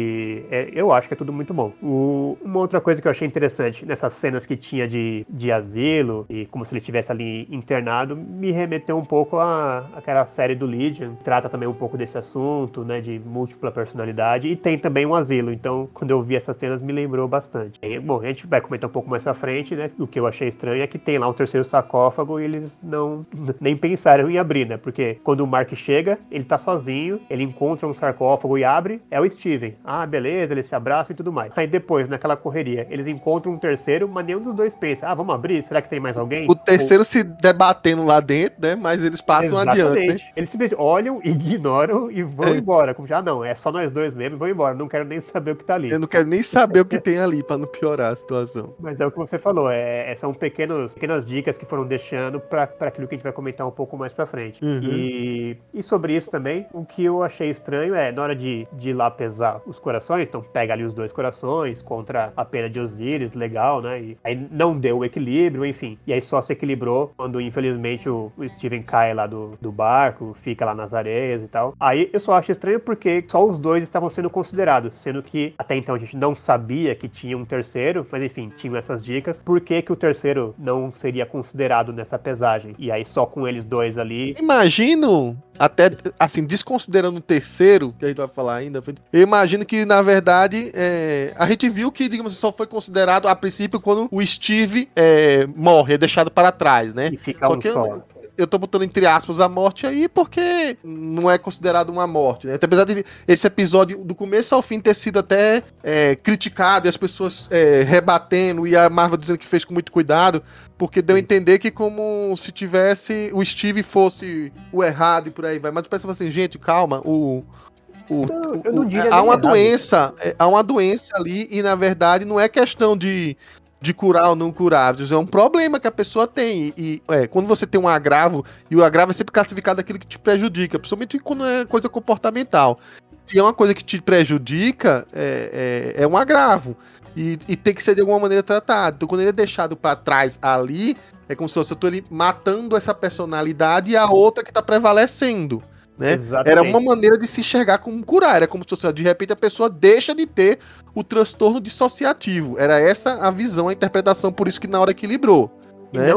e eu acho que é tudo muito bom. Uma outra coisa que eu achei interessante nessas cenas que tinha de asilo, e como se ele estivesse ali internado, me remeteu um pouco àquela série do Legion, trata também um pouco desse assunto, né, de múltipla personalidade, e tem também um asilo, então quando eu vi essas cenas me lembrou bastante. Bom, a gente vai comentar um pouco mais pra frente, né, o que eu achei estranho é que tem lá um terceiro sarcófago e eles nem pensaram em abrir, né, porque quando o Mark chega, ele tá sozinho, ele encontra um sarcófago e abre, é o Steven. Ah, beleza, eles se abraçam e tudo mais. Aí depois, naquela correria, eles encontram um terceiro, mas nenhum dos dois pensa, vamos abrir? Será que tem mais alguém? O terceiro se debatendo lá dentro, né? Mas eles passam adiante, né? Eles simplesmente olham, ignoram e vão embora. Como já não, é só nós dois mesmo e vão embora. Não quero nem saber o que tá ali. Eu não quero nem saber o que tem ali, pra não piorar a situação. Mas é o que você falou, são pequenas dicas que foram deixando pra aquilo que a gente vai comentar um pouco mais pra frente. E sobre isso também, o que eu achei estranho na hora de ir lá pesar os corações, então pega ali os dois corações contra a pena de Osiris, legal, né? E aí não deu o equilíbrio, enfim. E aí só se equilibrou quando, infelizmente, o Steven cai lá do barco, fica lá nas areias e tal. Aí eu só acho estranho porque só os dois estavam sendo considerados, sendo que até então a gente não sabia que tinha um terceiro, mas enfim, tinham essas dicas. Por que o terceiro não seria considerado nessa pesagem? E aí só com eles dois ali... Imagino, até assim, desconsiderando o terceiro, que a gente vai falar ainda, eu imagino que, na verdade, a gente viu que, digamos, só foi considerado a princípio quando o Steve morre, é deixado para trás, né? E fica só. Eu tô botando entre aspas a morte aí porque não é considerado uma morte, né? Apesar de esse episódio do começo ao fim ter sido até criticado e as pessoas rebatendo e a Marvel dizendo que fez com muito cuidado, porque deu a entender que como se tivesse o Steve fosse o errado e por aí vai. Mas eu penso assim, gente, calma, há uma doença ali e na verdade não é questão de de curar ou não curar. É um problema que a pessoa tem. E quando você tem um agravo, e o agravo é sempre classificado aquilo que te prejudica, principalmente quando é coisa comportamental. Se é uma coisa que te prejudica, é um agravo. E tem que ser de alguma maneira tratado. Então, quando ele é deixado pra trás ali, é como se eu tô ali matando essa personalidade e a outra que tá prevalecendo. Né? Era uma maneira de se enxergar como curar. Era como se de repente a pessoa deixa de ter o transtorno dissociativo. Era essa a visão, a interpretação, por isso que na hora equilibrou. E né?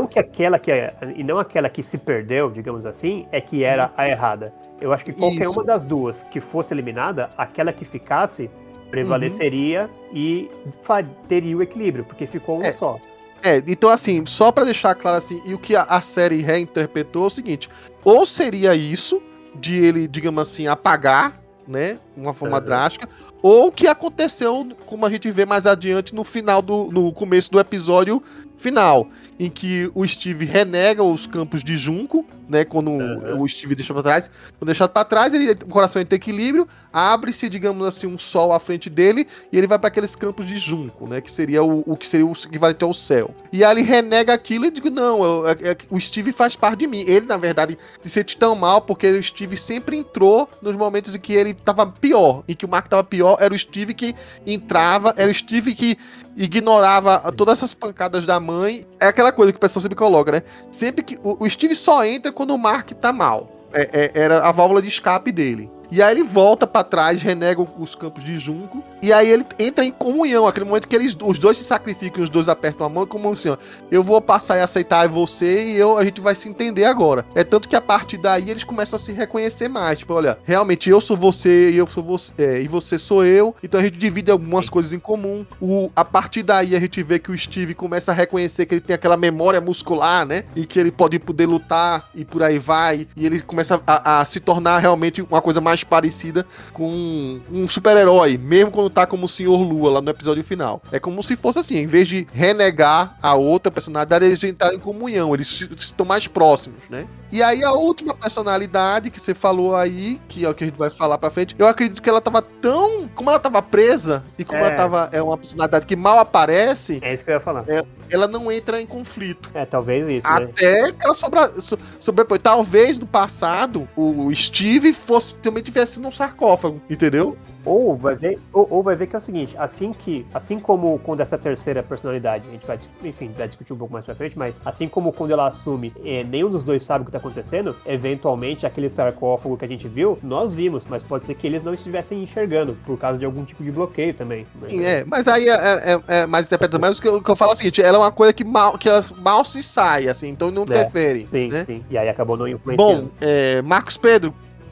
não aquela que se perdeu, digamos assim, é que era a errada. Eu acho que qualquer uma das duas que fosse eliminada, aquela que ficasse prevaleceria e teria o equilíbrio, porque ficou uma só. Então assim, só pra deixar claro assim, e o que a série reinterpretou é o seguinte, ou seria isso, de ele, digamos assim, apagar, né, uma forma drástica, ou o que aconteceu, como a gente vê mais adiante no final no começo do episódio final, em que o Steve renega os campos de Junco, né, quando o Steve deixa pra trás, quando deixado pra trás, o coração entra em equilíbrio, abre-se, digamos assim, um sol à frente dele, e ele vai para aqueles campos de Junco, né, que seria o que seria o equivalente ao céu. E aí ele renega aquilo e diz, não, o Steve faz parte de mim. Ele, na verdade, se sente tão mal, porque o Steve sempre entrou nos momentos em que ele tava pior, em que o Mark tava pior, era o Steve que entrava, era o Steve que ignorava todas essas pancadas da mãe. É aquela coisa que o pessoal sempre coloca, né? Sempre que o Steve só entra quando o Mark tá mal. Era a válvula de escape dele. E aí ele volta pra trás, renega os campos de Junco, e aí ele entra em comunhão, aquele momento que os dois se sacrificam, os dois apertam a mão, como assim, ó, eu vou passar e aceitar você, e a gente vai se entender agora. É tanto que a partir daí eles começam a se reconhecer mais, tipo, olha, realmente eu sou você, e eu sou você, e você sou eu, então a gente divide algumas coisas em comum. A partir daí a gente vê que o Steve começa a reconhecer que ele tem aquela memória muscular, né, e que ele pode poder lutar, e por aí vai, e ele começa a se tornar realmente uma coisa mais parecida com um super-herói, mesmo quando tá como o Senhor Lua lá no episódio final. É como se fosse assim, em vez de renegar a outra personalidade, eles entrarem em comunhão, eles estão mais próximos, né? E aí a última personalidade que você falou aí, que é o que a gente vai falar pra frente, eu acredito que ela tava tão... Como ela tava presa, e como ela tava... É uma personalidade que mal aparece... É isso que eu ia falar. Ela não entra em conflito. Talvez isso, até né? Que ela sobrepõe. Talvez no passado, o Steve também tivesse num sarcófago, entendeu? Ou vai ver que é o seguinte, assim como quando essa terceira personalidade, a gente vai discutir um pouco mais pra frente, mas assim como quando ela assume, nenhum dos dois sabe o que tá acontecendo, eventualmente aquele sarcófago que a gente viu, nós vimos, mas pode ser que eles não estivessem enxergando, por causa de algum tipo de bloqueio também. Sim, mas aí é mais interpretado, mas o que eu falo é o seguinte, ela é uma coisa que ela mal se sai, assim, então não interfere. Sim, né? sim, e aí acabou não influenciando. Bom, Marcos Pedro,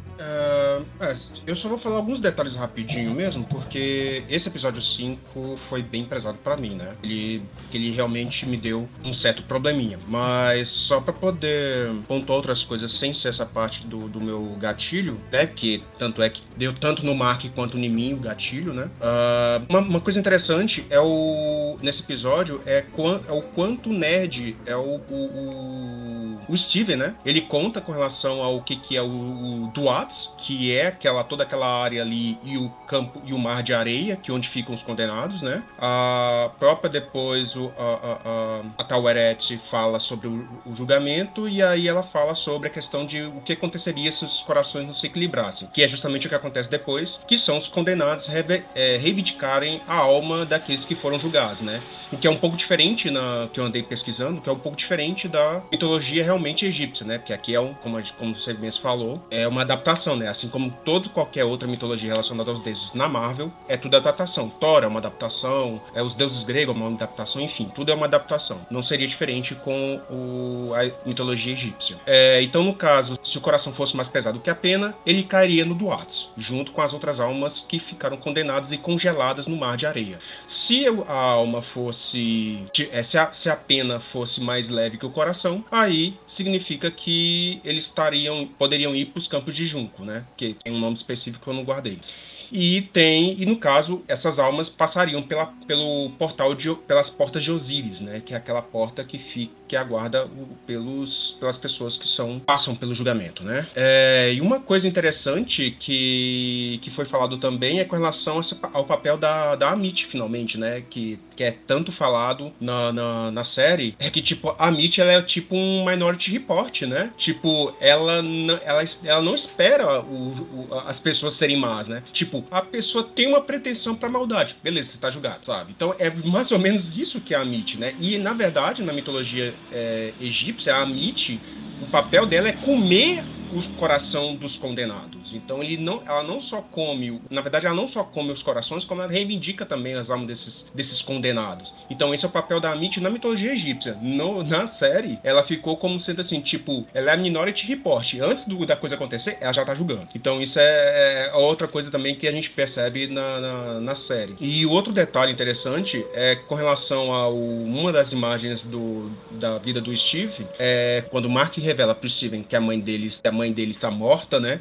eu só vou falar alguns detalhes rapidinho mesmo, porque esse episódio 5 foi bem pesado pra mim, né? Ele realmente me deu um certo probleminha. Mas só pra poder pontuar outras coisas sem ser essa parte do meu gatilho, né? Porque tanto é que deu tanto no Mark quanto em mim o gatilho, né? Uma coisa interessante nesse episódio é o quanto nerd é o Steven, né? Ele conta com relação ao que é o Duats, que é toda aquela área ali e o campo e o mar de areia, que é onde ficam os condenados, né? A própria depois a Taweret fala sobre o julgamento, e aí ela fala sobre a questão de o que aconteceria se os corações não se equilibrassem, que é justamente o que acontece depois, que são os condenados reivindicarem a alma daqueles que foram julgados, né? O que é um pouco diferente, que eu andei pesquisando, que é um pouco diferente da mitologia realmente egípcia, né? Porque aqui como você mesmo falou, é uma adaptação, né? Assim como qualquer outra mitologia relacionada aos deuses na Marvel, é tudo adaptação. Thor é uma adaptação, os deuses gregos é uma adaptação, enfim, tudo é uma adaptação. Não seria diferente com a mitologia egípcia. Então, no caso, se o coração fosse mais pesado que a pena, ele cairia no Duats, junto com as outras almas que ficaram condenadas e congeladas no mar de areia. Se a alma fosse... Se a pena fosse mais leve que o coração, aí significa que eles poderiam ir para os campos de Junco, né? Que tem um nome específico que eu não guardei. E no caso, essas almas passariam pelo portal pelas portas de Osíris, né? Que é aquela porta que aguarda pelas pessoas que passam pelo julgamento, né? E uma coisa interessante que foi falado também é com relação ao papel da Amit, finalmente, né? Que é tanto falado na série, é que, tipo, a Amit, ela é tipo um Minority Report, né? Tipo, ela não espera as pessoas serem más, né? Tipo, a pessoa tem uma pretensão pra maldade. Beleza, você tá julgado, sabe? Então, é mais ou menos isso que é a Amit, né? E, na verdade, na mitologia egípcia, a Amit, o papel dela é comer o coração dos condenados. Então ela não só come, na verdade ela não só come os corações, como ela reivindica também as almas desses condenados. Então esse é o papel da Amit na mitologia egípcia. Na série, ela ficou como sendo assim, tipo, ela é a Minority Report. Antes da coisa acontecer, ela já tá julgando. Então isso é outra coisa também que a gente percebe na série. E outro detalhe interessante é com relação a uma das imagens da vida do Steve, quando o Mark revela pro Steven que a mãe dele está morta, né?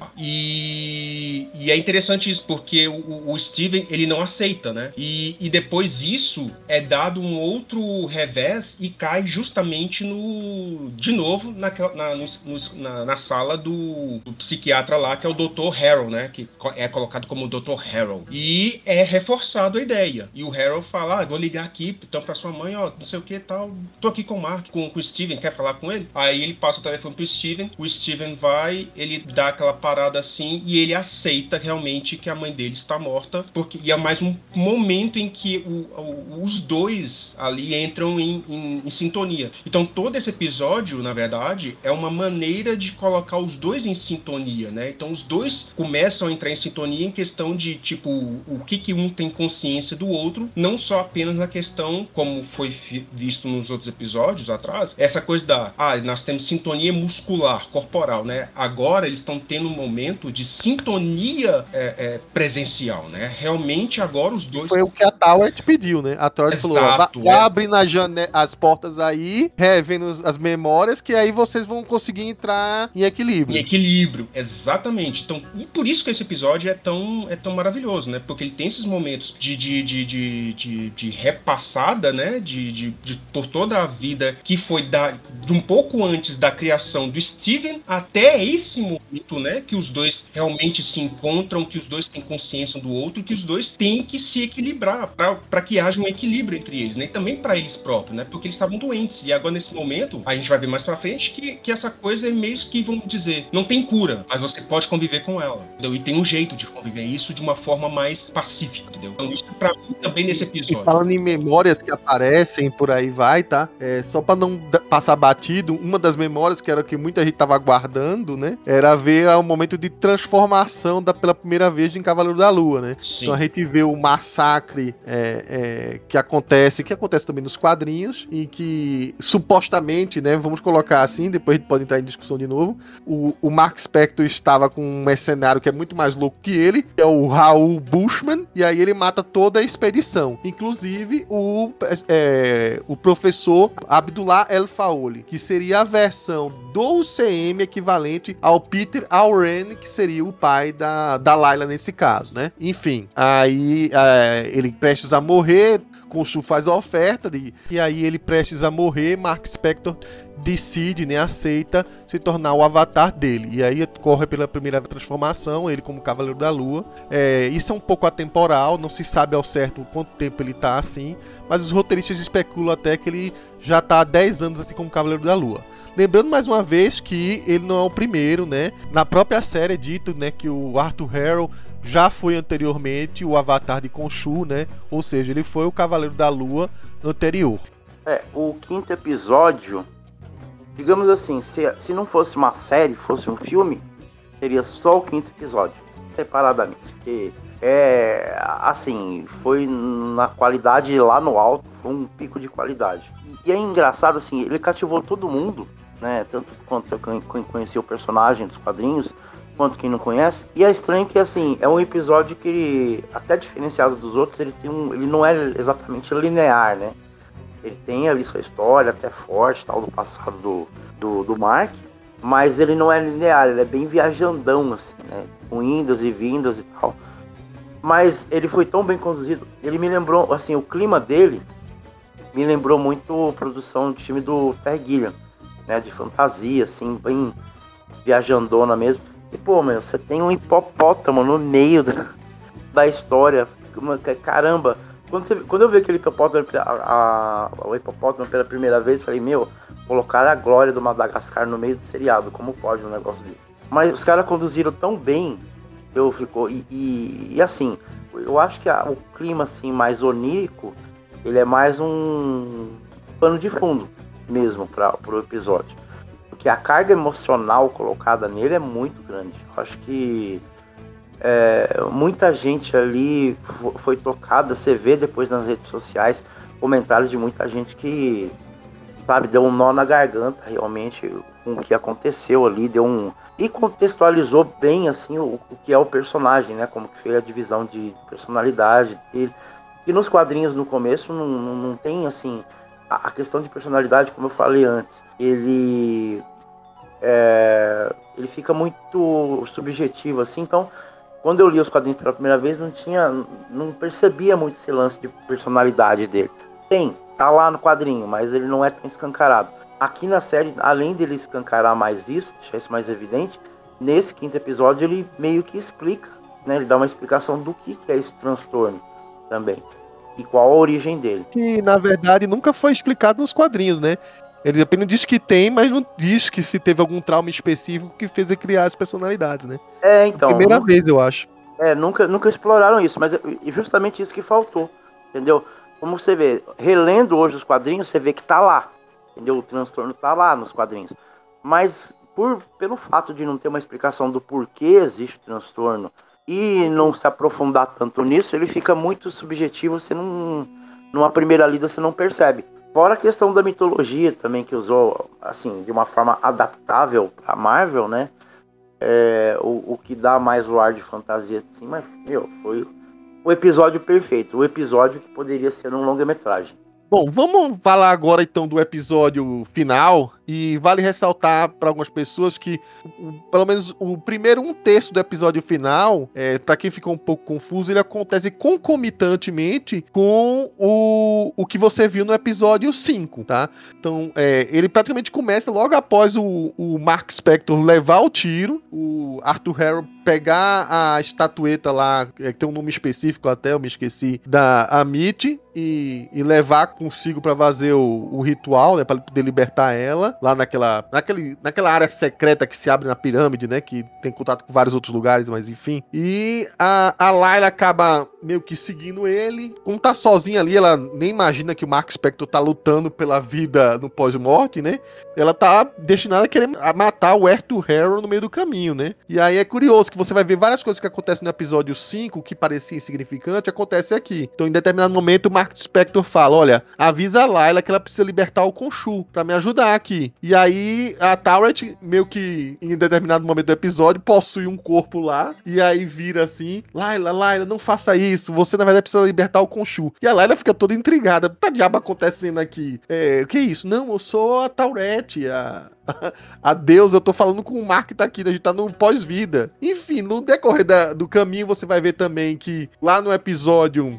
E é interessante isso, porque o Steven, ele não aceita, né? E depois isso é dado um outro revés e cai justamente de novo na sala do psiquiatra lá, que é o Dr. Harold, né? Que é colocado como Dr. Harold. E é reforçado a ideia. E o Harold fala, vou ligar aqui, então pra sua mãe, ó, não sei o que tal. Tô aqui com o Mark, com o Steven, quer falar com ele? Aí ele passa o telefone pro Steven, o Steven vai, ele dá aquela parada assim e ele aceita realmente que a mãe dele está morta, e é mais um momento em que os dois ali entram em sintonia. Então todo esse episódio, na verdade, é uma maneira de colocar os dois em sintonia, né? Então os dois começam a entrar em sintonia em questão de, tipo, o que um tem consciência do outro, não só apenas na questão, como foi visto nos outros episódios atrás, essa coisa nós temos sintonia muscular, corporal, né? Agora eles estão tendo um momento de sintonia presencial, né? Realmente agora os dois... Foi o que a Tower te pediu, né? A Tower falou, abre as portas aí, revendo as memórias, que aí vocês vão conseguir entrar em equilíbrio. Em equilíbrio, exatamente. Então, e por isso que esse episódio é tão maravilhoso, né? Porque ele tem esses momentos de repassada, né? Por toda a vida que foi de um pouco antes da criação do Steven até esse momento, né? Que os dois realmente se encontram, que os dois têm consciência um do outro, que os dois têm que se equilibrar para que haja um equilíbrio entre eles, né? E também para eles próprios, né? Porque eles estavam doentes. E agora, nesse momento, a gente vai ver mais pra frente que essa coisa é meio que, vamos dizer, não tem cura, mas você pode conviver com ela, entendeu? E tem um jeito de conviver isso de uma forma mais pacífica, entendeu? Então isso pra mim também nesse episódio. E falando em memórias que aparecem por aí vai, tá? Só pra não passar batido, uma das memórias que era que muita gente tava aguardando, né? Era ver o momento de transformação pela primeira vez em Cavaleiro da Lua, né? Sim. Então a gente vê o massacre que acontece também nos quadrinhos, e que supostamente, né? Vamos colocar assim, depois a gente pode entrar em discussão de novo. O Mark Spector estava com um mercenário que é muito mais louco que ele, que é o Raul Bushman, e aí ele mata toda a expedição, inclusive o professor Abdullah El Faoli, que seria a versão do UCM equivalente ao Peter Alren, que seria o pai da Layla nesse caso, né? Enfim, aí ele prestes a morrer, Khonshu faz a oferta, e aí ele prestes a morrer, Mark Spector decide, né, aceita se tornar o avatar dele, e aí corre pela primeira transformação, ele como Cavaleiro da Lua. Isso é um pouco atemporal, não se sabe ao certo quanto tempo ele tá assim, mas os roteiristas especulam até que ele já tá há 10 anos assim como Cavaleiro da Lua. Lembrando mais uma vez que ele não é o primeiro, né? Na própria série é dito, né, que o Arthur Harrow já foi anteriormente o avatar de Khonshu, né? Ou seja, ele foi o Cavaleiro da Lua anterior. O quinto episódio, digamos assim, se não fosse uma série, fosse um filme, seria só o quinto episódio, separadamente. Porque assim, foi na qualidade lá no alto, foi um pico de qualidade. E é engraçado, assim, ele cativou todo mundo, né? Tanto quanto quem conhecia o personagem dos quadrinhos, quanto quem não conhece. E é estranho que, assim, é um episódio que ele, até diferenciado dos outros, ele não é exatamente linear, né? Ele tem ali sua história até forte, tal, do passado do Mark, mas ele não é linear, ele é bem viajandão, assim, né? Com indas e vindas e tal. Mas ele foi tão bem conduzido. Ele me lembrou, assim, o clima dele me lembrou muito a produção de filme do Terry Gilliam, né? De fantasia, assim, bem viajandona mesmo. E, pô, meu, você tem um hipopótamo no meio da história. Caramba! Quando eu vi aquele hipopótamo, o hipopótamo pela primeira vez, eu falei, meu, colocaram a glória do Madagascar no meio do seriado. Como pode um negócio desse? Mas os caras conduziram tão bem, e assim, eu acho que o clima assim, mais onírico, ele é mais um pano de fundo mesmo pro episódio. Porque a carga emocional colocada nele é muito grande. Eu acho que muita gente ali foi tocada. Você vê depois nas redes sociais comentários de muita gente que, sabe, deu um nó na garganta realmente com o que aconteceu ali, e contextualizou bem assim o que é o personagem, né? Como que foi a divisão de personalidade dele. E nos quadrinhos no começo não tem assim a questão de personalidade, como eu falei antes. Ele fica muito subjetivo assim. Então, quando eu li os quadrinhos pela primeira vez, não percebia muito esse lance de personalidade dele. Tá lá no quadrinho, mas ele não é tão escancarado. Aqui na série, além dele escancarar mais isso, deixar isso mais evidente, nesse 5º episódio ele meio que explica, né? Ele dá uma explicação do que é esse transtorno também. E qual a origem dele. Que, na verdade, nunca foi explicado nos quadrinhos, né? Ele apenas diz que tem, mas não diz que se teve algum trauma específico que fez ele criar as personalidades, né? Então. Primeira vez, eu acho. Nunca exploraram isso, mas é justamente isso que faltou, entendeu? Como você vê, relendo hoje os quadrinhos, você vê que tá lá, entendeu? O transtorno tá lá nos quadrinhos. Mas pelo fato de não ter uma explicação do porquê existe o transtorno e não se aprofundar tanto nisso, ele fica muito subjetivo, você numa primeira lida você não percebe. Fora a questão da mitologia também, que usou, assim, de uma forma adaptável pra Marvel, né? O que dá mais o ar de fantasia, assim, mas, foi o episódio perfeito, o episódio que poderia ser um longa-metragem. Bom, vamos falar agora então do episódio final, e vale ressaltar para algumas pessoas que pelo menos o primeiro 1/3 do episódio final, para quem ficou um pouco confuso, ele acontece concomitantemente com o que você viu no episódio 5, tá? Então, ele praticamente começa logo após o Mark Spector levar o tiro, o Arthur Harrow pegar a estatueta lá, que tem um nome específico até, eu me esqueci, da Amit, e levar consigo pra fazer o ritual, né, pra poder libertar ela, lá naquela área secreta que se abre na pirâmide, né, que tem contato com vários outros lugares, mas enfim. E a Layla acaba meio que seguindo ele. Como tá sozinha ali, ela nem imagina que o Mark Spector tá lutando pela vida no pós-morte, né? Ela tá destinada a querer matar o Arthur Harrow no meio do caminho, né? E aí é curioso que você vai ver várias coisas que acontecem no episódio 5, que parecia insignificante, acontece aqui. Então, em determinado momento, o Mark Spector fala, olha, avisa a Layla que ela precisa libertar o Khonshu pra me ajudar aqui. E aí, a Taweret, meio que em determinado momento do episódio, possui um corpo lá, e aí vira assim, Layla, não faça isso, você na verdade precisa libertar o Khonshu. E a Layla fica toda intrigada, o que tá diabo acontecendo aqui? O que é isso? Não, eu sou a Taweret, a deusa, eu tô falando com o Mark que tá aqui, a gente tá no pós-vida. Enfim, no decorrer do caminho você vai ver também que lá no episódio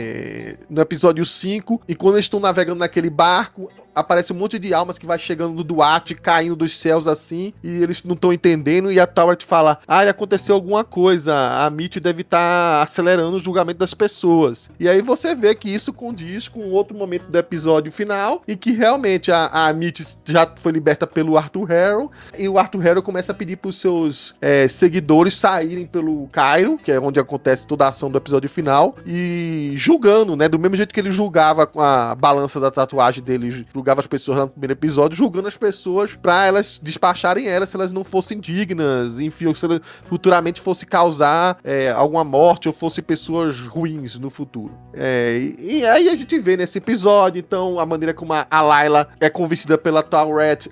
5, e quando eles estão navegando naquele barco, aparece um monte de almas que vai chegando no Duarte, caindo dos céus assim, e eles não estão entendendo, e a Taweret fala, aconteceu alguma coisa, a Amit deve estar acelerando o julgamento das pessoas. E aí você vê que isso condiz com outro momento do episódio final, e que realmente a Amit já foi liberta pelo Arthur Harrow, e o Arthur Harrow começa a pedir pros seus seguidores saírem pelo Cairo, que é onde acontece toda a ação do episódio final, e julgando, né, do mesmo jeito que ele julgava com a balança da tatuagem dele, julgava as pessoas lá no primeiro episódio, julgando as pessoas pra elas despacharem elas se elas não fossem dignas, enfim, ou se ela futuramente fosse causar alguma morte ou fossem pessoas ruins no futuro. E aí a gente vê nesse episódio, então, a maneira como a Layla é convencida pela Taweret a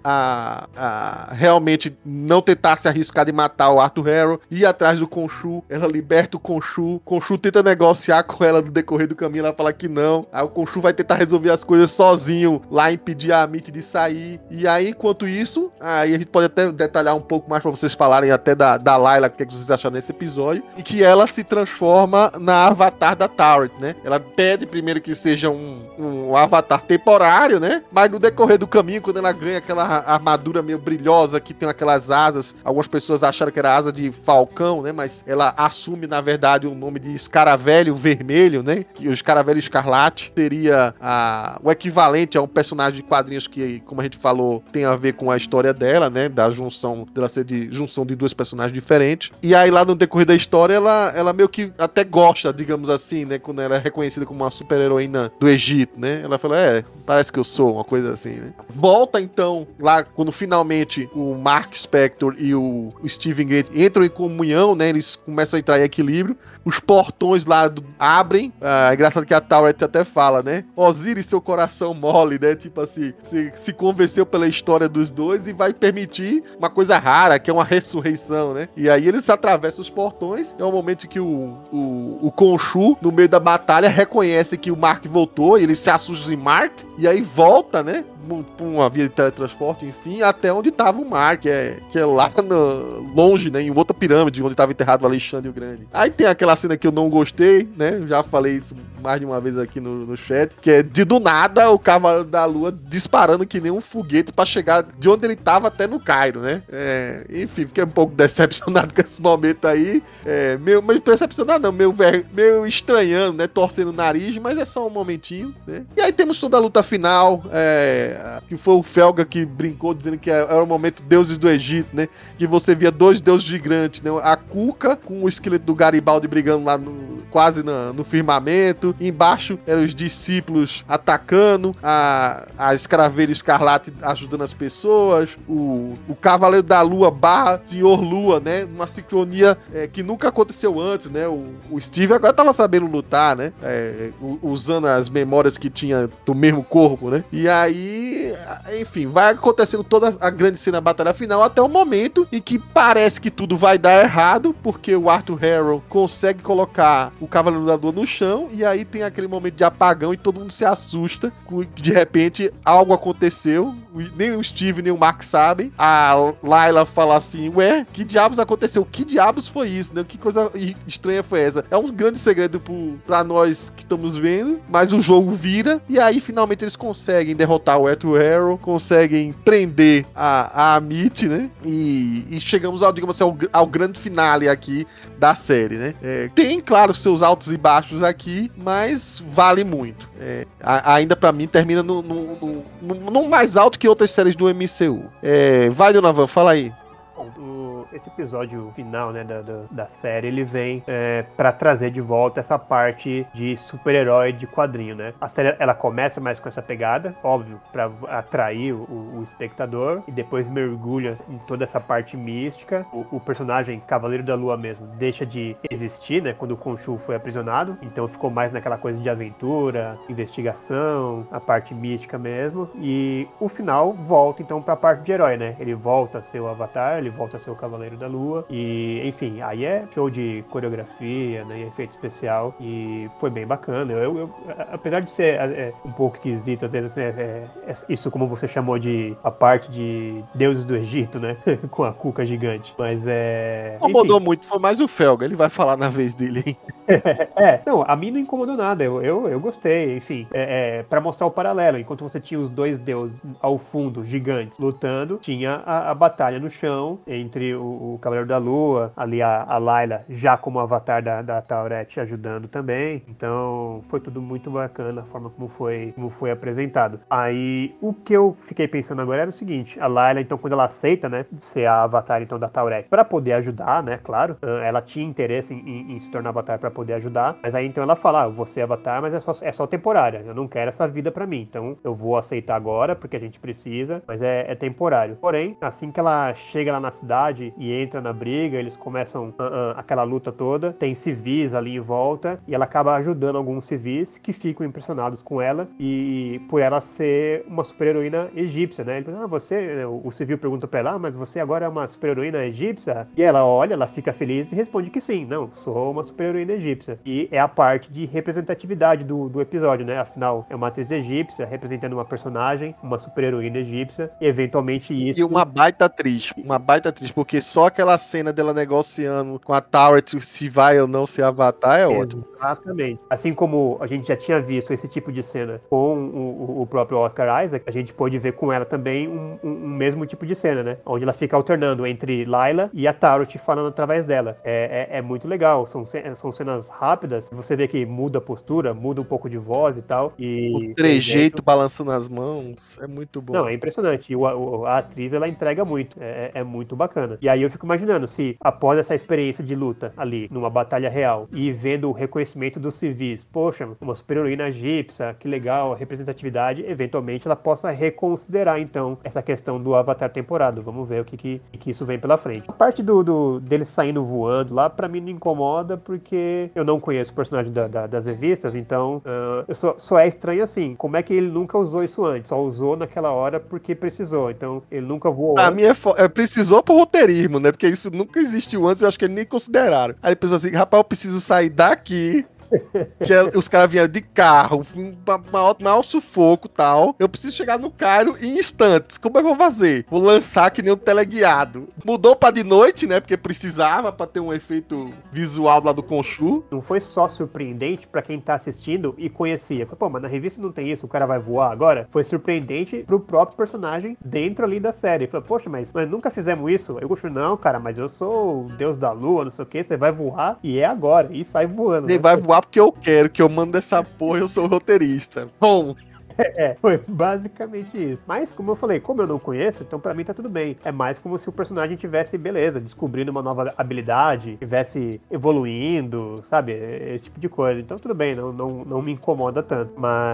realmente não tentar se arriscar de matar o Arthur Harrow, ir atrás do Khonshu, ela liberta o Khonshu tenta negociar com ela no decorrer do caminho, ela fala que não, aí o Khonshu vai tentar resolver as coisas sozinho, lá impedir a Amit de sair, e aí enquanto isso, aí a gente pode até detalhar um pouco mais pra vocês falarem até da Layla, o que vocês acharam nesse episódio, em que ela se transforma na avatar da Taweret, né? Ela pede primeiro que seja um avatar temporário, né? Mas no decorrer do caminho, quando ela ganha aquela armadura meio brilhosa, que tem aquelas asas, algumas pessoas acharam que era asa de falcão, né? Mas ela assume, na verdade, o nome de Escaravelho Vermelho, né? Que o Escaravelho Escarlate seria o equivalente a um personagem de quadrinhos que, como a gente falou, tem a ver com a história dela, né? Da junção, dela ser de junção de duas personagens diferentes. E aí, lá no decorrer da história, ela meio que até gosta, digamos assim, né? Quando ela é reconhecida como uma super-heroína do Egito, né? Ela fala, parece que eu sou, uma coisa assim, né? Volta, então, lá quando finalmente o Mark Spector e o Steven Grant entram em comunhão, né? Eles começam a entrar em equilíbrio. Os portões lá abrem. É engraçado que a Taweret até fala, né? Osiris, seu coração mole, né? Tipo assim, se convenceu pela história dos dois e vai permitir uma coisa rara, que é uma ressurreição, né? E aí eles atravessam os portões. É um momento que o Khonshu, no meio da batalha, reconhece que o Mark voltou, e ele se assusta em Mark, e aí volta, né? Por uma via de teletransporte, enfim, até onde tava o Mark, que é lá longe, né? Em outra pirâmide, onde tava enterrado o Alexandre o Grande. Aí tem aquela cena que eu não gostei, né? Eu já falei isso mais de uma vez aqui no chat, que é do nada o Cavaleiro da Lua disparando que nem um foguete pra chegar de onde ele tava até no Cairo, né? Enfim, fiquei um pouco decepcionado com esse momento aí. Mas decepcionado não, meio estranhando, né? Torcendo o nariz, mas é só um momentinho, né? E aí temos toda a luta final, que foi o Felga que brincou dizendo que era o momento deuses do Egito, né? Que você via dois deuses gigantes, né? A Cuca com o esqueleto do Garibaldi brigando lá quase no firmamento. E embaixo eram os discípulos atacando, a Escaravelho Escarlate ajudando as pessoas, o Cavaleiro da Lua / Senhor Lua, né? Uma sincronia que nunca aconteceu antes, né? O Steve agora tava sabendo lutar, né? Usando as memórias que tinha do mesmo corpo, né? E aí, enfim, vai acontecendo toda a grande cena da batalha final até o momento em que parece que tudo vai dar errado, porque o Arthur Harrow consegue colocar o Cavaleiro da Lua no chão, e aí tem aquele momento de apagão e todo mundo se assusta, de repente algo aconteceu, nem o Steve nem o Mark sabem. A Layla fala assim, que diabos aconteceu? Que diabos foi isso, né? Que coisa estranha foi essa? É um grande segredo pra nós que estamos vendo, mas o jogo vira, e aí finalmente eles conseguem derrotar o Arthur Harrow, conseguem prender a Amit, né? E chegamos digamos assim, ao grande finale aqui da série, né? Tem, claro, seus altos e baixos aqui, mas vale muito. Ainda pra mim termina no mais alto que outras séries do MCU. Vai, Donovan, fala aí. Esse episódio final, né, da série, ele vem pra trazer de volta essa parte de super-herói de quadrinho, né? A série, ela começa mais com essa pegada, óbvio, pra atrair o espectador, e depois mergulha em toda essa parte mística. O personagem Cavaleiro da Lua mesmo deixa de existir, né, quando o Khonshu foi aprisionado, então ficou mais naquela coisa de aventura, investigação, a parte mística mesmo, e o final volta, então, pra parte de herói, né? Ele volta a ser o Avatar, ele volta a ser o Cavaleiro da Lua, e enfim, aí é show de coreografia, né, e efeito especial, e foi bem bacana. Eu apesar de ser um pouco esquisito às vezes, isso como você chamou de a parte de deuses do Egito, né, com a cuca gigante, mas incomodou muito, foi mais o Felga, ele vai falar na vez dele, hein? Não, a mim não incomodou nada, eu gostei, enfim, pra mostrar o paralelo, enquanto você tinha os dois deuses ao fundo, gigantes, lutando, tinha a batalha no chão, entre o Cavaleiro da Lua, ali a Layla, já como avatar da Taweret, ajudando também, então foi tudo muito bacana, a forma como foi apresentado. Aí, o que eu fiquei pensando agora era o seguinte, a Layla, então, quando ela aceita, né, ser a avatar, então, da Taweret, pra poder ajudar, né, claro, ela tinha interesse em se tornar avatar pra poder ajudar. Mas aí então ela fala, eu vou ser Avatar, mas é só temporária. Eu não quero essa vida pra mim. Então eu vou aceitar agora, porque a gente precisa, mas é temporário. Porém, assim que ela chega lá na cidade e entra na briga, eles começam aquela luta toda, tem civis ali em volta, e ela acaba ajudando alguns civis que ficam impressionados com ela, e por ela ser uma super-heroína egípcia, né? Ele fala, o civil pergunta pra ela, mas você agora é uma super-heroína egípcia? E ela olha, ela fica feliz e responde que sim, não, sou uma super-heroína egípcia. E é a parte de representatividade do episódio, né? Afinal, é uma atriz egípcia representando uma personagem, uma super-heroína egípcia, e eventualmente isso... E uma baita atriz, porque só aquela cena dela negociando com a Taweret se vai ou não ser Avatar é ótimo. Exatamente. Assim como a gente já tinha visto esse tipo de cena com o próprio Oscar Isaac, a gente pôde ver com ela também um mesmo tipo de cena, né? Onde ela fica alternando entre Layla e a Taweret falando através dela. É muito legal, são cenas rápidas, você vê que muda a postura, muda um pouco de voz e tal. E o trejeito balançando as mãos, é muito bom. Não, é impressionante. E a atriz, ela entrega muito, é muito bacana. E aí eu fico imaginando, se após essa experiência de luta ali, numa batalha real, e vendo o reconhecimento dos civis, poxa, uma super-heroína egípcia, que legal, a representatividade, eventualmente ela possa reconsiderar, então, essa questão do Avatar temporada. Vamos ver o que isso vem pela frente. A parte dele saindo voando lá, pra mim não incomoda, porque eu não conheço o personagem das revistas, então, só é estranho assim. Como é que ele nunca usou isso antes? Só usou naquela hora porque precisou. Então, ele nunca voou. Pra mim precisou pro roteirismo, né? Porque isso nunca existiu antes, eu acho que eles nem consideraram. Aí ele pensou assim, rapaz, eu preciso sair daqui. Os caras vieram de carro, maior sufoco e tal. Eu preciso chegar no Cairo em instantes. Como é que eu vou fazer? Vou lançar que nem um teleguiado. Mudou pra de noite, né? Porque precisava pra ter um efeito visual lá do Khonshu. Não foi só surpreendente pra quem tá assistindo e conhecia. Pô, mas na revista não tem isso, o cara vai voar agora? Foi surpreendente pro próprio personagem dentro ali da série. Falei, poxa, mas nós nunca fizemos isso. Eu gosto, não, cara, mas eu sou o deus da lua, não sei o que. Você vai voar e é agora. E sai voando. Ele vai voar porque eu quero, que eu mando essa porra, eu sou roteirista. Bom. Foi basicamente isso. Mas, como eu falei, como eu não conheço, então pra mim tá tudo bem. É mais como se o personagem tivesse, beleza, descobrindo uma nova habilidade, tivesse evoluindo, sabe? Esse tipo de coisa. Então tudo bem, não me incomoda tanto.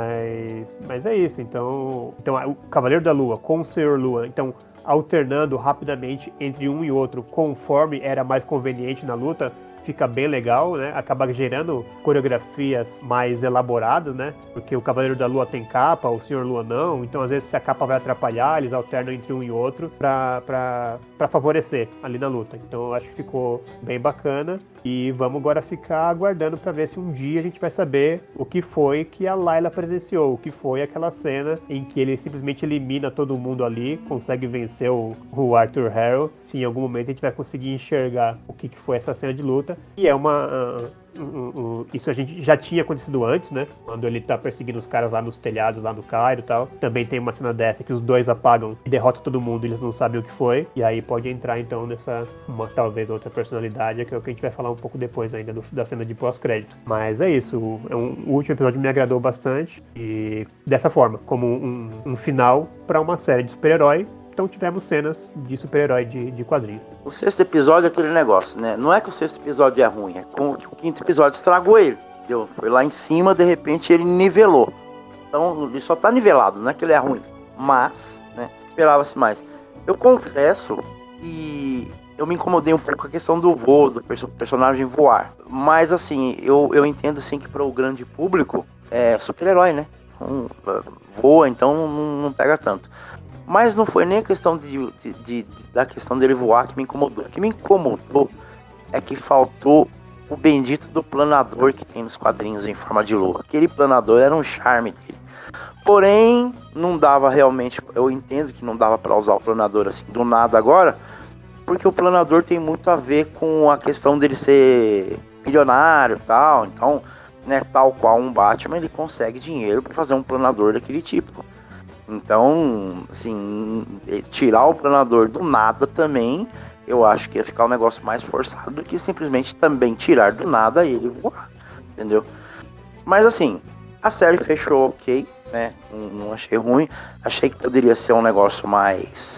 Mas é isso. Então o Cavaleiro da Lua com o Senhor Lua, então, alternando rapidamente entre um e outro, conforme era mais conveniente na luta, fica bem legal, né? Acaba gerando coreografias mais elaboradas, né? Porque o Cavaleiro da Lua tem capa, o Senhor Lua não. Então, às vezes, se a capa vai atrapalhar, eles alternam entre um e outro pra favorecer ali na luta. Então, eu acho que ficou bem bacana. E vamos agora ficar aguardando pra ver se um dia a gente vai saber o que foi que a Layla presenciou, o que foi aquela cena em que ele simplesmente elimina todo mundo ali, consegue vencer o Arthur Harrow. Se em algum momento a gente vai conseguir enxergar o que foi essa cena de luta. E é isso a gente já tinha acontecido antes, né? Quando ele tá perseguindo os caras lá nos telhados, lá no Cairo e tal. Também tem uma cena dessa que os dois apagam e derrotam todo mundo e eles não sabem o que foi. E aí pode entrar então nessa, talvez outra personalidade, que é o que a gente vai falar um pouco depois ainda da cena de pós-crédito. Mas é isso, o último episódio me agradou bastante. E dessa forma, como um final pra uma série de super-herói. Então tivemos cenas de super-herói de quadrinho. O sexto episódio é aquele negócio, né? Não é que o sexto episódio é ruim, é que o quinto episódio estragou ele. Entendeu? Foi lá em cima, de repente ele nivelou. Então ele só tá nivelado, não é que ele é ruim. Mas, né, esperava-se mais. Eu confesso que eu me incomodei um pouco com a questão do voo, do personagem voar. Mas assim, eu entendo assim que para o grande público é super-herói, né? Voa, então não pega tanto. Mas não foi nem a questão da questão dele voar que me incomodou. O que me incomodou é que faltou o bendito do planador que tem nos quadrinhos em forma de lua. Aquele planador era um charme dele. Porém, não dava realmente... Eu entendo que não dava para usar o planador assim do nada agora, porque o planador tem muito a ver com a questão dele ser milionário e tal. Então, né, tal qual um Batman, ele consegue dinheiro para fazer um planador daquele tipo. Então, assim, tirar o planador do nada também, eu acho que ia ficar um negócio mais forçado do que simplesmente também tirar do nada ele voar, entendeu? Mas assim, a série fechou ok, né? Não achei ruim, achei que poderia ser um negócio mais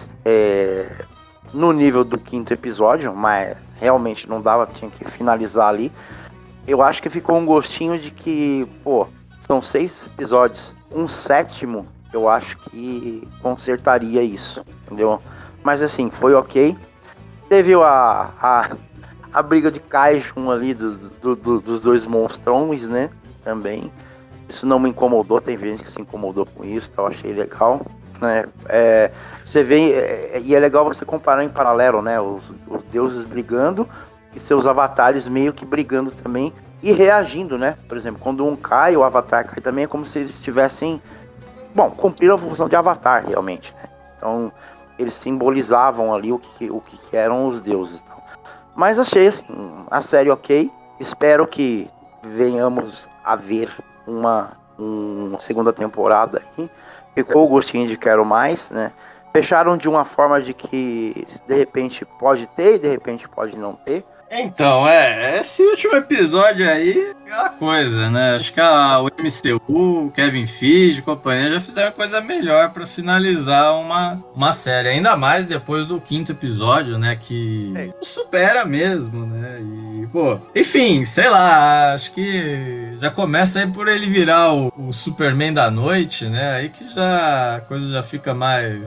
no nível do quinto episódio, mas realmente não dava, tinha que finalizar ali. eu acho que ficou um gostinho de que, pô, são 6 episódios. Um 7º, eu acho que consertaria isso, entendeu? Mas assim, foi ok. Teve a briga de Kaijun ali dos dois monstrões, né? Também. Isso não me incomodou, tem gente que se incomodou com isso, eu achei legal. Né? Você vê, e é legal você comparar em paralelo, né? Os deuses brigando e seus avatares meio que brigando também e reagindo, né? Por exemplo, quando um cai, o avatar cai também, é como se eles tivessem, cumpriram a função de avatar realmente, né? Então, eles simbolizavam ali o que eram os deuses. Então. Mas achei assim, a série ok. Espero que venhamos a ver uma segunda temporada aí. Ficou o gostinho de quero mais, né? Fecharam de uma forma de que de repente pode ter e de repente pode não ter. Então, esse último episódio aí, aquela coisa, né? Acho que o MCU, o Kevin Feige e companhia já fizeram coisa melhor pra finalizar uma série. Ainda mais depois do 5º episódio, né? Que supera mesmo, né? E, pô, enfim, sei lá, acho que já começa aí por ele virar o Superman da noite, né? Aí que a coisa já fica mais...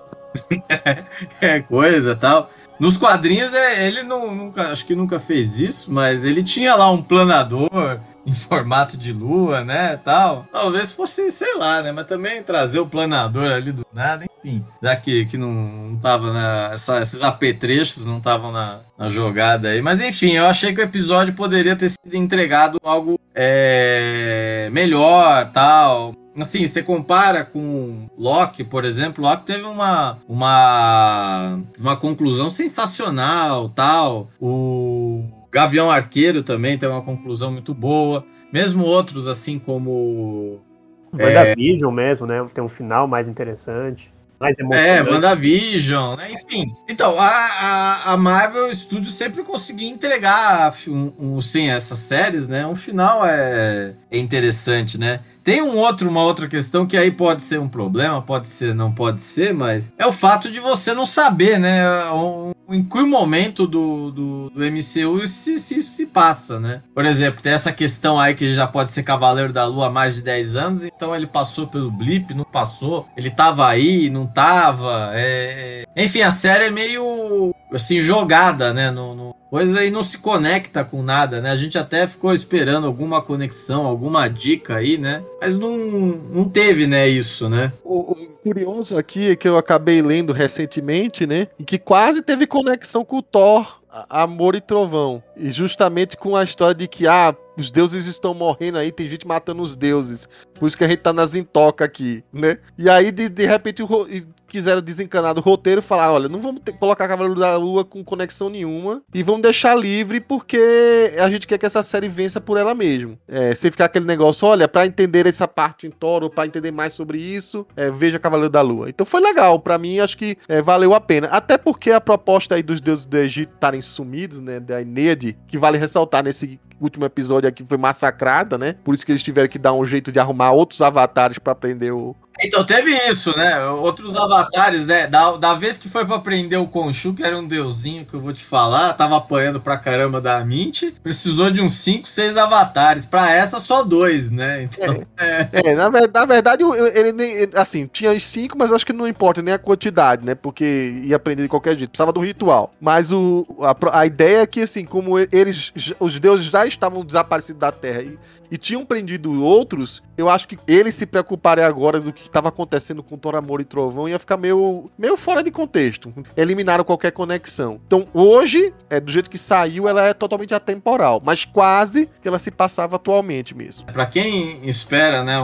coisa e tal. Nos quadrinhos, ele acho que nunca fez isso, mas ele tinha lá um planador em formato de lua, né, tal. Talvez fosse, sei lá, né, mas também trazer o planador ali do nada, enfim. Já que não tava, esses apetrechos não estavam na jogada aí. Mas enfim, eu achei que o episódio poderia ter sido entregado algo melhor, tal. Assim, você compara com Loki, por exemplo, Loki teve uma conclusão sensacional, tal. O Gavião Arqueiro também tem uma conclusão muito boa. Mesmo outros, assim como... WandaVision mesmo, né? Tem um final mais interessante. Mais emocionante. WandaVision, né? Enfim. Então, a Marvel Studios sempre conseguia entregar essas séries, né? Um final interessante, né? Tem uma outra questão que aí pode ser um problema, pode ser, não pode ser, mas é o fato de você não saber, né? Em que momento do MCU se passa, né? Por exemplo, tem essa questão aí que já pode ser Cavaleiro da Lua há mais de 10 anos, então ele passou pelo blip, não passou, ele tava aí, não tava. Enfim, a série é meio assim, jogada, né? Coisa aí não se conecta com nada, né? A gente até ficou esperando alguma conexão, alguma dica aí, né? Mas não teve, né, isso, né? O curioso aqui é que eu acabei lendo recentemente, né? E que quase teve conexão com o Thor, Amor e Trovão. E justamente com a história de que, os deuses estão morrendo aí, tem gente matando os deuses. Por isso que a gente tá nas intocas aqui, né? E aí, de repente, quiseram desencanar do roteiro e falar, olha, não vamos colocar Cavaleiro da Lua com conexão nenhuma e vamos deixar livre porque a gente quer que essa série vença por ela mesma. Sem ficar aquele negócio, olha, pra entender essa parte em Thor, ou pra entender mais sobre isso, veja Cavaleiro da Lua. Então foi legal, pra mim acho que valeu a pena. Até porque a proposta aí dos deuses do Egito estarem sumidos, né, da Eneade, que vale ressaltar nesse último episódio aqui, foi massacrada, né? Por isso que eles tiveram que dar um jeito de arrumar outros avatares pra prender o... Então teve isso, né? Outros avatares, né? Da vez que foi pra prender o Khonshu, que era um deusinho que eu vou te falar, tava apanhando pra caramba da Mint, precisou de uns 5, 6 avatares. Pra essa, só 2, né? Então, na verdade, ele assim, tinha os 5, mas acho que não importa nem a quantidade, né? Porque ia aprender de qualquer jeito, precisava do ritual. Mas a ideia é que, assim, como os deuses já estavam desaparecidos da Terra e tinham prendido outros, eu acho que eles se preocuparem agora do que estava acontecendo com Thor, Amor e Trovão ia ficar meio fora de contexto. Eliminaram qualquer conexão. Então, hoje, do jeito que saiu, ela é totalmente atemporal, mas quase que ela se passava atualmente mesmo. Pra quem espera, né,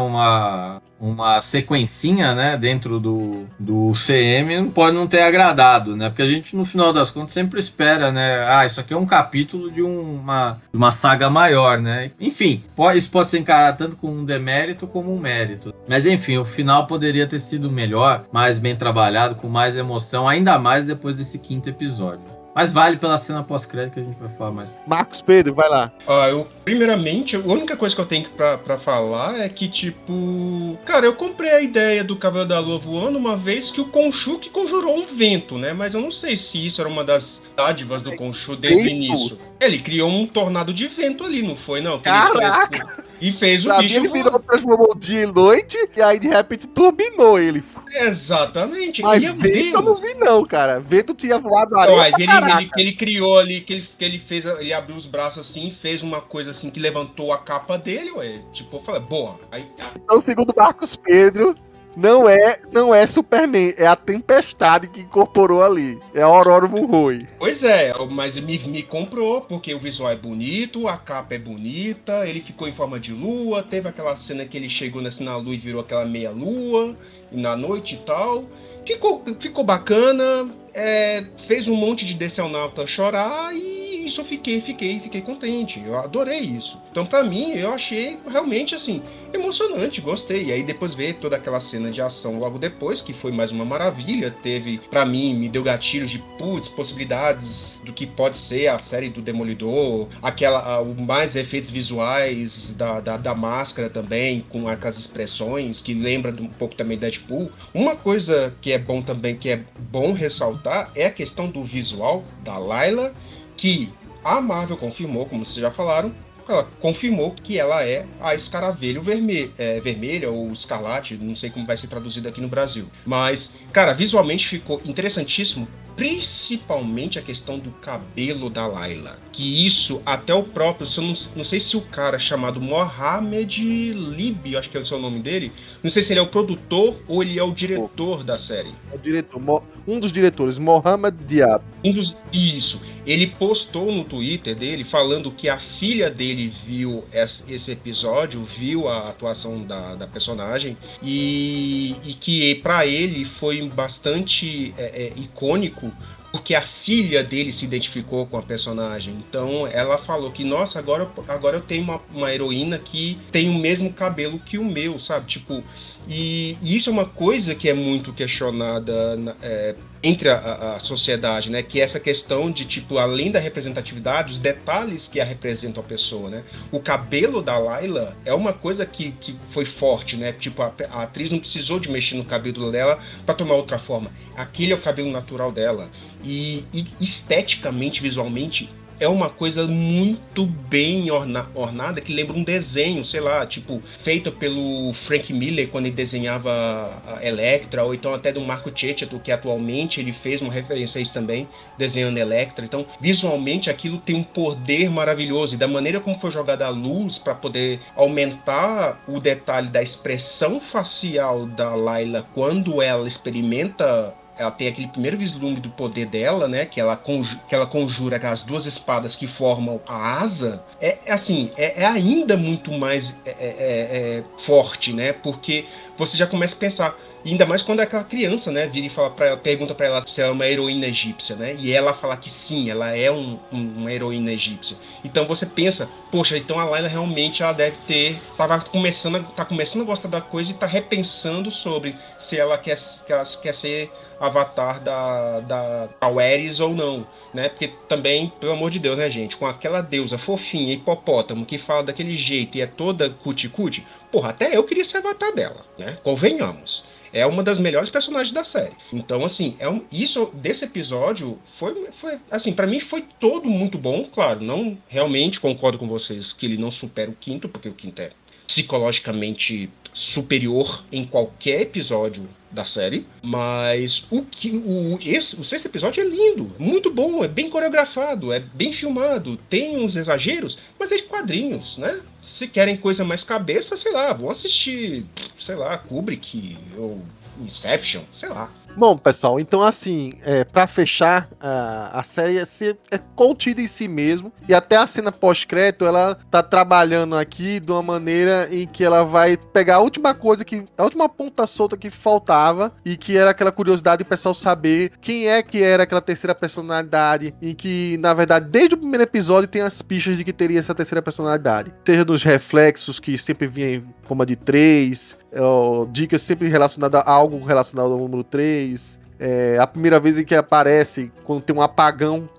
uma sequencinha, né, dentro do CM, pode não ter agradado, né, porque a gente, no final das contas, sempre espera, né, isso aqui é um capítulo de uma saga maior, né, enfim, isso pode ser encarado tanto como um demérito como um mérito, mas enfim, o final poderia ter sido melhor, mais bem trabalhado, com mais emoção, ainda mais depois desse 5º episódio. Mas vale pela cena pós-crédito que a gente vai falar mais. Marcos Pedro, vai lá. Primeiramente, a única coisa que eu tenho pra falar é que, tipo... Cara, eu comprei a ideia do Cavaleiro da Lua voando uma vez que o Khonshu que conjurou um vento, né? Mas eu não sei se isso era uma das dádivas do Khonshu desde o início. Ele criou um tornado de vento ali, não foi, não? Caraca! E fez o Pra bicho mim ele voar. transformou dia e noite, e aí de repente turbinou ele. Exatamente. Mas Meu vento eu não Deus. vi não, cara. Vento tinha voado Então, areia aí pra caraca. ele criou ali, que ele fez, ele abriu os braços assim, fez uma coisa assim que levantou a capa dele, ué. Tipo, eu falei, boa. Aí, Então, segundo Marcos Pedro, não é Superman, é a tempestade que incorporou ali. É a Aurora Mulroy. pois é, mas me comprou, porque o visual é bonito, a capa é bonita, ele ficou em forma de lua, teve aquela cena que ele chegou na lua e virou aquela meia lua, e na noite e tal. Ficou bacana, fez um monte de decenalta chorar e isso eu fiquei contente. Eu adorei isso. Então, pra mim, eu achei realmente assim emocionante, gostei. E aí depois ver toda aquela cena de ação logo depois, que foi mais uma maravilha. Teve, pra mim, me deu gatilhos de possibilidades do que pode ser a série do Demolidor, mais efeitos visuais da máscara também, com aquelas expressões que lembra um pouco também Deadpool. Uma coisa que é bom também, que é bom ressaltar, é a questão do visual da Layla, que a Marvel confirmou, como vocês já falaram, ela confirmou que ela é a Escaravelho vermelha ou escarlate, não sei como vai ser traduzido aqui no Brasil. Mas, cara, visualmente ficou interessantíssimo, principalmente a questão do cabelo da Layla. Que isso, até o próprio, não sei se o cara chamado Mohamed Lib, acho que é o seu nome dele, não sei se ele é o produtor ou ele é o diretor da série. O diretor, um dos diretores, Mohamed Diab. Isso. Ele postou no Twitter dele falando que a filha dele viu esse episódio, viu a atuação da personagem e que pra ele foi bastante icônico, porque a filha dele se identificou com a personagem. Então ela falou que, nossa, agora eu tenho uma heroína que tem o mesmo cabelo que o meu, sabe? Tipo, e isso é uma coisa que é muito questionada entre a sociedade, né? Que é essa questão de, tipo, além da representatividade, os detalhes que a representam a pessoa, né? O cabelo da Layla é uma coisa que foi forte, né? Tipo, a atriz não precisou de mexer no cabelo dela para tomar outra forma. Aquele é o cabelo natural dela. E esteticamente, visualmente, é uma coisa muito bem ornada, que lembra um desenho, sei lá, tipo, feito pelo Frank Miller quando ele desenhava a Elektra, ou então até do Marco Checchetto, que atualmente ele fez uma referência a isso também, desenhando Elektra. Então, visualmente, aquilo tem um poder maravilhoso, e da maneira como foi jogada a luz para poder aumentar o detalhe da expressão facial da Layla quando ela experimenta. Ela tem aquele primeiro vislumbre do poder dela, né? Que ela conjura as duas espadas que formam a asa. É ainda muito mais forte, né? Porque você já começa a pensar, ainda mais quando é aquela criança, né? Vira e pergunta pra ela se ela é uma heroína egípcia, né? E ela fala que sim, ela é uma heroína egípcia. Então você pensa, poxa, então a Layla realmente ela deve tá começando a gostar da coisa e tá repensando sobre se ela quer ser avatar da Ares ou não, né? Porque também, pelo amor de Deus, né, gente? Com aquela deusa fofinha, hipopótamo, que fala daquele jeito e é toda cuti-cuti, porra, até eu queria ser avatar dela, né? Convenhamos. É uma das melhores personagens da série. Então, assim, isso desse episódio foi assim, pra mim foi todo muito bom, claro. Não realmente concordo com vocês que ele não supera o quinto, porque o quinto é psicologicamente superior em qualquer episódio da série, mas o sexto episódio é lindo, muito bom, é bem coreografado, é bem filmado, tem uns exageros, mas é de quadrinhos, né? Se querem coisa mais cabeça, sei lá, vão assistir, sei lá, Kubrick ou Inception, sei lá. Bom, pessoal, então assim, pra fechar, a série é contida em si mesmo, e até a cena pós-crédito, ela tá trabalhando aqui de uma maneira em que ela vai pegar a última ponta solta que faltava, e que era aquela curiosidade do pessoal saber quem é que era aquela terceira personalidade, em que, na verdade, desde o primeiro episódio tem as pistas de que teria essa terceira personalidade, seja nos reflexos, que sempre vinha em forma de 3, dicas sempre relacionadas a algo relacionado ao número 3, a primeira vez em que aparece, quando tem um apagão,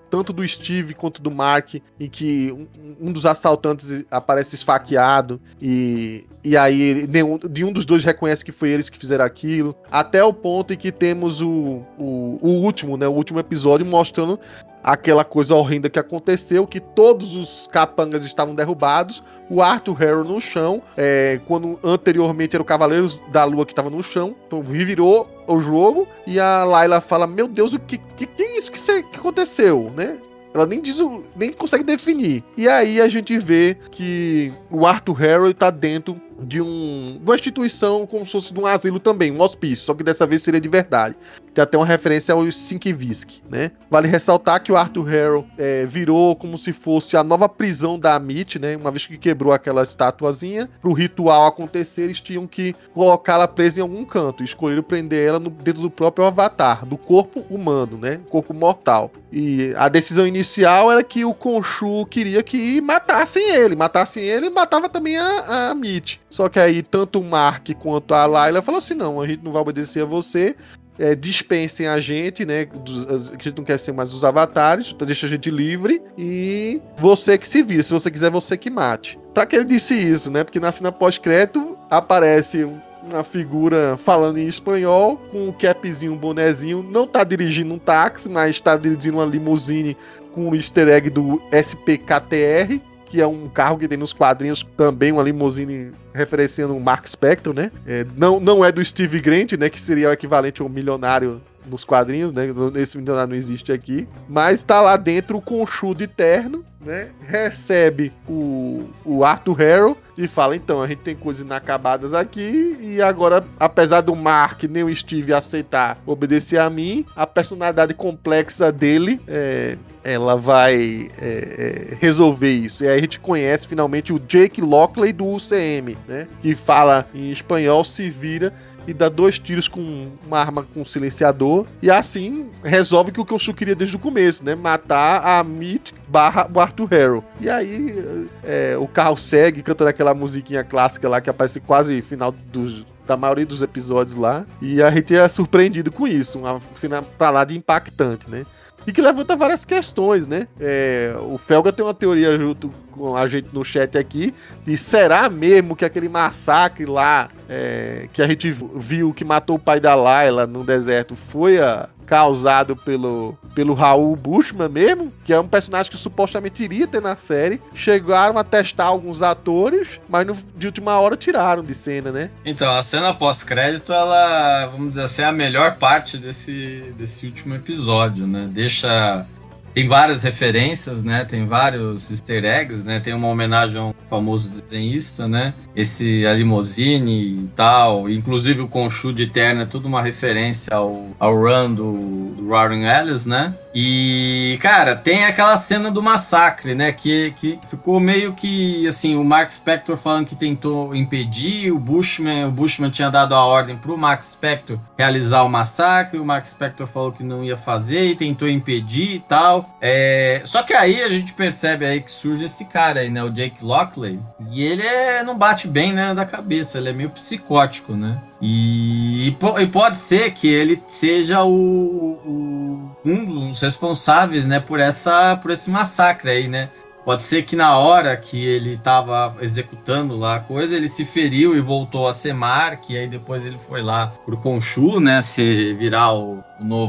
tanto do Steve quanto do Mark, em que um dos assaltantes aparece esfaqueado e aí nenhum dos dois reconhece que foi eles que fizeram aquilo, até o ponto em que temos o último, né, o último episódio mostrando aquela coisa horrenda que aconteceu, que todos os capangas estavam derrubados, o Arthur Harrow no chão, quando anteriormente era o Cavaleiro da Lua que estava no chão, então revirou o jogo, e a Layla fala, meu Deus, o que é isso que aconteceu, né? Ela nem consegue definir. E aí a gente vê que o Arthur Harrow tá dentro de uma instituição como se fosse de um asilo também, um hospício, só que dessa vez seria de verdade. Tem até uma referência ao Sienkiewicz, né? Vale ressaltar que o Arthur Harrow virou como se fosse a nova prisão da Amit, né? Uma vez que quebrou aquela estatuazinha, pro ritual acontecer, eles tinham que colocá-la presa em algum canto, escolheram prender ela dentro do próprio avatar, do corpo humano, né? Corpo mortal. E a decisão inicial era que o Khonshu queria que matassem ele e matava também a Amit. Só que aí tanto o Mark quanto a Layla falou assim, não, a gente não vai obedecer a você, dispensem a gente, né, que a gente não quer ser mais os avatares, deixa a gente livre e você que se vira, se você quiser você que mate. Pra que ele disse isso, né, porque na cena pós-crédito aparece uma figura falando em espanhol, com um capzinho, um bonezinho, não tá dirigindo um táxi, mas tá dirigindo uma limusine com o easter egg do SPKTR, que é um carro que tem nos quadrinhos também, uma limusine referenciando o Mark Spector, né? Não é do Steve Grant, né? Que seria o equivalente ao milionário nos quadrinhos, né? Esse milionário não existe aqui. Mas tá lá dentro o Khonshu de terno, né? Recebe o Arthur Harrow e fala, então, a gente tem coisas inacabadas aqui e agora, apesar do Mark nem o Steve aceitar obedecer a mim, a personalidade complexa dele, ela vai resolver isso. E aí a gente conhece finalmente o Jake Lockley do UCM, né? Que fala em espanhol, se vira e dá 2 tiros com uma arma com silenciador, e assim resolve que o Khonshu queria desde o começo, né? Matar a Amit / o Arthur Harrow. E aí o carro segue cantando aquela musiquinha clássica lá que aparece quase no final da maioria dos episódios lá, e a gente é surpreendido com isso, uma cena pra lá de impactante, né? E que levanta várias questões, né? O Felga tem uma teoria junto com a gente no chat aqui, de será mesmo que aquele massacre lá, que a gente viu que matou o pai da Layla no deserto, foi causado pelo Raul Bushman mesmo, que é um personagem que supostamente iria ter na série. Chegaram a testar alguns atores, mas de última hora tiraram de cena, né? Então, a cena pós-crédito, ela, vamos dizer assim, é a melhor parte desse último episódio, né? Tem várias referências, né? Tem vários easter eggs, né? Tem uma homenagem a um famoso desenhista, né? A limousine e tal. Inclusive o Khonshu de terno é tudo uma referência ao run do Warren Ellis, né? E, cara, tem aquela cena do massacre, né? Que ficou meio que, assim, o Mark Spector falando que tentou impedir, o Bushman tinha dado a ordem pro Mark Spector realizar o massacre, o Mark Spector falou que não ia fazer e tentou impedir e tal. Só que aí a gente percebe aí que surge esse cara aí, né? O Jake Lockley. E ele não bate bem, né, da cabeça, ele é meio psicótico, né? E pode ser que ele seja um dos responsáveis, né, por esse massacre aí, né? Pode ser que na hora que ele estava executando lá a coisa, ele se feriu e voltou a ser Mark, e aí depois ele foi lá pro Khonshu, né, se virar o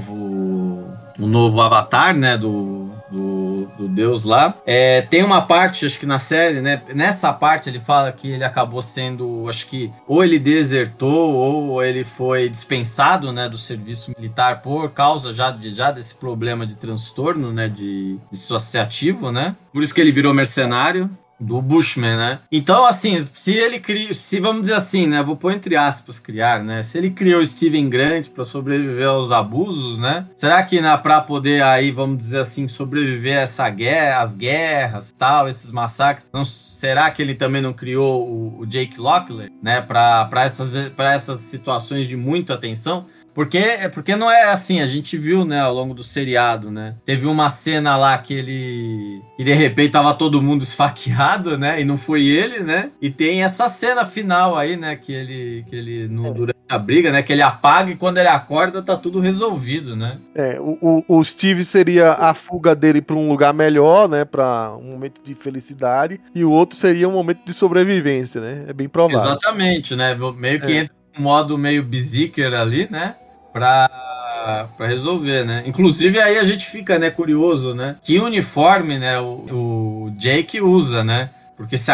novo avatar, né, do deus lá. Tem uma parte, acho que na série, né, nessa parte ele fala que ele acabou sendo, acho que ou ele desertou ou ele foi dispensado, né, do serviço militar por causa já desse problema de transtorno, né, de dissociativo, né, por isso que ele virou mercenário do Bushman, né? Então, assim, se vamos dizer assim, né? Vou pôr entre aspas, criar, né? Se ele criou o Steven Grant para sobreviver aos abusos, né? Será que para poder aí, vamos dizer assim, sobreviver a às guerras, tal, esses massacres, será que ele também não criou o Jake Lockley, né? Para essas situações de muita tensão? Porque não é assim, a gente viu, né, ao longo do seriado, né? Teve uma cena lá que de repente tava todo mundo esfaqueado, né? E não foi ele, né? E tem essa cena final aí, né? Que ele durante a briga, né? Que ele apaga e quando ele acorda tá tudo resolvido, né? O Steve seria a fuga dele pra um lugar melhor, né? Pra um momento de felicidade. E o outro seria um momento de sobrevivência, né? É bem provável. Exatamente, né? Meio que entra um modo meio berserker ali, né? Pra resolver, né? Inclusive aí a gente fica, né, curioso, né? Que uniforme, né, o Jake usa, né? Porque se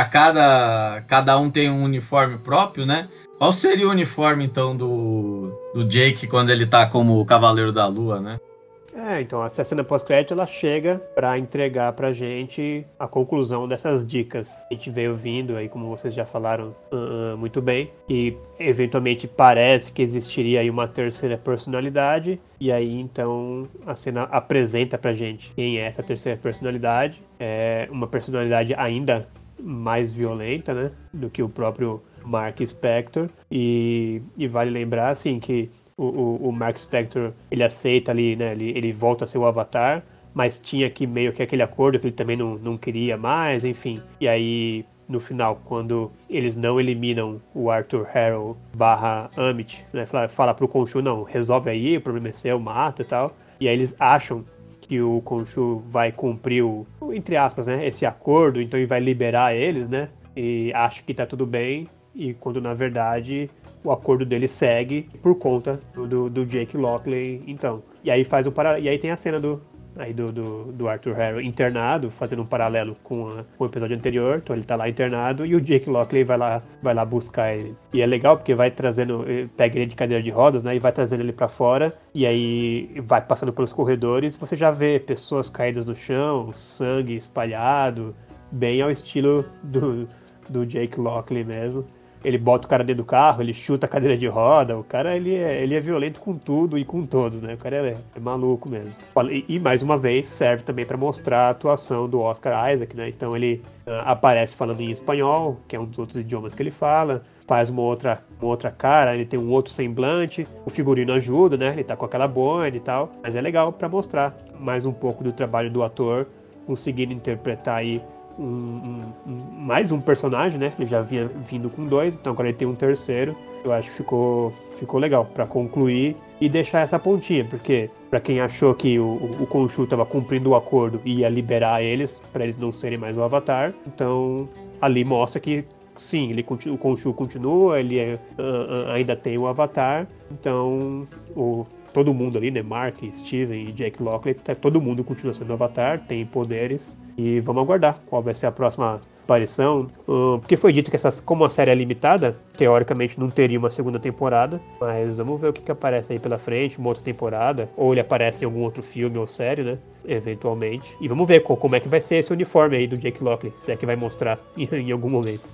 cada um tem um uniforme próprio, né? Qual seria o uniforme, então, do Jake quando ele tá como o Cavaleiro da Lua, né? Então essa cena pós-crédito ela chega para entregar pra gente a conclusão dessas dicas. A gente veio vindo aí, como vocês já falaram muito bem, e eventualmente parece que existiria aí uma terceira personalidade, e aí então a cena apresenta pra gente quem é essa terceira personalidade. É uma personalidade ainda mais violenta, né, do que o próprio Mark Spector, e vale lembrar assim que o Mark Spector, ele aceita ali, né, ele volta a ser o Avatar, mas tinha que meio que aquele acordo que ele também não queria mais, enfim. E aí, no final, quando eles não eliminam o Arthur Harrow / Amit, né, fala pro Khonshu, não, resolve aí, o problema é seu, mata e tal. E aí eles acham que o Khonshu vai cumprir entre aspas, né, esse acordo, então ele vai liberar eles, né, e acha que tá tudo bem, e quando na verdade o acordo dele segue por conta do Jake Lockley, então. E aí e aí tem a cena do Arthur Harrow internado, fazendo um paralelo com o episódio anterior. Então ele tá lá internado e o Jake Lockley vai lá buscar ele. E é legal porque vai trazendo, pega ele de cadeira de rodas, né, e vai trazendo ele pra fora, e aí vai passando pelos corredores, você já vê pessoas caídas no chão, sangue espalhado, bem ao estilo do Jake Lockley mesmo. Ele bota o cara dentro do carro, ele chuta a cadeira de roda, o cara ele é violento com tudo e com todos, né? O cara é maluco mesmo. E mais uma vez serve também para mostrar a atuação do Oscar Isaac, né? Então ele aparece falando em espanhol, que é um dos outros idiomas que ele fala, faz uma outra cara, ele tem um outro semblante, o figurino ajuda, né? Ele tá com aquela boina e tal, mas é legal para mostrar mais um pouco do trabalho do ator, conseguindo interpretar aí mais um personagem, né? Ele já vinha vindo com 2, então agora ele tem um terceiro. Eu acho que ficou legal para concluir e deixar essa pontinha, porque para quem achou que o Khonshu estava cumprindo o acordo e ia liberar eles, para eles não serem mais o Avatar, então ali mostra que sim, o Khonshu continua, ele ainda tem o Avatar, então todo mundo ali, né? Mark, Steven e Jake Lockley, todo mundo continua sendo Avatar, tem poderes. E vamos aguardar qual vai ser a próxima aparição. Porque foi dito que como a série é limitada, teoricamente não teria uma segunda temporada. Mas vamos ver o que aparece aí pela frente, uma outra temporada. Ou ele aparece em algum outro filme ou série, né? Eventualmente. E vamos ver como é que vai ser esse uniforme aí do Jake Lockley. Se é que vai mostrar em algum momento.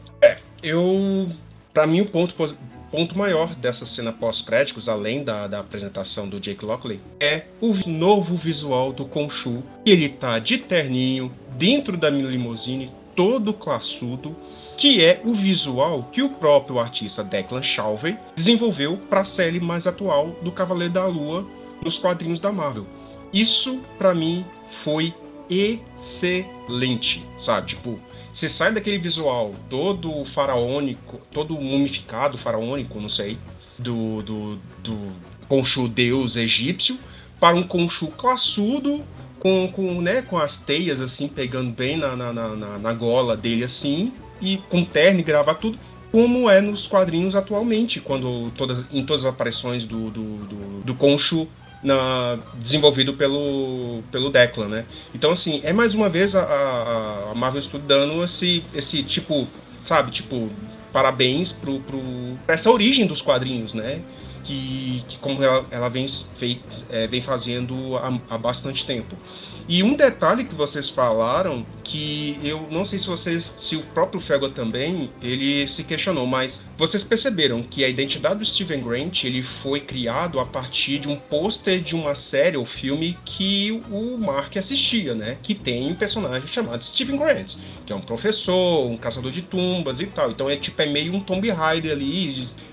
Pra mim, o ponto maior dessa cena pós-créditos, além da apresentação do Jake Lockley, é o novo visual do Khonshu. Ele tá de terninho, dentro da limousine, todo classudo, que é o visual que o próprio artista Declan Shalvey desenvolveu para a série mais atual do Cavaleiro da Lua nos quadrinhos da Marvel. Isso, pra mim, foi excelente, sabe? Tipo, você sai daquele visual todo faraônico, todo mumificado, faraônico, não sei, do Khonshu deus egípcio, para um Khonshu classudo, com as teias assim, pegando bem na gola dele assim, e com terno e gravar tudo, como é nos quadrinhos atualmente, em todas as aparições do Khonshu desenvolvido pelo Declan, né? Então, assim, é mais uma vez a Marvel Studios dando esse tipo, sabe? Tipo, parabéns pra essa origem dos quadrinhos, né? Que como ela vem fazendo há bastante tempo. E um detalhe que vocês falaram, que eu não sei se o próprio Fego também, ele se questionou, mas vocês perceberam que a identidade do Steven Grant, ele foi criado a partir de um pôster de uma série ou filme que o Mark assistia, né? Que tem um personagem chamado Steven Grant, que é um professor, um caçador de tumbas e tal. Então é meio um Tomb Raider ali,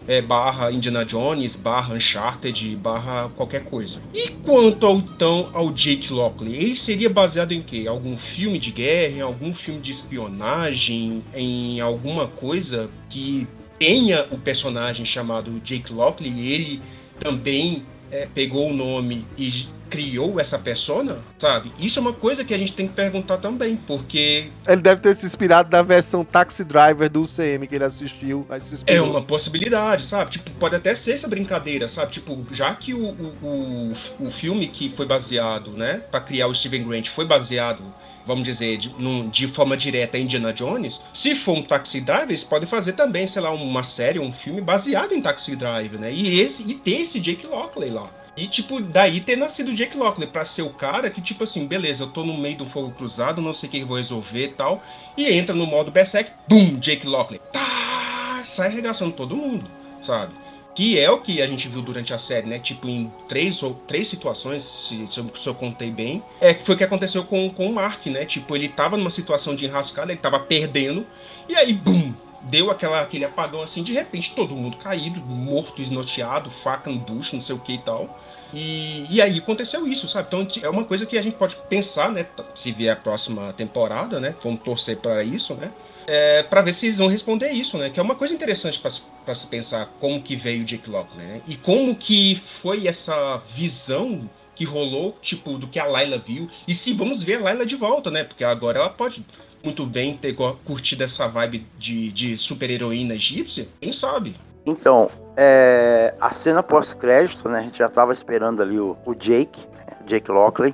barra Indiana Jones, barra Uncharted, barra qualquer coisa. E quanto ao Jake Lockley, ele seria baseado em quê? Algum filme de guerra, em algum filme de espionagem, em alguma coisa que tenha o personagem chamado Jake Lockley e ele também pegou o nome e criou essa persona, sabe? Isso é uma coisa que a gente tem que perguntar também, porque... Ele deve ter se inspirado na versão Taxi Driver do UCM que ele assistiu, mas se inspirou. É uma possibilidade, sabe? Tipo, pode até ser essa brincadeira, sabe? Tipo, já que o filme que foi baseado, né, pra criar o Steven Grant foi baseado, vamos dizer, de forma direta em Indiana Jones, se for um Taxi Driver, eles podem fazer também, sei lá, uma série, um filme baseado em Taxi Driver, né? E ter esse Jake Lockley lá. E, tipo, daí ter nascido o Jake Lockley pra ser o cara que, tipo assim, beleza, eu tô no meio do fogo cruzado, não sei o que eu vou resolver e tal, e entra no modo Berserk, BUM! Jake Lockley. Tá! Sai arregaçando todo mundo, sabe? Que é o que a gente viu durante a série, né? Tipo, em três situações, se eu contei bem, foi o que aconteceu com o Mark, né? Tipo, ele tava numa situação de enrascada, ele tava perdendo, e aí, BUM! Deu aquele apagão assim, de repente, todo mundo caído, morto, esnoteado, faca no bucho, não sei o que e tal. E aí aconteceu isso, sabe? Então é uma coisa que a gente pode pensar, né? Se vier a próxima temporada, né? Vamos torcer para isso, né? Para ver se eles vão responder isso, né? Que é uma coisa interessante para se pensar como que veio o Jake Lockley, né? E como que foi essa visão que rolou, tipo, do que a Layla viu. E se vamos ver a Layla de volta, né? Porque agora ela pode muito bem ter curtido essa vibe de super-heroína egípcia, quem sabe? Então, a cena pós-crédito, né, a gente já tava esperando ali o Jake, né, Jake Lockley,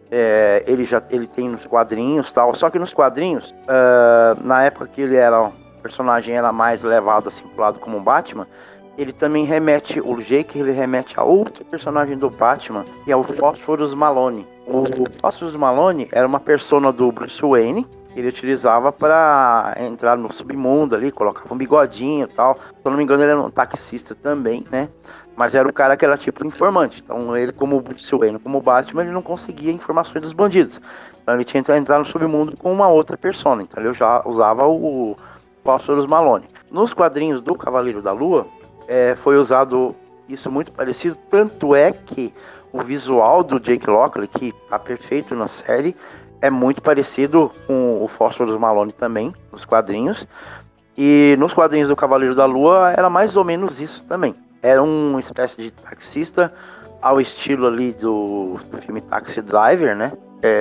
ele tem nos quadrinhos e tal, só que nos quadrinhos, na época que o personagem era mais levado assim pro lado como um Batman, ele também o Jake ele remete a outro personagem do Batman, que é o Phosphorus Malone. O Phosphorus Malone era uma persona do Bruce Wayne, ele utilizava para entrar no submundo ali, colocava um bigodinho e tal. Se eu não me engano, ele era um taxista também, né? Mas era o cara que era tipo informante. Então ele, como Bruce Wayne, como Batman, ele não conseguia informações dos bandidos. Então ele tinha que entrar no submundo com uma outra persona. Então ele já usava o Phosphorus Malone. Nos quadrinhos do Cavaleiro da Lua, foi usado isso muito parecido. Tanto é que o visual do Jake Lockley, que tá perfeito na série, é muito parecido com o Phosphorus Malone também, nos quadrinhos. E nos quadrinhos do Cavaleiro da Lua era mais ou menos isso também. Era uma espécie de taxista ao estilo ali do filme Taxi Driver, né?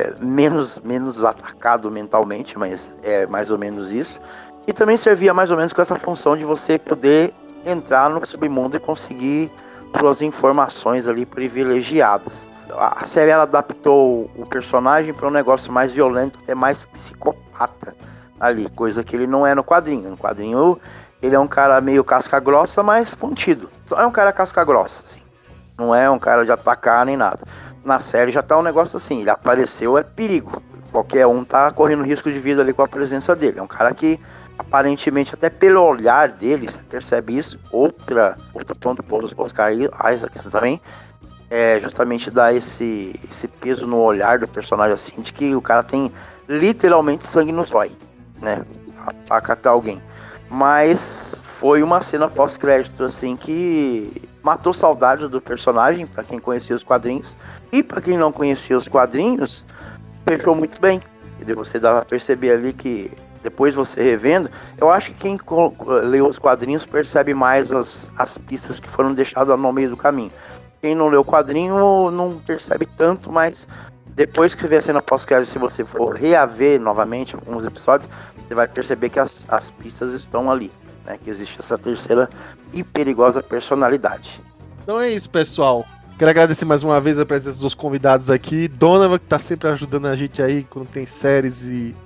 Menos atacado mentalmente, mas é mais ou menos isso. E também servia mais ou menos com essa função de você poder entrar no submundo e conseguir suas informações ali privilegiadas. A série ela adaptou o personagem para um negócio mais violento, até mais psicopata ali, coisa que ele não é no quadrinho. No quadrinho ele é um cara meio casca grossa, mas contido. Só é um cara casca grossa, assim. Não é um cara de atacar nem nada. Na série já tá um negócio assim, ele apareceu, é perigo. Qualquer um tá correndo risco de vida ali com a presença dele. É um cara que aparentemente, até pelo olhar dele, você percebe isso. Outro ponto do Oscar Isaac também, justamente dar esse peso no olhar do personagem, assim, de que o cara tem literalmente sangue no zóio, né? Ataca até alguém. Mas foi uma cena pós-crédito, assim, que matou saudades do personagem, pra quem conhecia os quadrinhos. E pra quem não conhecia os quadrinhos, fechou muito bem. E você dava a perceber ali que, depois você revendo, eu acho que quem leu os quadrinhos percebe mais as pistas que foram deixadas no meio do caminho. Quem não leu o quadrinho não percebe tanto, mas depois que vê a cena pós-crédito, se você for reaver novamente alguns episódios, você vai perceber que as pistas estão ali, né? Que existe essa terceira e perigosa personalidade. Então é isso, pessoal. Quero agradecer mais uma vez a presença dos convidados aqui. Donovan, que tá sempre ajudando a gente aí quando tem séries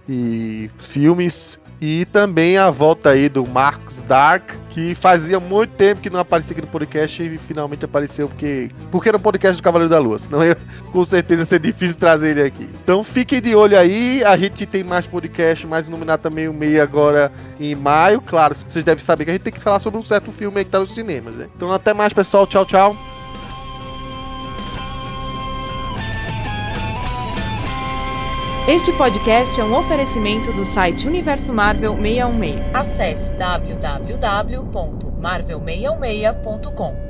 e filmes. E também a volta aí do Marcos Dark, que fazia muito tempo que não aparecia aqui no podcast e finalmente apareceu porque era um podcast do Cavaleiro da Lua, senão com certeza ia ser difícil trazer ele aqui. Então fiquem de olho aí, a gente tem mais podcast, mais Iluminata meio agora em maio. Claro, vocês devem saber que a gente tem que falar sobre um certo filme aí que tá nos cinemas, né? Então até mais, pessoal, tchau, tchau. Este podcast é um oferecimento do site Universo Marvel 616. Acesse www.marvel616.com.